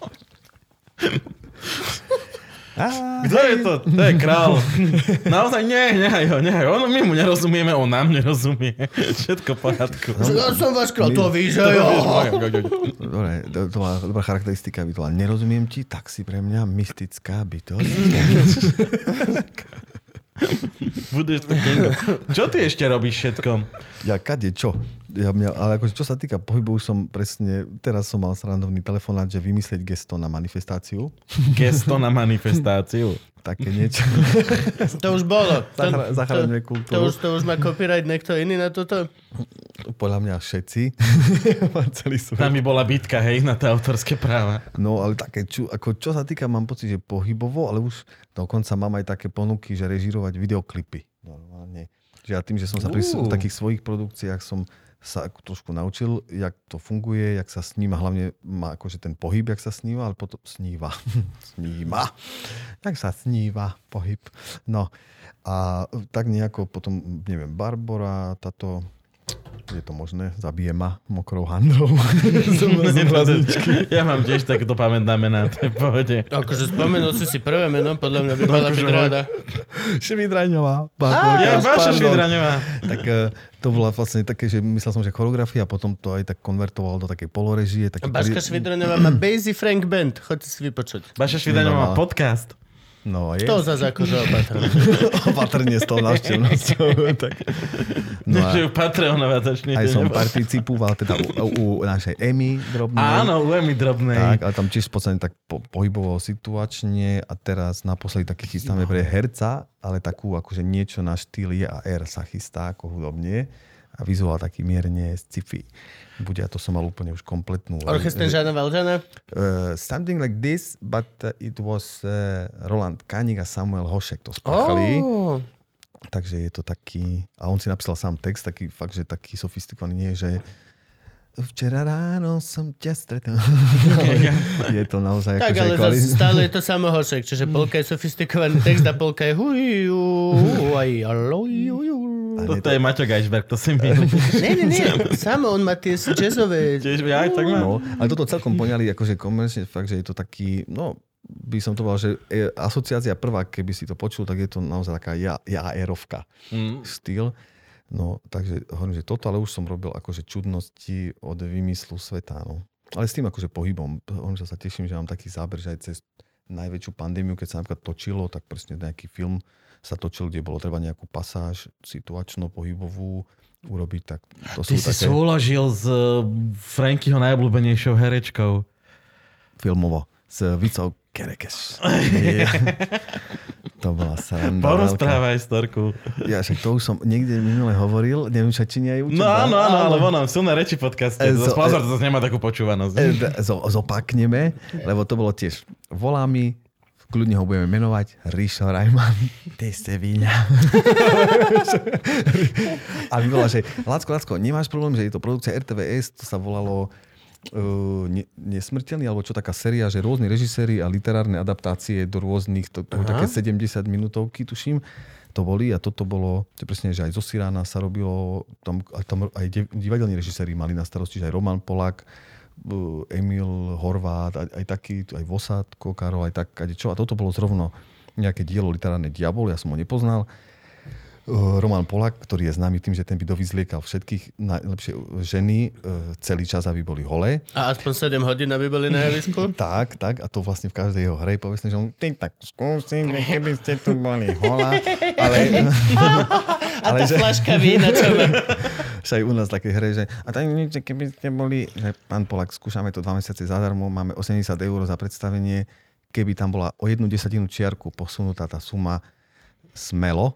Kto je to? To je král. Naozaj nie, nehaj ho, nehaj ho. My mu nerozumieme, on nám nerozumie. Všetko v poriadku. Ja som váš král, to víš, že jo. Dobre, to, to má dobrá charakteristika, by to bola. Nerozumiem ti, tak si pre mňa mystická bytosť. Budeš to kengo. Čo ty ešte robíš všetko? Ja kade, čo? Ja mňa, ale ako, čo sa týka pohybu, už som presne, teraz som mal srandovný telefonát, že vymyslieť gesto na manifestáciu. Gesto na manifestáciu? Také niečo. To už bolo. Zachra- Zachraňme kultúru. To už, to už má copyright niekto iný na toto? Podľa mňa všetci. Tam by bola bitka, hej, na tie autorské práva. No, ale také, čo, ako, čo sa týka, mám pocit, že pohybovo, ale už dokonca mám aj také ponuky, že režírovať videoklipy. Normálne. Že ja tým, že som sa pri uh. takých svojich produkciách som sa trošku naučil, jak to funguje, jak sa sníma, hlavne má akože ten pohyb, jak sa sníva, ale potom sníva. sníva. Jak sa sníva pohyb. No a tak nejako potom, neviem, Barbora, táto je to možné, zabije ma mokrou handrou. Ja mám tiež takto pamätná mená, to je v pohode. Akože spomenul si si prvé meno, podľa mňa by mala byť ráda. Švidraňová. Ja, vaša Švidraňová. Tak to bola vlastne také, že myslel som, že choreografia, a potom to aj tak konvertoval do takej polorežie. Taký Baška Švidraňová má Basie Frank Band, choďte si vypočuť. Baša Švidraňová má podcast. No, je. To zase akože opatrne. Opatrne s tou návštevnosťou. No a Patreonová začne. Aj som participoval teda u, u našej Emy drobnej. Áno, u Emy drobnej. Tak, ale tam tiež v podstate tak po, pohybovo situačne a teraz naposledy taký chystáme pre herca, ale takú akože niečo na štýl J a R sa chystá ako hudobne a vizuál taký mierne sci-fi. Bude, a to som mal úplne už kompletnú. Orchester Žána Valžana? Uh, something like this, but uh, it was uh, Roland Kanik a Samuel Hošek to spáchali. Oh. Takže je to taký... A on si napísal sám text, taký fakt, že taký sofistikovaný, nie, že včera ráno som ťa stretol. Je to naozaj... Tak, ale kvali... stále je to samo Hošek, čiže polka je sofistikovaný text a polka je huju, aj alojuju. Toto je Maťo Geisberg, to si mi... Nie, nie, nie. Samo on má tie jazzové... Tiež by aj tak má. No, ale toto celkom poňali, akože komerčne fakt, že je to taký, no, by som to povedal, že asociácia prvá, keby si to počul, tak je to naozaj taká ja, ja-erovka mm. štýl. No, takže hovorím, že toto, ale už som robil akože čudnosti od vymyslu sveta, no. Ale s tým akože pohybom, hovorím, že sa teším, že mám taký záber, že aj cez najväčšiu pandémiu, keď sa napríklad točilo, tak presne nejaký film sa točil, kde bolo treba nejakú pasáž situačno-pohybovú urobiť, tak to Ty sú si také... súložil s Frankyho najobľúbenejšou herečkou. Filmovo. S Vicou Kerekes. To bola sranda. Porozprávaj storku. Ja však to už som niekde minule hovoril, neviem však, či nie aj učím. No áno, áno, ale ono, silné reči podcaste. E, zo, Pozor, to zase nemá takú počúvanosť. E, zo, zopakneme, lebo to bolo tiež volá mi, kľudne ho budeme menovať, Rišo Rajman, ty ste víňa. A mi bola, že Lacko, Lacko, nemáš problém, že je to produkcia er té vé es, to sa volalo uh, ne, Nesmrteľný, alebo čo taká séria, že rôzni režiséri a literárne adaptácie do rôznych, to, to také sedemdesiat minútovky, tuším, to boli a toto bolo, to presne, že aj zo Sirána sa robilo, tam, tam aj divadelní režiséri mali na starosti, že aj Roman Polák, Emil Horvát, aj, aj taký, aj Vosátko, Karol, aj tak, aj čo. A toto bolo zrovna nejaké dielo literárne Diabol, ja som ho nepoznal. Roman Polák, ktorý je známy tým, že ten by dovyzliekal všetkých najlepšie ženy celý čas, aby boli holé. A aspoň sedem hodín, aby boli na javisku? Tak, tak. A to vlastne v každej jeho hre povedzme, že on ty tak skúsim, keby ste tu boli holá. Ale... A tá že... flaška vína, čo má? Však u nás také hre, že a tak nič, keby ste boli, že pán Polák, skúšame to dva mesiace zadarmo, máme osemdesiat eur za predstavenie, keby tam bola o jednu desatinu čiarku posunutá tá suma, smelo.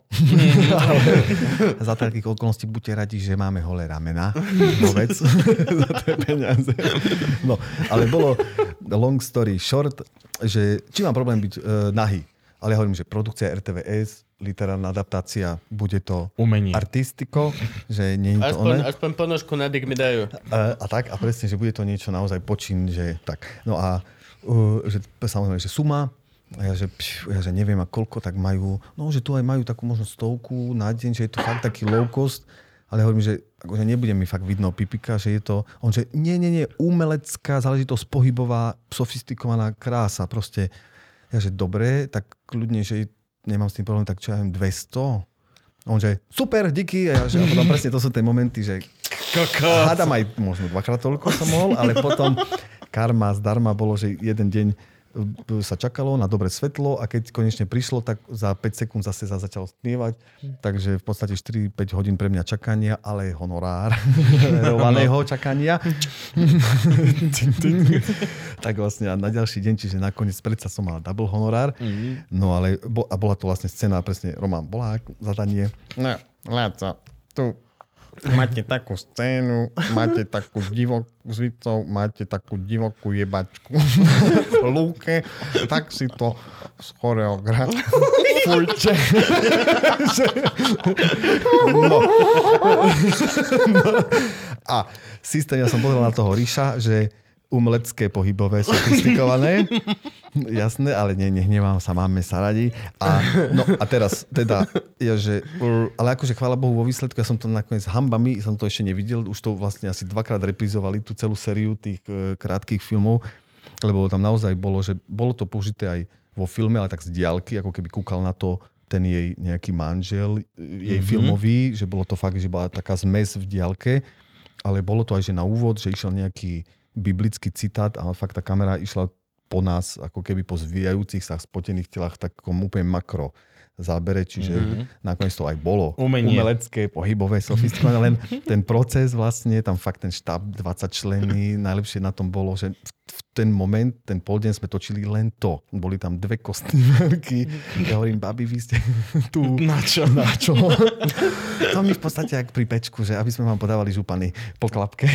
Za takých okolností buďte radi, že máme holé ramena. Vôbec. Za tie peniaze. No, ale bolo long story short, že či mám problém byť uh, nahý. Ale ja hovorím, že produkcia er té vé es, literárna adaptácia, bude to umenie. Artistiko, že nie je to aspoň, one. Aspoň ponožku na dyk mi dajú. A, a tak, a presne, že bude to niečo naozaj počin, že tak. No a uh, že, samozrejme, že suma, a ja že, pš, ja že neviem a koľko, tak majú, no že tu aj majú takú možno stovku na deň, že je to fakt taký low cost, ale hovorím, že akože nebude mi fakt vidno pipika, že je to, on že nie, nie, nie, umelecká záležitosť, pohybová, sofistikovaná krása, proste, ja že dobre, tak kľudne, že nemám s tým problém, tak čo ja viem, dvesto? On že super, díky, a ja že a potom presne to sú tie momenty, že hádam aj možno dvakrát toľko som mohol, ale potom karma zdarma bolo, že jeden deň sa čakalo na dobré svetlo a keď konečne prišlo, tak za päť sekúnd zase sa začalo stmievať. Takže v podstate štyri päť hodín pre mňa čakania, ale honorár rovaného čakania. Tak vlastne na ďalší deň, čiže nakoniec predsa som mal double honorár. No ale a bola to vlastne scéna presne Roman Polák, zadanie. No, Láca, tu máte takú scénu, máte takú divokú s Vicou, máte takú divokú jebačku v lúke, tak si to schoreografujte. No. No. A systém, ja som povedal na toho Ríša, že umelecké, pohybové, sofistikované. Jasné, ale ne, nehnevám sa, máme sa radi. A, no a teraz, teda, ja, že, ale akože chvála Bohu vo výsledku, ja som to nakoniec hambami, som to ešte nevidel, už to vlastne asi dvakrát reprizovali, tú celú sériu tých uh, krátkých filmov, lebo tam naozaj bolo, že bolo to použité aj vo filme, ale tak z diaľky, ako keby kúkal na to ten jej nejaký manžel, jej mm-hmm. filmový, že bolo to fakt, že bola taká zmes v diaľke, ale bolo to aj, že na úvod, že išiel nejaký biblický citát a fakt tá kamera išla po nás, ako keby po zvíjajúcich sa spotených telách v takom úplne makro zábere, čiže mm-hmm. nakoniec to aj bolo. Umenie. Umelecké, pohybové, sofistikované, len ten proces vlastne, tam fakt ten štáb dvadsať členy, najlepšie na tom bolo, že v ten moment, ten poldeň sme točili len to. Boli tam dve kostýmky. Ja hovorím, babi, vy ste tu. Na čo? Na čo? To mi v podstate jak pri pečku, že aby sme vám podávali župany po klapke.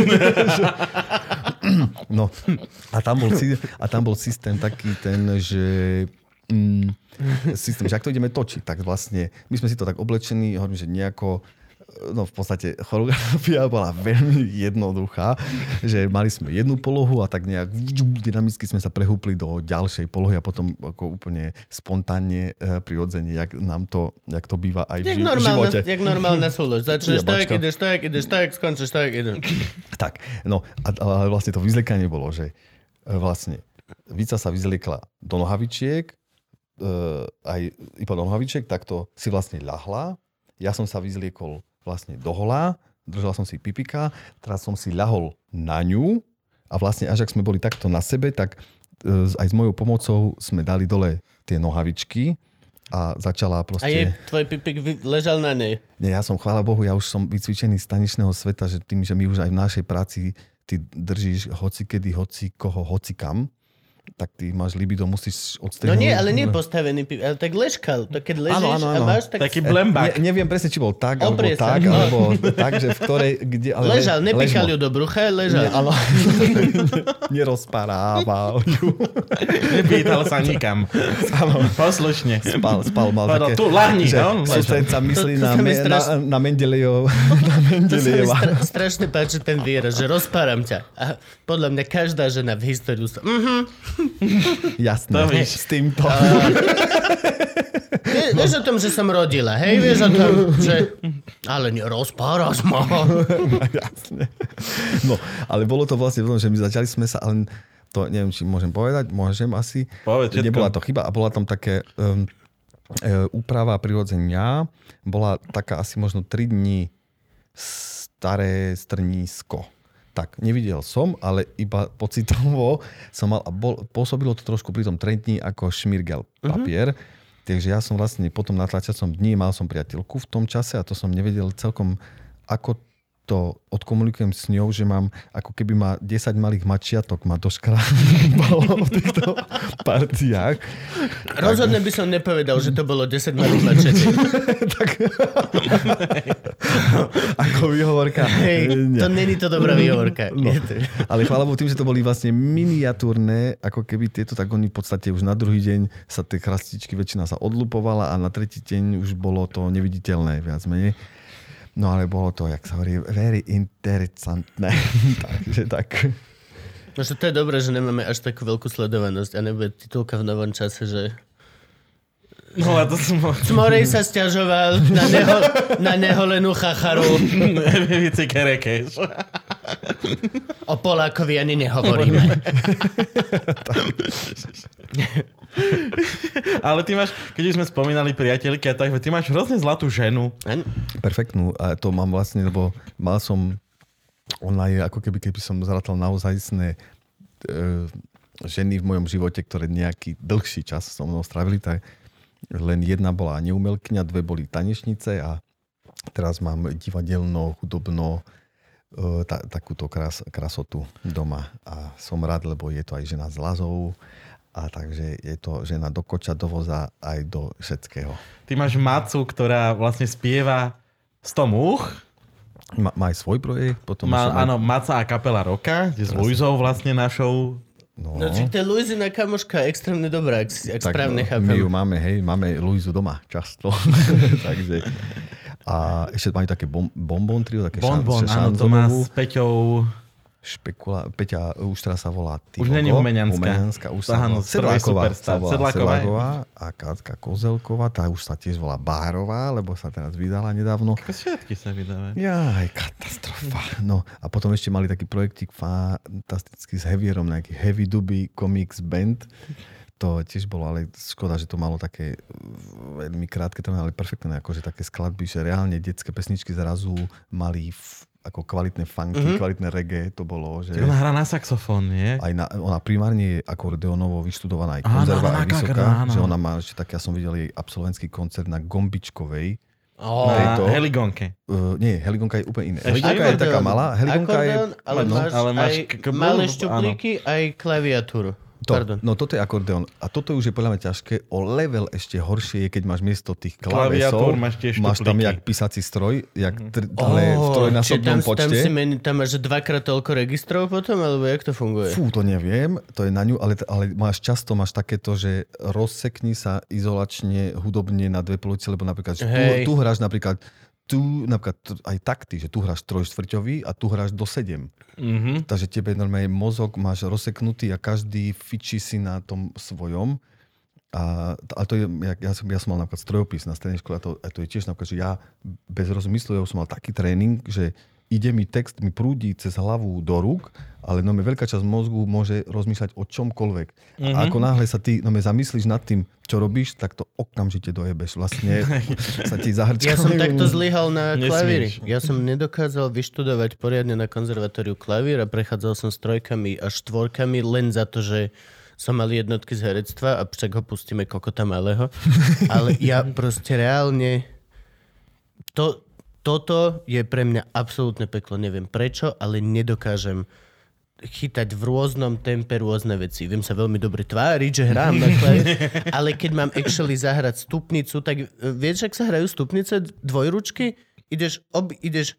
No, a tam bol, a tam bol systém taký ten, že mm, systém, že ak to ideme točiť, tak vlastne my sme si to tak oblečení, hovorím, že nejako no v podstate choreografia bola veľmi jednoduchá, že mali sme jednu polohu a tak nejak dynamicky sme sa prehúpli do ďalšej polohy a potom ako úplne spontánne, prirodzene, jak nám to, jak to býva aj v, ži- v živote. Jak normálna súlož. Začneš tak, ideš tak, ideš tak, skončíš tak, ideš. Tak, no a, a vlastne to vyzliekanie bolo, že vlastne Vica sa vyzliekla do nohavičiek, aj iba do nohavičiek, takto si vlastne ľahla. Ja som sa vyzliekol vlastne do hola, držal som si pipika, teraz som si ľahol na ňu a vlastne až ak sme boli takto na sebe, tak aj s mojou pomocou sme dali dole tie nohavičky a začala proste... A je tvoj pipik ležal na nej? Nie, ja som, chvála Bohu, ja už som vycvičený z tanečného sveta, že tým, že my už aj v našej práci ty držíš hoci kedy, hoci koho, hoci kam, tak ty máš libido, musíš odstrihnúť. No nie, ale nie postavený pip, ale tak ležkal. To keď ležíš áno, áno, áno. a máš tak... Taký blembák. Ne, neviem presne, či bol tak, Oprie alebo sa. tak, No. alebo tak, že v ktorej... Kde, ale Ležal, le, nepíchal ležmo. ju do brucha, ležal. Nie, áno. Nerozparával ju. Nepýtal sa nikam. Poslušne. Spal, spal, mal Povedal, také... tu lahni, že no? sused sa myslí To- to na, sa mi me, straš- na, na Mendelejov, na To sa mi Mendelejeva. stra- strašne páči ten výraz, že rozpáram ťa. A podľa mňa každá žena v históriu sa... Mhm. Jasné, To víš. s týmto. Vie, vieš o tom, že som rodila, hej? Vieš o tom, že... Ale nerozpáraš ma. Jasne. No, ale bolo to vlastne v tom, že my začali sme sa, ale to neviem, či môžem povedať, môžem asi. Povedz všetko. Nebola to chyba a bola tam také um, e, úprava prirodzenia. Bola taká asi možno tri dni staré strnísko. Tak, nevidel som, ale iba pocitovo som mal, a bol, pôsobilo to trošku pri tom trendni ako šmirgel papier. Mm-hmm. Takže ja som vlastne potom na tlačiacom dni mal som priateľku v tom čase a to som nevedel celkom, ako to odkomunikujem s ňou, že mám, ako keby ma desať malých mačiatok ma doškrabalo v týchto partiách. Rozhodne by som nepovedal, že to bolo desať malých mačiatok. Tak, ako výhovorka. Hej, to není to dobrá výhovorka. No, ale chvála Bohu tým, že to boli vlastne miniatúrne, ako keby tieto, tak oni v podstate už na druhý deň sa tie chrastičky väčšina sa odlupovala a na tretí deň už bolo to neviditeľné, viac menej. No ale bolo to, jak sa hovorí, very interesantné. Takže tak. No, že to je dobré, že nemáme až takú veľkú sledovanosť a nebude titulka v Novom čase, že... No a to som... Cmorej sa sťažoval na, neho, na neholenú chacharu. Vici kerekeš. O Polákovi ani nehovoríme. Ale ty máš, keď už sme spomínali priateľky a tak, ty máš hrozne zlatú ženu. Perfektnú. A to mám vlastne, lebo mal som, ona je ako keby, keby som zratal naozajstné e, ženy v mojom živote, ktoré nejaký dlhší čas so mnou strávili, tak len jedna bola neumelkyňa, dve boli tanečnice a teraz mám divadelno, hudobno, e, ta, takúto krás, krasotu doma. A som rád, lebo je to aj žena z Lazov, a takže je to žena do koča, do voza, aj do všetkého. Ty máš Macu, ktorá vlastne spieva sto múch. Má, má aj svoj projekt. Potom Má, aj... áno, Maca a kapela Roka, kde s Luizou vlastne našou. No, No, či to je Luizina kamoška extrémne dobrá, ak, ak tak správne my chápem. ju máme, hej, máme Luizu doma často. Takže... A ešte majú také bom, bonbon trio, také Bonbon, šan, áno, to má šanzonovú. s Peťou. Špekula... Peťa Uštra sa volá Tyvogo. Už není Humenianská. Humenianská. Už sa volá Sedláková. Sa volá Sedláková. A Katka Kozelková, tá už sa tiež volá Bárová, lebo sa teraz vydala nedávno. Všetky sa vydávajú. Jaj, katastrofa. No a potom ešte mali taký projektík fantastický s Heavierom, nejaký Heavy Duby Comics Band. To tiež bolo, ale škoda, že to malo také veľmi krátke, ale perfektné, akože také skladby, že reálne detské pesničky zrazu mali f- ako kvalitné funky, mm-hmm. kvalitné reggae, to bolo, že... Ona hrá na saxofón, nie? Aj na, ona primárne je akordeonovo vyštudovaná, aj konzerva, aj vysoká, že ona má, že tak ja som videl jej absolventský koncert na Gombičkovej. Oh. Tejto, na Heligonke. Uh, nie, Heligonka je úplne iné. Heligonka je taká malá. Heligonka akordeon, je... ale no, máš ale máš aj k- malé šťuplíky, aj klaviatúru. To, no toto je akordeón. A toto už je podľa mňa ťažké. O level ešte horšie je, keď máš miesto tých klávesov, máš, máš tam jak písací stroj, jak tr- ale v trojnásobnom počte. Tam, si meni, tam máš dvakrát toľko registrov potom, alebo jak to funguje? Fú, to neviem. To je na ňu, ale, ale máš často máš takéto, že rozsekni sa izolačne hudobne na dve polovice, lebo napríklad, že tu, tu hráš napríklad tu napríklad aj takty, že tu hráš trojštvrťový a tu hráš do sedem. Mm-hmm. Takže tebe normálne mozog máš rozseknutý a každý fičí si na tom svojom. A, a to je, ja, ja, som, ja som mal napríklad strojopis na strednej škole a to, a to je tiež napríklad, že ja bez rozmyslu, ja som mal taký tréning, že ide mi text, mi prúdi cez hlavu do rúk, ale no me veľká časť mozgu môže rozmýšľať o čomkoľvek. Mm-hmm. A ako náhle sa ty no me zamyslíš nad tým, čo robíš, tak to okamžite dojebeš. Vlastne sa ti zahrčka. Ja som takto zlyhal na klavíri. Ja som nedokázal vyštudovať poriadne na konzervatóriu klavír a prechádzal som s trojkami a štvorkami len za to, že som mal jednotky z herectva a však ho pustíme kokota malého. Ale ja proste reálne... To, toto je pre mňa absolútne peklo. Neviem prečo, ale nedokážem chytať v rôznom tempe rôzne veci. Viem sa veľmi dobre tváriť, že hrám na klavír, ale keď mám actually zahrať stupnicu, tak vieš, ak sa hrajú stupnice, dvojručky? Ideš, ob, ideš...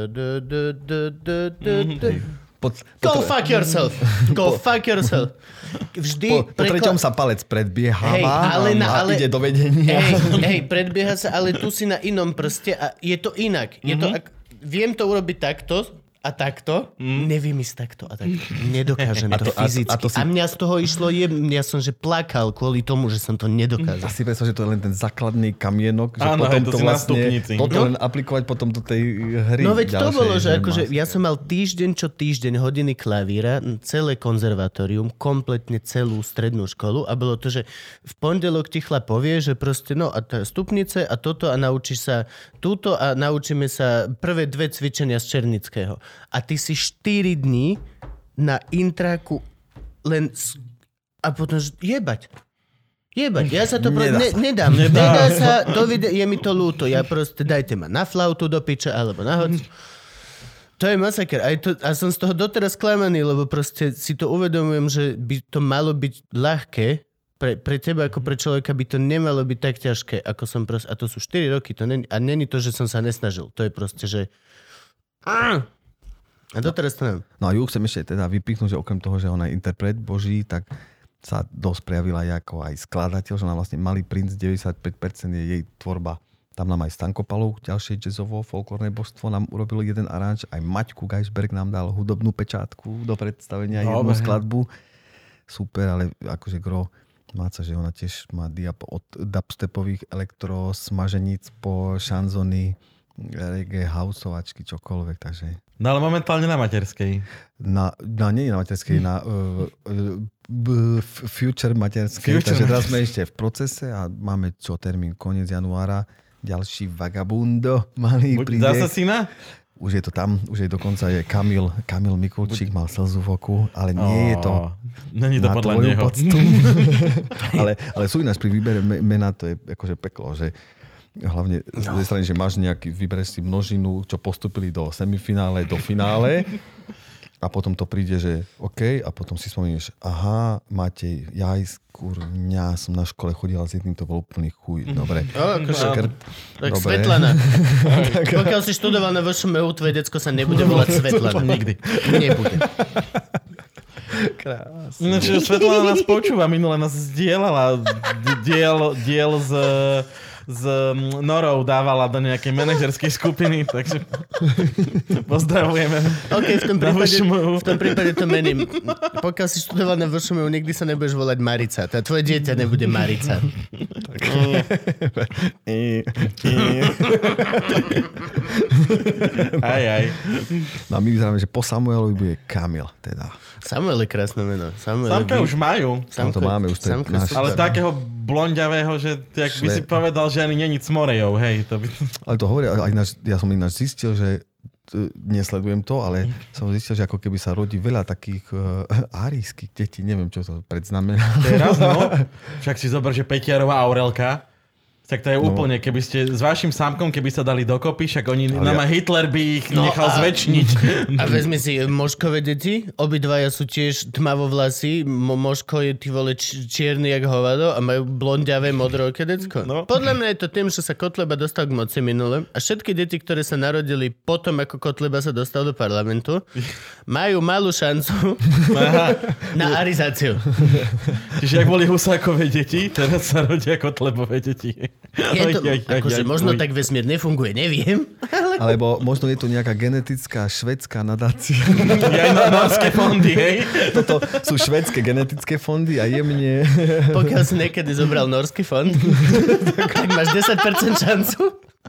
Po, Go po, fuck yourself! Go po, fuck yourself! Vždy... Po, po prekla... treťom sa palec predbieha hey, ale na, a ale... ide do vedenia. Hej, hej, predbieha sa, ale tu si na inom prste a je to inak. Je mm-hmm. to, ak... Viem to urobiť takto a takto. Mm. Neviem ísť takto a takto. Nedokážem to, to fyzicky. A, a, to si... a mňa z toho išlo, je, ja som že plakal kvôli tomu, že som to nedokázal. A si predstav, že to je len ten základný kamienok, že áno, potom to, to vlastne... Toto no? len aplikovať potom do tej hry. No veď ďalšej, to bolo, že akože vlastne. ja som mal týždeň čo týždeň hodiny klavíra, celé konzervatórium, kompletne celú strednú školu a bolo to, že v pondelok ti chlap povie, že proste no a tá stupnice a toto a naučíš sa túto a naučíme sa prvé dve cvičenia z Černického. A ty si štyri dní na intraku len s... a potom jebať. Jebať. Ja sa to pro... ne, nedám. Nedá, Nedá sa, to vide... je mi to ľúto. Ja proste dajte ma na flautu do piča alebo na hoď. To je masaker. Aj to, a som z toho doteraz sklamaný, lebo proste si to uvedomujem, že by to malo byť ľahké. Pre, pre teba ako pre človeka by to nemalo byť tak ťažké, ako som proste... A to sú štyri roky. To není, a není to, že som sa nesnažil. To je proste, že... A doteraz to neviem. No a ju chcem ešte teda vypichnúť, že okrem toho, že ona je interpret Boží, tak sa dosť prejavila aj ako aj skladateľ, že ona vlastne Malý princ, deväťdesiatpäť percent je jej tvorba. Tam nám aj Stanko Palov, ďalšie jazzovo, folklórne božstvo, nám urobil jeden aranž, aj Maťku Geisberg nám dal hudobnú pečátku do predstavenia, no, jednu skladbu. Super, ale akože gro máca, že ona tiež má diap od dubstepových elektro, smaženíc po šanzony, reggae, houseovačky, čokoľvek, takže... No ale momentálne na materskej. Na, na nie na materskej, na uh, uh, future materskej, future takže teraz sme ešte v procese a máme čo termín, koniec januára, ďalší vagabundo, malý príde. Zase syna? Už je to tam, už je dokonca je Kamil, Kamil Mikulčík, mal slzu v oku, ale nie oh, je to není to podľa neho. ale, ale sú ináč pri výbere mena, to je akože peklo, že hlavne z no. strany, že máš nejaký, vybereš si množinu, čo postupili do semifinále, do finále a potom to príde, že OK, a potom si spomínaš, aha, Matej, jaj, kurňa, som na škole chodila s jedným, to bol úplný chuj. Dobre. O, škrt. Tak dobre. Svetlana. Pokiaľ si študoval na vé š em ú, tvoje decko sa nebude volať Svetlana. Nikdy. Nebude. Krásne. Ináč, Svetlana nás počúva, minule nás zdieľala diel, diel z... s Norou dávala do nejakej manažerskej skupiny, takže pozdravujeme. OK, v tom prípade, v tom prípade to mením. Pokiaľ si študoval na vé š em ú, nikdy sa nebudeš volať Marica. Tá tvoje dieťa nebude Marica. Aj, aj. No a my vyzeráme, že po Samuelovi bude Kamil, teda. Samuel je krásne meno. Samuel Samka je... už majú. Tam to máme, už to je náš... Ale takého blonďavého, že jak by si povedal, že ani není cmorejov, hej. To by... Ale to hovoria, aj náš, ja som ináč zistil, že t- nesledujem to, ale som zistil, že ako keby sa rodí veľa takých uh, árijských detí, neviem, čo to predznamená. Teraz, no. Však si zober, že Peťarová Aurelka, tak to je no. úplne, keby ste s vašim sámkom, keby sa dali dokopy, však oni, no ja... Hitler by ich no nechal a... zväčšniť. A vezmi si Moškové deti, obidvaja sú tiež tmavovlasí, Mo- Moško je ty vole č- čierny jak hovado a majú blondiavé modroké decko. No. Podľa mňa je to tým, že sa Kotleba dostal k moci minule a všetky deti, ktoré sa narodili potom, ako Kotleba sa dostal do parlamentu, majú malú šancu na arizáciu. Čiže ak boli Husákové deti, teraz sa rodia Kotlebové deti. Je to, oj, oj, akože oj, možno oj. Tak vesmír nefunguje, neviem. Ale... Alebo možno je to nejaká genetická švédská nadácia. Aj na norské fondy, hej? Toto sú švédske genetické fondy a jemne... Pokiaľ si niekedy zobral norský fond, tak máš desať percent šancu,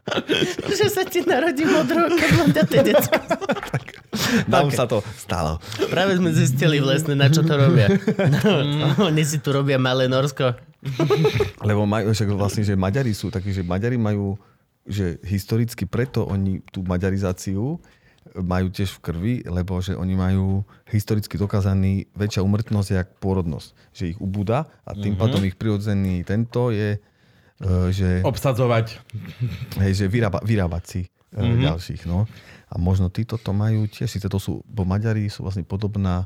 že sa ti narodí modroké blondiaté decko. Tam okay. sa to stalo. Práve sme zistili vlastne, na čo to robia. No, oni si tu robia malé Norsko. Lebo majú, však vlastne, že Maďari sú takí, že Maďari majú, že historicky preto oni tú maďarizáciu majú tiež v krvi, lebo že oni majú historicky dokázaný väčšia úmrtnosť jak pôrodnosť. Že ich ubúda a tým mm-hmm. potom ich prirodzený tento je, že... Obsadzovať. Hej, že vyrába, vyrábať si mm-hmm. ďalších, no. A možno títo to majú tiež, síce to sú, bo Maďari sú vlastne podobná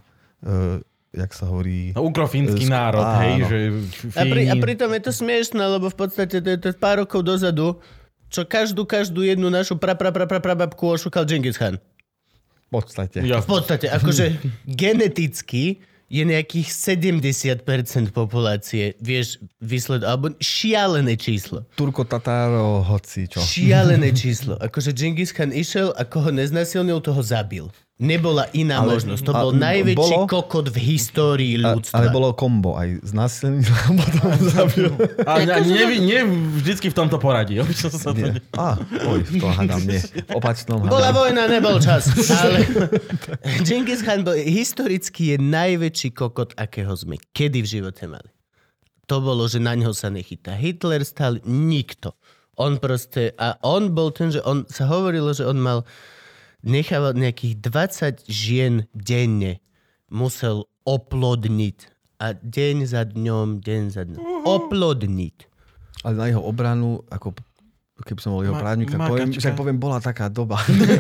jak sa hovorí... No, ukrofínsky sk- národ, áno. Hej, že... A, pri, a pritom je to smiešné, lebo v podstate to je to pár rokov dozadu, čo každú, každú jednu našu pra, pra, pra, pra, pra babku ošúkal Džingis Khan. V podstate. Ja. V podstate, akože geneticky je nejakých sedemdesiat percent populácie, vieš, výsled, alebo šialené číslo. Turko-Tatáro, hoci čo. Šialené číslo. Akože Džingis Khan išiel a koho neznasilnil, toho zabil. Nebola iná ale, možnosť. To bol najväčší bolo, kokot v histórii ľudstva. Ale bolo kombo. Aj znásilnil a potom zabil. Ale nie, nie vždycky v tomto poradí. Obyčno sa to nie. Á, oj, to hádam, nie. Opačnom hádam. Bola vojna, nebol čas. Ale Džingis Khan bol, historicky je najväčší kokot, akého sme kedy v živote mali. To bolo, že na ňo sa nechytá. Hitler stal nikto. On proste, a on bol ten, že on sa hovorilo, že on mal nechával nejakých dvadsať žien denne musel oplodniť. A deň za dňom, deň za dňom. Oplodniť. Ale na jeho obranu, ako keby som bol jeho Ma, právnik, tak poviem, však poviem, bola taká doba.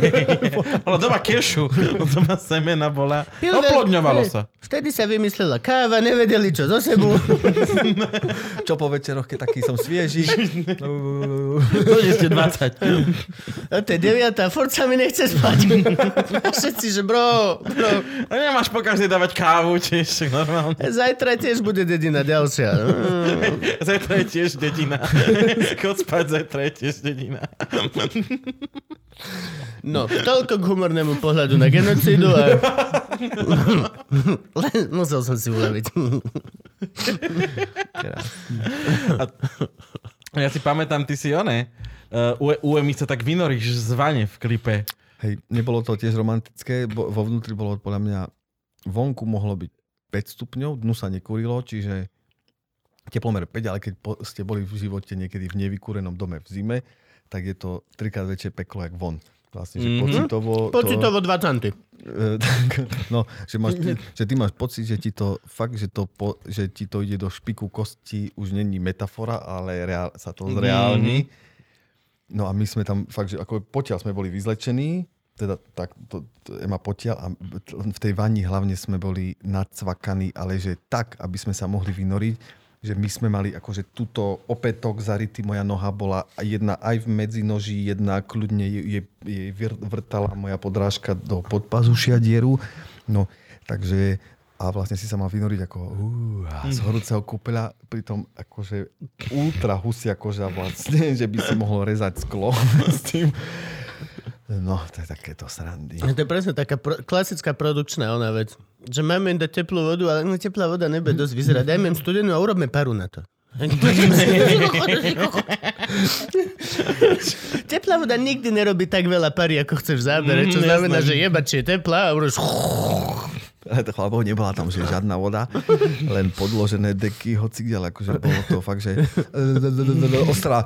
Bola doba kešu. Doba semena bola. Oplodňovalo sa. Vtedy sa vymyslela káva, nevedeli čo zo sebou. Čo po večeroch, keď taký som svieži. To nie ste dvadsať. A to je deviatá, furt sa mi nechce spať. A všetci, že bro, bro. A nemáš pokaždé dávať kávu, tiež normálne. Zajtra tiež bude dedina ďalšia. Zajtra je tiež dedina. Chod spať, zajtra je tiež dedina. No, toľko k humornému pohľadu na genocídu a... Len musel som si uľaviť. A ja si pamätám, ty si oné. Uh, u, u Emi sa tak vynoríš zvane v klipe. Hej, nebolo to tiež romantické, bo, vo vnútri bolo podľa mňa, vonku mohlo byť päť stupňov, dnu sa nekurilo, čiže teplomer päť, ale keď po, ste boli v živote niekedy v nevykúrenom dome v zime, tak je to trikrát väčšie peklo, jak von. Vlastne, že mm-hmm. pocitovo... Pocitovo to, dva centy. No, že, máš, že ty máš pocit, že ti to fakt, že, to po, že ti to ide do špiku kosti, už není metafora, ale reál, sa to zreálni. No a my sme tam fakt, že ako potiaľ sme boli vyzlečení, teda tak to, to Ema potiaľ a v tej vani hlavne sme boli nacvakaní, ale že tak, aby sme sa mohli vynoriť, že my sme mali akože túto opätok zarytý, moja noha bola jedna aj v medzinoží, jedna kľudne jej, jej vrtala moja podrážka do podpazušia dieru. No, takže a vlastne si sa mal vynoriť ako uh, z horúceho kúpeľa, pritom akože ultra husia koža vlastne, že by si mohol rezať sklo s tým. No, to je takéto srandy. To je presne taká pro, klasická produkčná ona vec. Že máme im dať teplú vodu, ale no, teplá voda nebude dosť vyzerať. Dajme im studenú a urobme paru na to. Teplá voda nikdy nerobí tak veľa pary, ako chceš v zábere, čo znamená, že jeba, či je teplá a urobíš... Chlapov, nebola tam že žiadna voda, len podložené deky, hoci kde, ale akože bolo to fakt, že ostrá.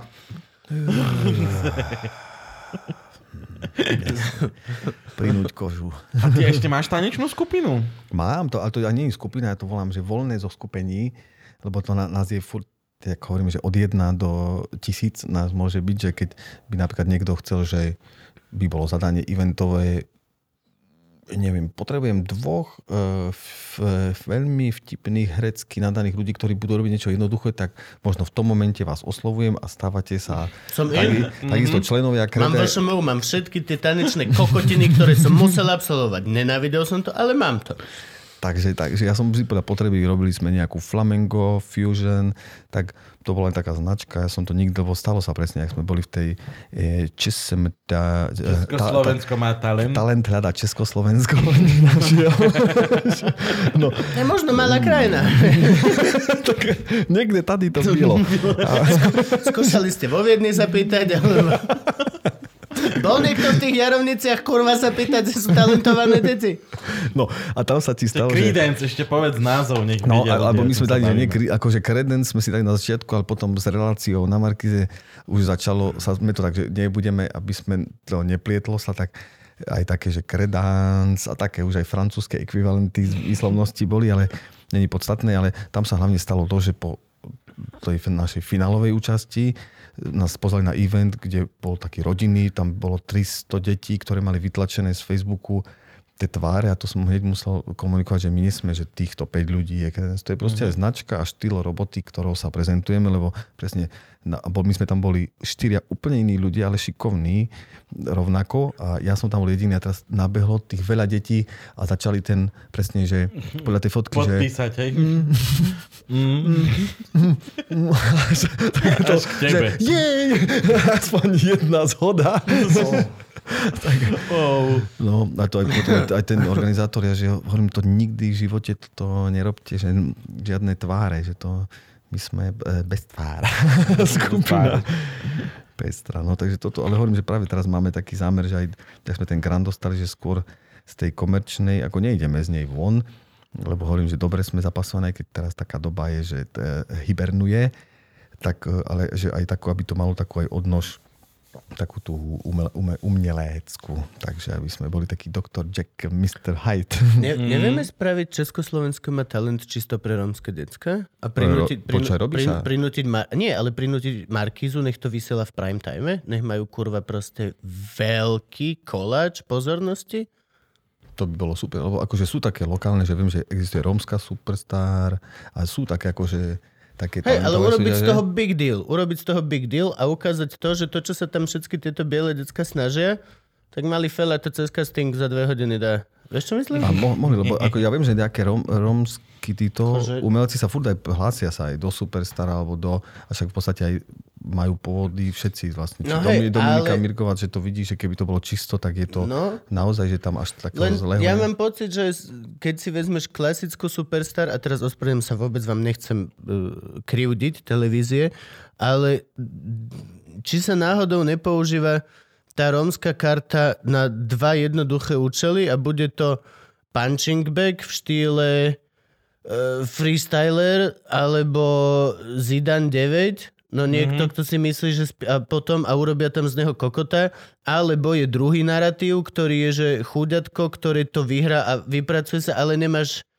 Prinúť kožu. A ty ešte máš tanečnú skupinu? Mám to, ale to ani nie je skupina, ja to volám, že voľné zo skupení, lebo to nás je furt, ako hovorím, že od jedna do tisíc nás môže byť, že keď by napríklad niekto chcel, že by bolo zadanie eventové, neviem, potrebujem dvoch uh, f, f, veľmi vtipných herecky nadaných ľudí, ktorí budú robiť niečo jednoduché, tak možno v tom momente vás oslovujem a stávate sa som tak, takisto členovia krede. Mám vašom movu, mám všetky tie tanečné kokotiny, ktoré som musel absolvovať. Nenávidel som to, ale mám to. Takže, takže ja som si podľa potreby, robili sme nejakú flamengo, fusion, tak to bola len taká značka, ja som to nikdy, lebo stalo sa presne, ak sme boli v tej e, Česem... Tá, Československo tá, má talent. Talent hľadá Československo. no. Je možno malá krajina. tak, niekde tady to bylo. Skúšali ste vo Viedni sa pýtať, alebo... Bol niekto v tých Jarovniciach kurva sa pýtať, že sú talentované deti? No a tam sa ti stalo, že... Credence, ešte povedz názov, nech no, vidia. No, alebo my sme dali, nie, akože Credence sme si dali na začiatku, ale potom s reláciou na Markize už začalo, sa sme to tak, že nebudeme, aby sme to neplietlo sa, tak aj také, že Credence a také už aj francúzske ekvivalenty z výslovnosti boli, ale není podstatné, ale tam sa hlavne stalo to, že po tej našej finálovej účasti nás pozvali na event, kde bol taký rodinný, tam bolo tristo detí, ktoré mali vytlačené z Facebooku tie tváre a to som hneď musel komunikovať, že my nesme, že týchto päť ľudí je. To je proste mm-hmm. aj značka a štýl roboty, ktorou sa prezentujeme, lebo presne my sme tam boli štyria úplne iní ľudia, ale šikovní rovnako a ja som tam bol jediný a teraz nabehlo tých veľa detí a začali ten presne, že podľa tej fotky, podpísať, že... Podpísať, hej? Mm. Mm. Až k tebe. Že, jej, aspoň jedna zhoda. tak, oh. No a to aj, aj ten organizátor, ja že hovorím, to nikdy v živote to nerobte, že žiadne tváre, že to my sme bez tvára skupina. Pestra, no takže toto, ale hovorím, že práve teraz máme taký zámer, že aj tak sme ten grant dostali, že skôr z tej komerčnej, ako nejdeme z nej von, lebo hovorím, že dobre sme zapasované, keď teraz taká doba je, že t- hibernuje, tak, ale že aj takú, aby to malo takú aj odnož, takú tú umele, ume, umeleckú. Takže aby sme boli taký doktor Jack, mister Hyde. Ne, nevieme spraviť Československo má talent čisto pre rómske decka? A prinútiť, Ro, počaj, robíš prin, prinútiť mar, nie, ale prinútiť Markízu, nech to vysiela v prime time, nech majú kurva proste veľký koláč pozornosti. To by bolo super, lebo akože sú také lokálne, že viem, že existuje rómska superstar a sú také akože Hej, ale urobiť súdia, z toho že? big deal. Urobiť z toho big deal a ukázať to, že to, čo sa tam všetky tieto biele decka snažia, tak mali fela to cez casting za dve hodiny dá. Vieš, čo myslím? A mo- mohli, lebo ako ja viem, že nejaké rom, rómsky títo Kože... umelci sa furt aj hlásia sa aj do Superstara, alebo do, a však v podstate aj majú pôvody všetci vlastne. No hej, Dominika ale... Mirková, že to vidí, že keby to bolo čisto, tak je to no, naozaj, že tam až takého zlého. Ja mám pocit, že keď si vezmeš klasickú Superstar, a teraz ospravedlňujem sa, vôbec vám nechcem uh, krivdiť televízie, ale či sa náhodou nepoužíva tá rómska karta na dva jednoduché účely a bude to punching bag v štýle uh, freestyler alebo Zidane deväť. No niekto, mm-hmm. kto si myslí, že sp- a potom a urobia tam z neho kokota, alebo je druhý narratív, ktorý je, že chúďatko, ktoré to vyhrá a vypracuje sa, ale nemáš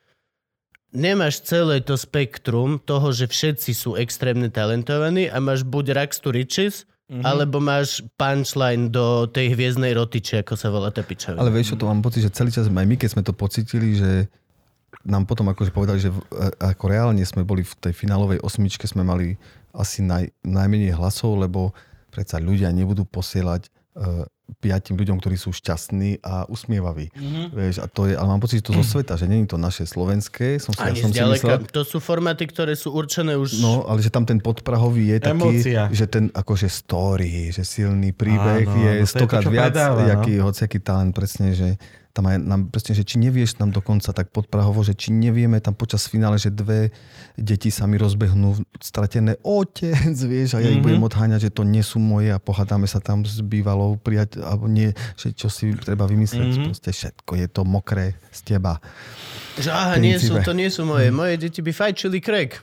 nemáš celé to spektrum toho, že všetci sú extrémne talentovaní a máš buď rags to riches, mm-hmm. alebo máš punchline do tej hviezdnej rotiče, ako sa volá tá pičovina. Ale vieš, čo to mám pocit, že celý čas aj my, keď sme to pocítili, že nám potom akože povedali, že ako reálne sme boli v tej finálovej osmičke, sme mali asi naj, najmenej hlasov, lebo predsa ľudia nebudú posielať uh, piatim ľuďom, ktorí sú šťastní a usmievaví. Mm-hmm. Vieš, a to je, ale mám pocit, že to zo sveta, že nie je to naše slovenské. Som si, Ani ja som si zďaleka, myslel, to sú formáty, ktoré sú určené už... no, ale že tam ten podprahový je taký, Emócia. že ten akože story, že silný príbeh Áno, je no to je stokrát to, čo viac, predáva, no. jaký hociaký talent, presne, že tam aj nám presne, že či nevieš tam dokonca tak podprahovo, že či nevieme tam počas finále, že dve deti sa mi rozbehnú stratené otec, vieš, a ja mm-hmm. ich budem odháňať, že to nie sú moje a pohádame sa tam s bývalou priateľ, alebo nie, že čo si treba vymyslieť, mm-hmm. proste všetko je to mokré z teba. Že aha, nie sú, to nie sú moje. Moje deti by fajčili crack.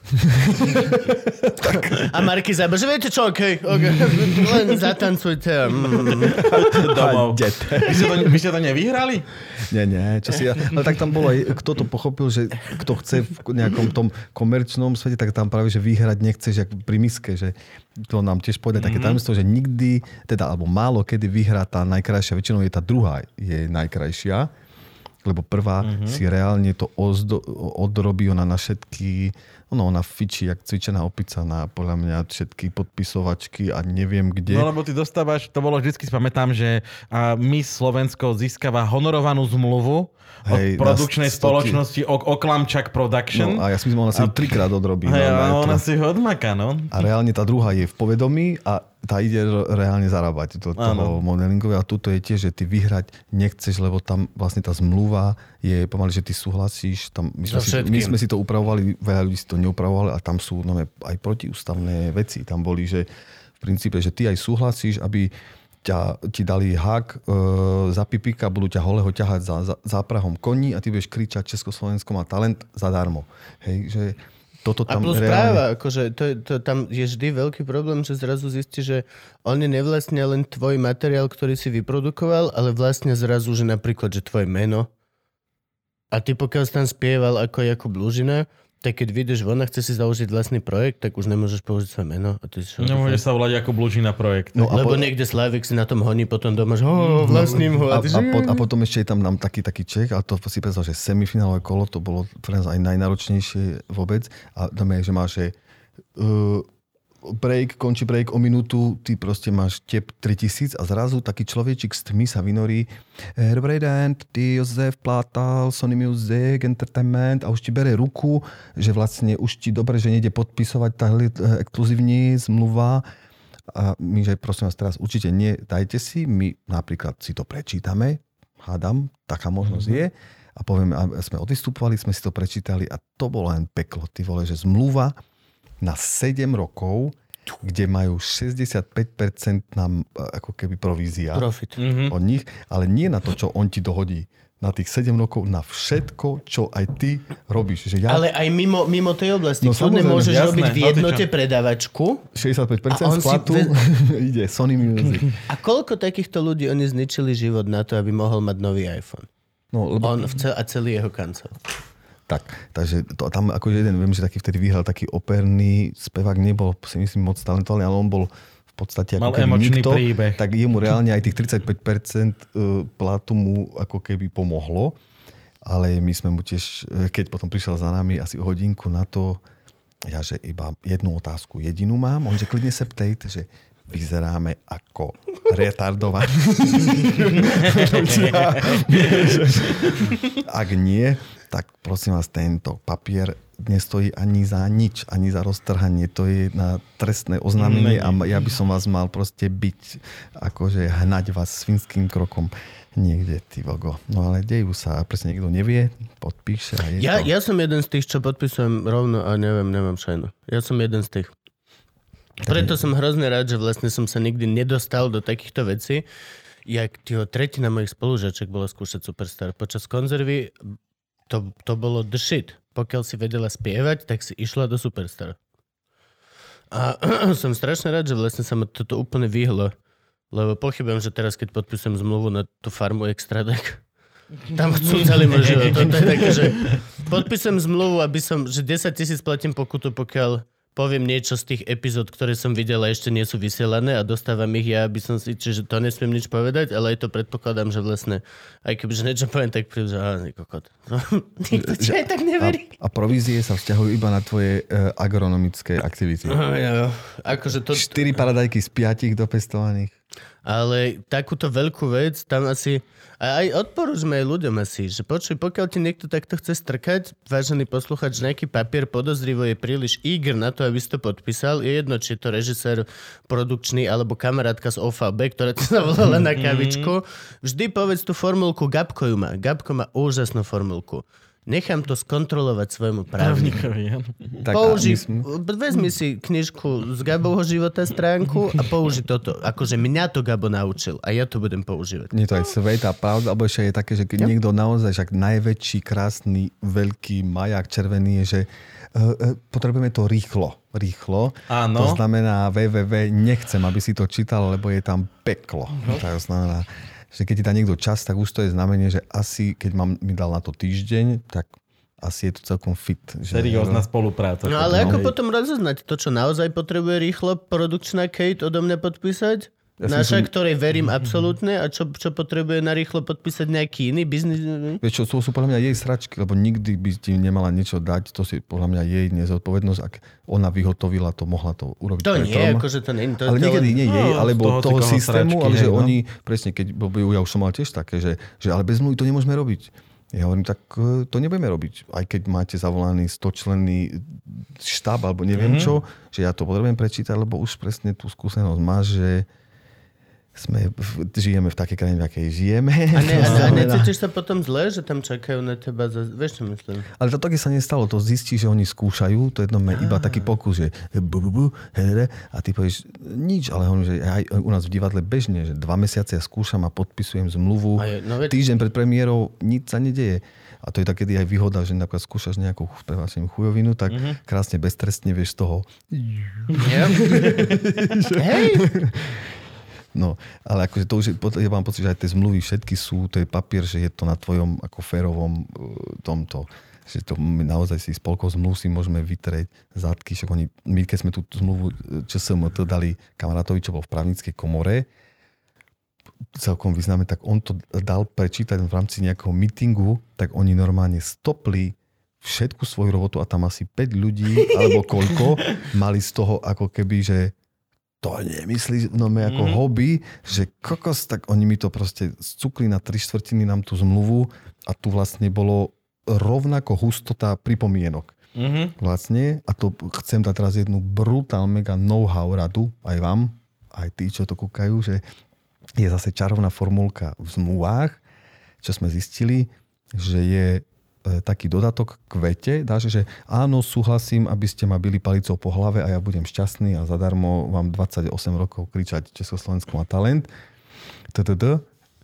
A Marky zába, že viete čo, okej, okay, okay. Len zatancujte. Mm. Domov. Vy ste, to, vy ste to nevyhrali? Nie, nie. Čo si ja, ale tak tam bolo aj, kto to pochopil, že kto chce v nejakom tom komerčnom svete, tak tam práve, že vyhrať nechceš, jak pri miske, že to nám tiež povedať mm-hmm. také tajomstvo, že nikdy, teda, alebo málo kedy vyhrá tá najkrajšia, väčšinou je tá druhá, je najkrajšia. Lebo prvá mm-hmm. si reálne to ozdo, odrobí ona na všetky, ono ona fičí jak cvičená opica na podľa mňa všetky podpisovačky a neviem kde. No lebo ty dostávaš, to bolo vždycky, si pamätám, že Miss Slovensko získava honorovanú zmluvu Hej, od produkčnej spoločnosti Oklamčak Production. No a ja si myslím, ona si a... trikrát odrobí. Hej, no, ona si ho odmaká, no. A reálne tá druhá je v povedomí a tá ide reálne zarábať do toho modelingu. A tuto je tiež, že ty vyhrať nechceš, lebo tam vlastne tá zmluva je pomaly, že ty súhlasíš. Tam, my, sme si, my sme si to upravovali, veľa ľudí si to neupravovali a tam sú no, aj protiústavné veci. Tam boli, že v princípe, že ty aj súhlasíš, aby ťa, ti dali hák e, za pipika, budú ťa holého ťahať za, za záprahom koní a ty budeš kričať Československo má talent zadarmo. Hej, že toto tam a plus reálne... práva, akože to, to, tam je vždy veľký problém, že zrazu zistí, že oni nevlastnia len tvoj materiál, ktorý si vyprodukoval, ale vlastne zrazu, že napríklad, že tvoje meno. A ty pokiaľ si tam spieval ako Jakub Lužina, tak keď vyjdeš von a chce si založiť vlastný projekt, tak už nemôžeš použiť svoje meno. A ty čo, nemôžeš sa volať Jakub Lužina projekt. No, lebo po... niekde Slávik si na tom honí, potom doma, že oh, vlastním ho. A, a, a, po, a potom ešte je tam nám taký, taký Čech, a to si predstav, že semifinálové kolo, to bolo pre nás aj najnáročnejšie vôbec. A dáme, že máš, že uh, break, končí break o minútu, ty proste máš tep tritisíc a zrazu taký človečik s tmy sa vynorí. Dobrý den, ty Jozef Plátal, Sony Music, Entertainment a už ti bere ruku, že vlastne už ti dobre, že nejde podpisovať tá exkluzívní zmluva. A my, že prosím vás teraz určite nie, dajte si, my napríklad si to prečítame, hádam, taká možnosť mm-hmm. je a povieme, a sme odvystupovali, sme si to prečítali a to bolo len peklo. Ty vole, že zmluva na sedem rokov, kde majú šesťdesiatpäť percent nám ako keby provízia profit od nich, ale nie na to, čo on ti dohodí. Na tých sedem rokov, na všetko, čo aj ty robíš. Že ja... Ale aj mimo, mimo tej oblasti. No, Kľudne môžeš jasné, robiť v jednote predávačku. šesťdesiatpäť percent z platu si... ide Sony Music. A koľko takýchto ľudí oni zničili život na to, aby mohol mať nový iPhone? No, lebo... On a celý jeho kancel. Tak, takže to, tam akože jeden, viem, že taký vtedy vyhral taký operný spevák, nebol si myslím moc talentovaný, ale on bol v podstate ako mal keby nikto, príbeh. Tak jemu reálne aj tých tridsaťpäť percent platu mu ako keby pomohlo, ale my sme mu tiež, keď potom prišiel za nami asi hodinku na to, ja že iba jednu otázku jedinú mám, on že klidne sa ptejte, že vyzeráme ako retardovaní. Ak nie, tak prosím vás, tento papier nestojí ani za nič, ani za roztrhanie. To je na trestné oznámenie a ja by som vás mal proste byť, akože hnať vás svinským krokom niekde, ty vogo. No ale dejú sa, presne niekto nevie, podpíše a je ja, to. Ja som jeden z tých, čo podpisujem rovno a neviem, nemám šajnu. Ja som jeden z tých. Preto som hrozne rád, že vlastne som sa nikdy nedostal do takýchto vecí. Jak tího tretina mojich spolužiaček bola skúšať Superstar. Počas konzervy to, to bolo the shit. Pokiaľ si vedela spievať, tak si išla do Superstar. A som strašne rád, že vlastne sa ma toto úplne vyhlo. Lebo pochybujem, že teraz, keď podpisujem zmluvu na tú farmu Extra, tak tam chcú celý môj život. To je také, že podpisujem zmluvu, aby som, že desať tisíc platím pokutu, pokiaľ poviem niečo z tých epizód, ktoré som videl a ešte nie sú vysielané a dostávam ich ja, aby som si, čiže to nesmiem nič povedať, ale aj to predpokladám, že vlastne, aj kebyže niečo poviem, tak príde, že á, nikokot. Nikto ti aj tak neverí. A, a provízie sa vzťahujú iba na tvoje uh, agronomické aktivity. Aha, ja, akože to... Štyri paradajky z piatich dopestovaných. Ale takúto veľkú vec, tam asi... A aj odporúčme aj ľuďom asi, že počuj, pokiaľ ti niekto takto chce strkať, vážený posluchač, nejaký papier podozrivo je príliš eager na to, aby si to podpísal. Je jedno, či je to režisér produkčný alebo kamarátka z ó vé bé, ktorá to zavolala na kavičku. Vždy povedz tú formulku, Gabko ju má. Gabko má úžasnú formulku. Nechám to skontrolovať svojmu právnikovi. Použi, myslím... Vezmi si knižku z Gabovho života stránku a použi toto. Akože mňa to Gabo naučil a ja to budem používať. Nie to aj sveta pravda, alebo ešte je také, že keď ja. niekto naozaj, že najväčší, krásny, veľký maják červený je, že uh, uh, potrebujeme to rýchlo. Rýchlo. Áno. To znamená www, nechcem, aby si to čítal, lebo je tam peklo. No. To znamená... že keď ti dá niekto čas, tak už to je znamenie, že asi, keď mám, mi dal na to týždeň, tak asi je to celkom fit. Seriózna spolupráca. No ale ako potom rozoznať to, čo naozaj potrebuje rýchlo produkčná Kate odo mňa podpísať? Ja Naša, myslím... ktorej verím absolútne a čo, čo potrebuje narýchlo podpísať nejaký iný biznis? Vieš čo, sú, sú podľa mňa jej sračky, lebo nikdy by ti nemala niečo dať, to si podľa mňa jej nezodpovednosť, ak ona vyhotovila to, mohla to urobiť. To nie, akože to nie. To, ale to niekedy len... nie jej, no, alebo toho, toho systému, sračky, ale že hej, no. oni, presne, keď ja už som mal tiež také, že, že ale bez mluvy to nemôžeme robiť. Ja hovorím, tak to nebudeme robiť. Aj keď máte zavolaný stočlenný štáb, alebo neviem mm-hmm. čo, že ja to potrebujem prečítať, lebo už presne tú skúsenosť máš, že sme, žijeme v takej krajine, v akej žijeme. A, ne, a, a necítiš sa potom zle, že tam čakajú na teba? Za... Vieš, čo myslím? Ale to taky sa nestalo. To zistí, že oni skúšajú. To jedno je iba taký pokus, že bu, bu, bu, here, a ty povieš nič, ale hovorím, že aj u nás v divadle bežne, že dva mesiace ja skúšam a podpisujem zmluvu. Je, no veď... Týždeň pred premiérou nič sa nedeje. A to je takedy aj výhoda, že napríklad skúšaš nejakú prepáčte chujovinu, tak mm-hmm. krásne beztrestne vieš z toho. Yeah. Hej! No, ale akože to už je, ja mám pocit, že aj tie zmluvy všetky sú, to je papier, že je to na tvojom ako férovom tomto, že to naozaj si spolkov zmluv si môžeme vytrieť zadky, však oni, my keď sme tú zmluvu ČSMT dali kamarátovi, čo bol v právnickej komore, celkom významne, tak on to dal prečítať v rámci nejakého meetingu, tak oni normálne stopli všetku svoju robotu a tam asi päť ľudí, alebo koľko, mali z toho ako keby, že to nemyslí no my ako mm-hmm. hobby, že kokos, tak oni mi to proste scukli na tri štvrtiny nám tú zmluvu a tu vlastne bolo rovnako hustota pripomienok. Mm-hmm. Vlastne, a to chcem dať teraz jednu brutál mega know-how radu, aj vám, aj tí, čo to kúkajú, že je zase čarovná formulka v zmluvách, čo sme zistili, že je taký dodatok k vete, dáže, že áno, súhlasím, aby ste ma bili palicou po hlave a ja budem šťastný a zadarmo vám dvadsaťosem rokov kričať Československo má talent. Tdd.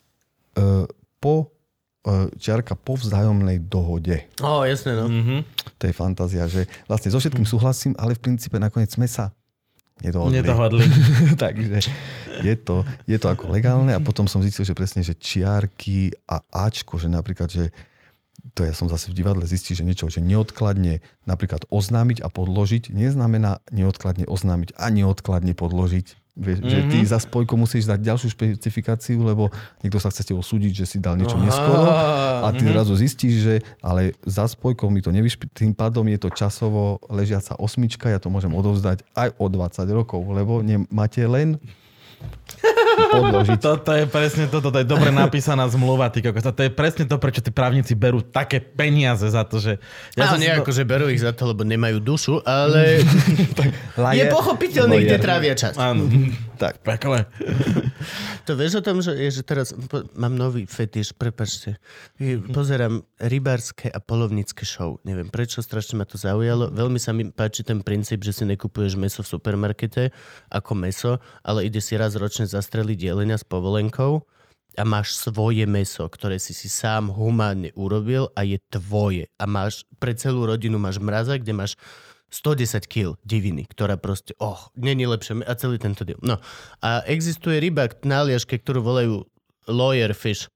Po čiarka po vzájomnej dohode. Ó, oh, jasne, no. Mm-hmm. To je fantázia, že vlastne so všetkým súhlasím, ale v princípe nakoniec sme sa nedohodli. Nedohodli. Takže je to, je to ako legálne a potom som zistil, že presne, že čiarky a áčko, že napríklad, že to ja som zase v divadle zistil, že niečo, že neodkladne napríklad oznámiť a podložiť, neznamená neodkladne oznámiť a neodkladne podložiť. Vieš, mm-hmm. že ty za spojku musíš dať ďalšiu špecifikáciu, lebo niekto sa chce s tebou súdiť, že si dal niečo Aha, neskoro a ty mm-hmm. zrazu zistíš, že ale za spojkou mi to nevyšpi, tým pádom je to časovo ležiaca osmička, ja to môžem odovzdať aj o dvadsať rokov, lebo nemáte len podložiť. Toto je presne toto, to je dobre napísaná zmluva. Ty, to je presne to, prečo tí právnici berú také peniaze za to, že... Ja ale nie to... ako, že berú ich za to, lebo nemajú dušu, ale je pochopiteľné, kde trávia čas. Áno, tak pekle. To vieš o tom, že, je, že teraz po, mám nový fetiš, prepáčte. Pozerám rybárske a polovnícke show. Neviem, prečo strašne ma to zaujalo. Veľmi sa mi páči ten princíp, že si nekupuješ mäso v supermarkete ako mäso, ale ide si raz ročne zastreliť jelenia s povolenkou a máš svoje mäso, ktoré si si sám humánne urobil a je tvoje. A máš, pre celú rodinu máš mraza, kde máš stodesať kíl diviny, ktorá proste, oh, není lepšie a celý tento diel. No. A existuje ryba na Aliaške, ktorú volajú lawyer fish.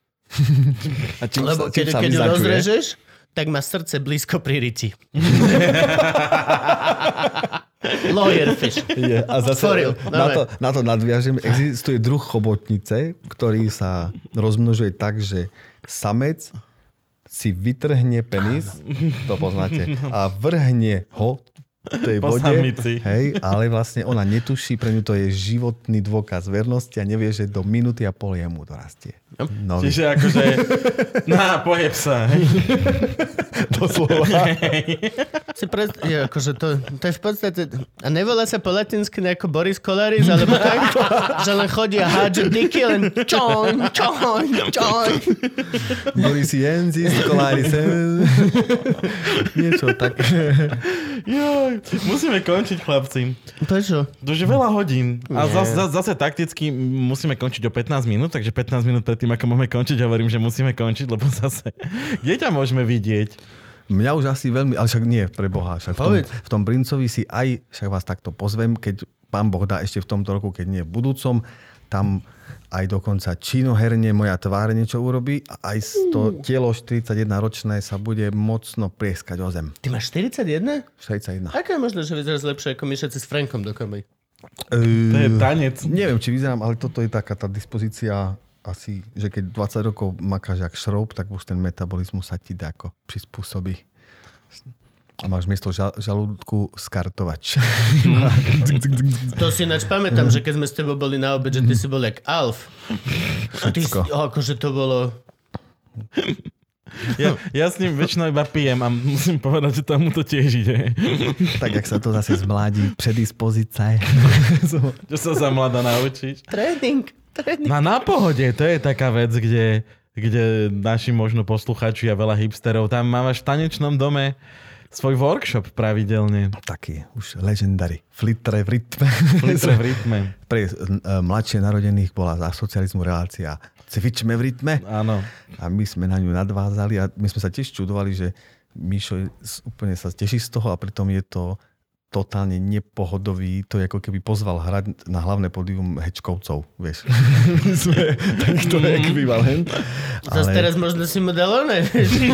A čím Lebo sa, keď, čím keď ju rozrežeš, tak má srdce blízko pri ryti. Lawyer fish. Je, a zase Foril, na, to, na to nadviažem. Existuje druh chobotnice, ktorý sa rozmnožuje tak, že samec si vytrhne penis, to poznáte, a vrhne ho tej Po vode. samici. Hej, ale vlastne ona netuší, pre ňu to je životný dôkaz vernosti a nevie, že do minúty a pol jemu to rastie. Nový. Čiže akože, na, poheb sa. Doslova. Si prez... je, akože to, to je v podstate... A nevolá sa po latinsky nejako Boris Kolaris, alebo tak, že len chodí a hádže diky, len čoň, čoň, čoň. Boris Jenzis, Kolaris. Niečo také. Joj, musíme končiť, chlapci. Prečo? To už je veľa hodín. A Nie. zase, zase takticky musíme končiť o pätnásť minút, takže pätnásť minút predtým, ako máme končiť, hovorím, že musíme končiť, lebo zase... Kde ťa môžeme vidieť? Mňa už asi veľmi, ale však nie, pre Boha. Však v, tom, v tom Brincovi si aj, však vás takto pozvem, keď pán Boh dá ešte v tomto roku, keď nie v budúcom, tam aj dokonca činoherne moja tvár niečo urobí a aj to telo štyridsaťjedenročné sa bude mocno prieskať o zem. Ty máš štyridsaťjeden? štyridsaťjeden. Ako je možné, že vyzeráš lepšie ako my všetci s Frankom dokopy? To je tanec. Neviem, či vyzerám, ale toto je taká tá dispozícia asi, že keď dvadsať rokov makáš jak šroub, tak už ten metabolizmus sa ti dá ako prispôsobí. A máš miesto žal- žalúdku skartovač. To si ináč pamätám, že keď sme s tebou boli na obed, že ty si bol jak Alf. Ty si, akože to bolo... Ja, ja s ním väčšinou iba pijem a musím povedať, že tam mu to tiež ide. Tak, jak sa to zase zmladí, predispozícia. Čo sa za mladá naučíš? Tréning, tréning. No na pohode, to je taká vec, kde, kde naši možno posluchači a veľa hipsterov, tam máš v tanečnom dome svoj workshop pravidelne. Taký už legendary. Flitre v rytme. Flitre v rytme. Pre uh, mladšie narodených bola za socializmu relácia Cvičme v rytme. Áno. A my sme na ňu nadvázali a my sme sa tiež čudovali, že Mišo úplne sa teší z toho a pritom je to totálne nepohodový. To je ako keby pozval hrať na hlavné pódium Hečkovcov, vieš. Sme takto ekvivalent. Zas Ale... teraz možno si mu dalo, ne?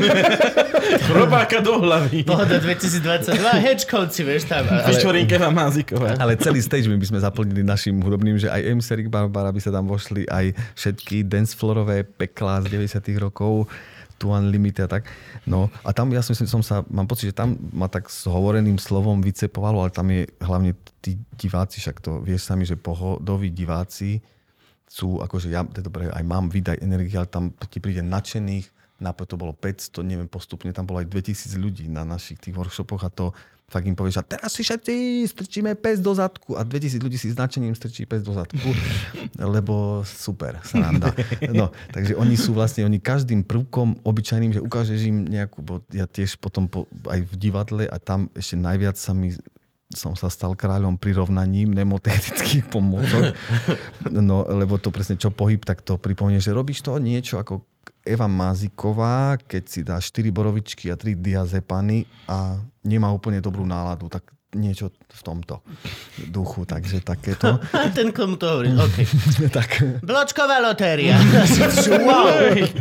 Chrobáka do hlavy. Pohoda dvetisícdvadsaťdva, Hečkovci, vieš tam. Ale... Piščorinková Máziková. Ale celý stage my by sme zaplnili našim hudobným, že aj em cé Rick Barbara by sa tam vošli, aj všetky dancefloorové peklá z deväťdesiatych rokov, Two Unlimited a tak. No a tam ja som, som sa, mám pocit, že tam ma tak s hovoreným slovom vycepovalo, ale tam je hlavne tí diváci, však to vieš sami, že pohodoví diváci sú, akože ja dobre, aj mám vydaj energii, ale tam ti príde nadšených, napríklad to bolo päťsto, neviem, postupne tam bolo aj dvetisíc ľudí na našich tých workshopoch a to fakt im povieš, a teraz si všetci strčíme pes do zadku a dvetisíc ľudí si značením strčí pes do zadku, lebo super, sranda. No, takže oni sú vlastne, oni každým prvkom obyčajným, že ukážeš im nejakú, bo ja tiež potom po, aj v divadle a tam ešte najviac sa mi som sa stal kráľom prirovnaním mnemotechnických pomôcok. No, lebo to presne čo pohyb, tak to pripomenie, že robíš to niečo ako Eva Máziková, keď si dá štyri borovičky a tri diazepany a nemá úplne dobrú náladu, tak niečo v tomto duchu, takže takéto. Ten, komu to hovorí, OK. Tak. Bločková lotéria. Wow.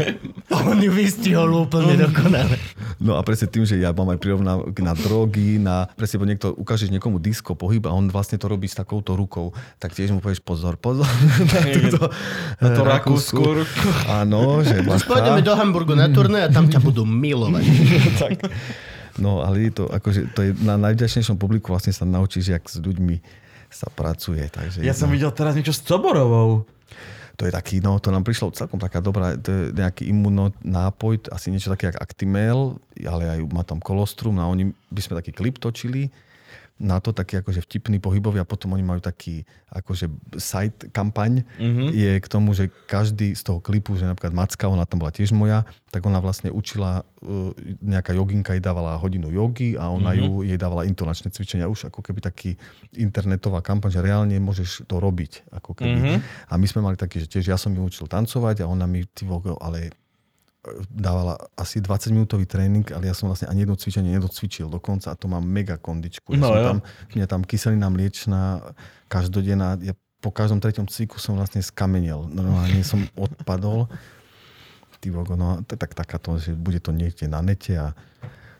On ju vystihol úplne dokonale. No a presne tým, že ja mám aj prirovnávky na drogy, na presne, bo niekto ukážeš niekomu disko pohyb a on vlastne to robí s takouto rukou, tak tiež mu povieš pozor, pozor. Na, túto, na to rakúsku ruku. Áno, že bacha. Pôjdeme do Hamburgu na turné a tam ťa budú milovať. Tak. No, ale je to, akože, to je na najvďačnejšom publiku vlastne sa naučíš, jak s ľuďmi sa pracuje. Takže ja som no. videl teraz niečo s Coborovou. To je taký, no, to nám prišlo celkom taká dobrá, to je nejaký imunonápoj, asi niečo také jak Actimel, ale aj má tam kolostrum, no a oni by sme taký klip točili na to, taký akože vtipný pohybový a potom oni majú taký akože side kampaň mm-hmm. je k tomu, že každý z toho klipu, že napríklad Macka, ona tam bola tiež moja, tak ona vlastne učila, nejaká joginka jej dávala hodinu jogy a ona mm-hmm. ju jej dávala intonačné cvičenia, už ako keby taký internetová kampaň, že reálne môžeš to robiť. Ako keby. Mm-hmm. A my sme mali taký, že tiež ja som ju učil tancovať a ona mi ty vogo, ale dávala asi dvadsaťminútový tréning, ale ja som vlastne ani jedno cvičenie nedocvičil dokonca a to mám mega kondičku. Ja no, som tam, mňa tam kyselina mliečna každodenná, ja po každom treťom cviku som vlastne skamenel. Normálne som odpadol. Ty vogo, no tak takáto, že bude to niekde na nete a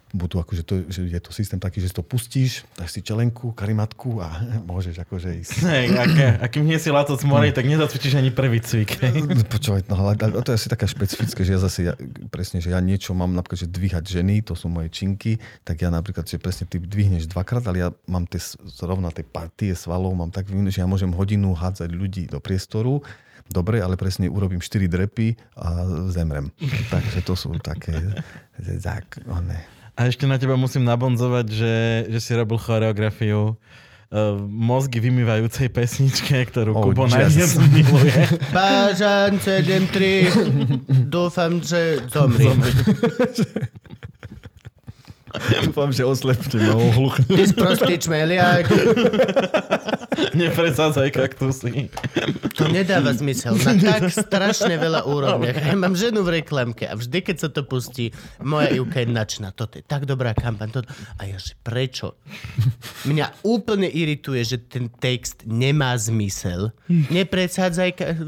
budú akože to, že je to systém taký, že si to pustíš, dáš si čelenku, karimatku a môžeš akože ísť. Hej, a kým nie si látoc morej, tak nezacvičíš ani prvý cvik. Počúvaj, no ale to je asi taká špecifické, že ja zase, ja, presne, že ja niečo mám napríklad, že dvíhať ženy, to sú moje činky, tak ja napríklad, že presne ty dvihneš dvakrát, ale ja mám tie zrovna tie partie svalov, mám tak vyvinuté, že ja môžem hodinu hádzať ľudí do priestoru. Dobre, ale presne urobím štyri drepy a zemrem. Takže to sú také... Tak, one. A ešte na teba musím nabonzovať, že, že si robil choreografiu uh, mozgy vymývajúcej pesničke, ktorú oh, Kubo najviac miluje. Bážan sedem tri, dúfam, že zomriem. Dúfam, že oslepte ma ohluch. Ty sprostý čmeliak. Nepresádzaj kaktusy. To nedáva zmysel. Na tak strašne veľa úrovniach. Ja mám ženu v reklamke a vždy, keď sa to pustí, moja Ivka je načná. Toto je tak dobrá kampaň. Toto. A ja, že prečo? Mňa úplne irituje, že ten text nemá zmysel. Nepresádzaj... Ka-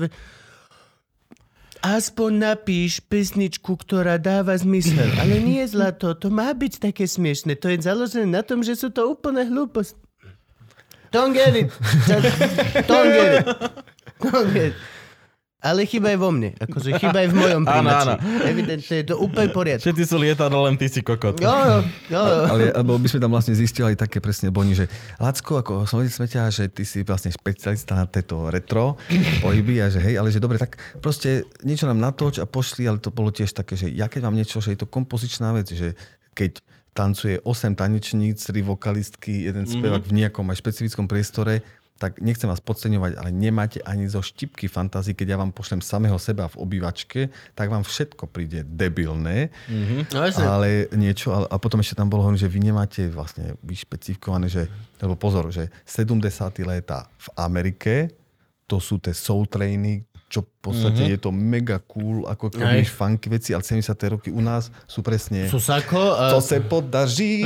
Aspoň napíš pesničku, ktorá dáva zmysel. Ale nie zlato, to má byť také smiešné. To je založené na tom, že sú to úplne hlúposti. Don't get it. Don't get it. Don't get it. Ale chyba je vo mne. Akože chyba je v mojom príjmači. Evidentne je to úplne poriadne. Všetci sú lietadlo, len ty si kokot. Jo, jo, jo. Ale alebo by sme tam vlastne zistili aj také presne boni, že Lacko, ako som vedel smeťa, že ty si vlastne špecialista na tieto retro pohyby a že hej, ale že dobre, tak proste niečo nám natoč a pošli, ale to bolo tiež také, že ja keď mám niečo, že je to kompozičná vec, že keď tancuje osem tanečníc, tri vokalistky, jeden spevák mm-hmm. v nejakom aj špecifickom priestore, tak nechcem vás podceňovať, ale nemáte ani zo štipky fantázii, keď ja vám pošlem samého seba v obývačke, tak vám všetko príde debilné, mm-hmm. ale niečo, a potom ešte tam bolo hovorím, že vy nemáte vlastne vyšpecifikované, že, lebo pozor, že sedemdesiate léta v Amerike, to sú tie soul trainy, čo v podstate mm-hmm. je to mega cool, ako keď vieš funky veci, ale sedemdesiate roky u nás sú presne... Susako a... To se podaří.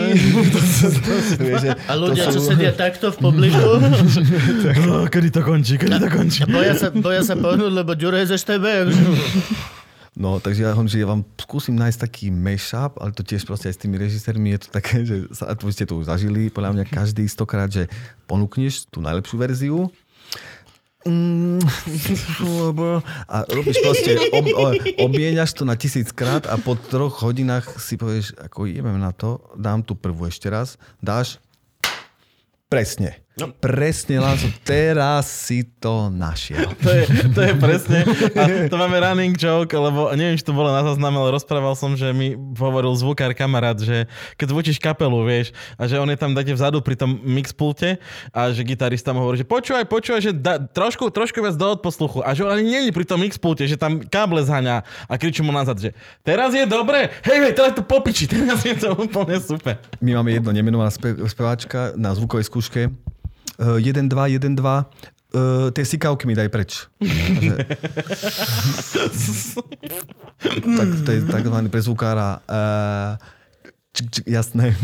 A ľudia, sú... čo sedia takto v publiku... oh, kedy to končí, kedy to končí. Boja sa, boja sa pohnúť, lebo Ďuro je ze štebe. No, takže ja, že ja vám skúsim nájsť taký mashup, ale to tiež proste aj s tými režisérmi je to také, že sa, vy ste to už zažili, podľa mňa každý stokrát, že ponúkneš tú najlepšiu verziu, Mm, a robíš proste, ob, obieňaš to na tisíckrát a po troch hodinách si povieš, ako ideme na to, dám tu prvú ešte raz, dáš presne. No. Presne, Lanco, teraz si to našiel. To je, to je presne. A to máme running joke, lebo neviem, či to bolo na zázname, ale rozprával som, že mi hovoril zvukár kamarát, že keď zvučíš kapelu, vieš, a že on je tam dáte vzadu pri tom mixpulte a že gitarista mu hovorí, že počúvaj, počúvaj, že da, trošku, trošku viac do odposluchu. A že on ani nie je pri tom mixpulte, že tam káble zhaňa a kričí mu nazad, že teraz je dobre, hej, hej, teraz to popiči, teraz je to úplne super. My máme jedno nemenovaná spe, speváčka na zvukovej skúške. Uh, jeden, dva, jeden, dva. Uh, tie sikavky mi daj preč. Tak to je takzvaný pre zvukára. Uh, čik, čik, jasné.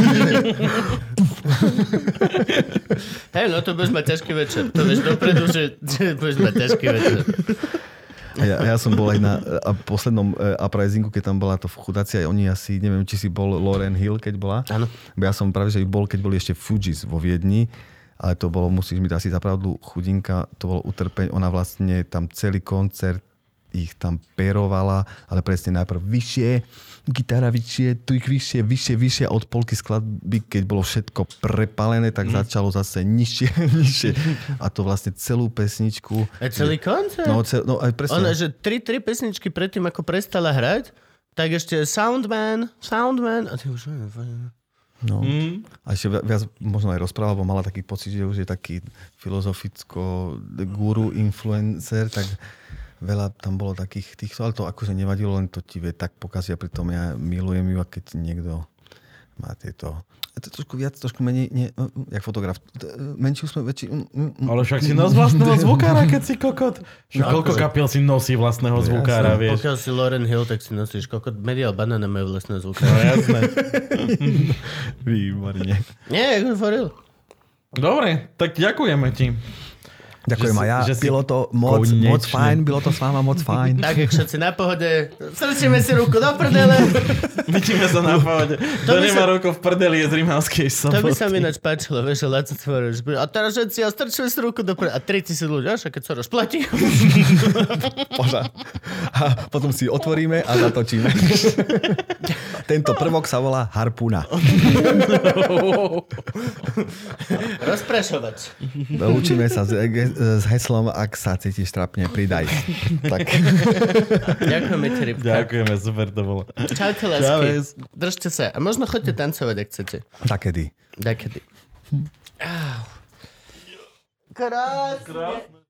Hej, no to budeš mať ťažký večer. To vieš dopredu, že, že budeš mať ťažký večer. A ja, ja som bol aj na a poslednom uh, uprisingu, keď tam bola to v chudáci, aj oni asi, neviem, či si bol Lauryn Hill, keď bola. Áno. Ja som práve, že bol, keď boli ešte Fugees vo Viedni. Ale to bolo, musíš mi dať asi zapravdu, chudinka, to bolo utrpeň. Ona vlastne tam celý koncert ich tam perovala, ale presne najprv vyššie, gitara vyššie, tu ich vyššie, vyššie, vyššie. Od polky skladby, keď bolo všetko prepálené, tak mm. začalo zase nižšie, nižšie. A to vlastne celú pesničku. A celý koncert? No, cel, no aj presne. Ona, že tri, tri pesničky predtým, ako prestala hrať, tak ešte Soundman, Soundman. A ty už... No. Mm. A ešte viac možno aj rozprával, bo mala taký pocit, že už je taký filozoficko guru, influencer, tak veľa tam bolo takých týchto, ale to akože nevadilo, len to ti vie tak pokazia, pritom ja milujem ju, a keď niekto má tieto... To je trošku viac, trošku menej, nie, jak fotograf. Menší sme väčší... Ale však si nos vlastného zvukára, keď si kokot. No, koľko kapiel si nosí vlastného zvukára, vieš? Pokiaľ si Lauryn Hill, tak si nosíš kokot. Medial Banana majú vlastného zvukára. No jasné. Výborne. Nie, for real. Dobre, tak ďakujeme ti. Ďakujem že, a ja, že si bylo to moc, konečne. moc fajn, bylo to s váma moc fajn. Tak, jak všetci na pohode, strčíme si ruku do prdele. Vyčíme sa na pohode. To, to nemá sa... ruku v prdeli, je z Rimavskej soboty. To by sa mi ináč páčilo, vieš, že Laco tvoríš. A teraz všetci, a strčíme si ruku do prdele. A tritisíc ľudí, až keď sa rozplatí. Bože. A potom si otvoríme a zatočíme. Tento prvok sa volá harpuna. Rozprašovač. Učíme sa s, s heslom, ak sa cítiš trapne, pridaj. Tak. Ďakujeme ti, Rybka. Ďakujeme, super to bolo. Čaute, lásky. Držte sa. A možno choďte tancovať, ak chcete. Takedy. Takedy. Krásne.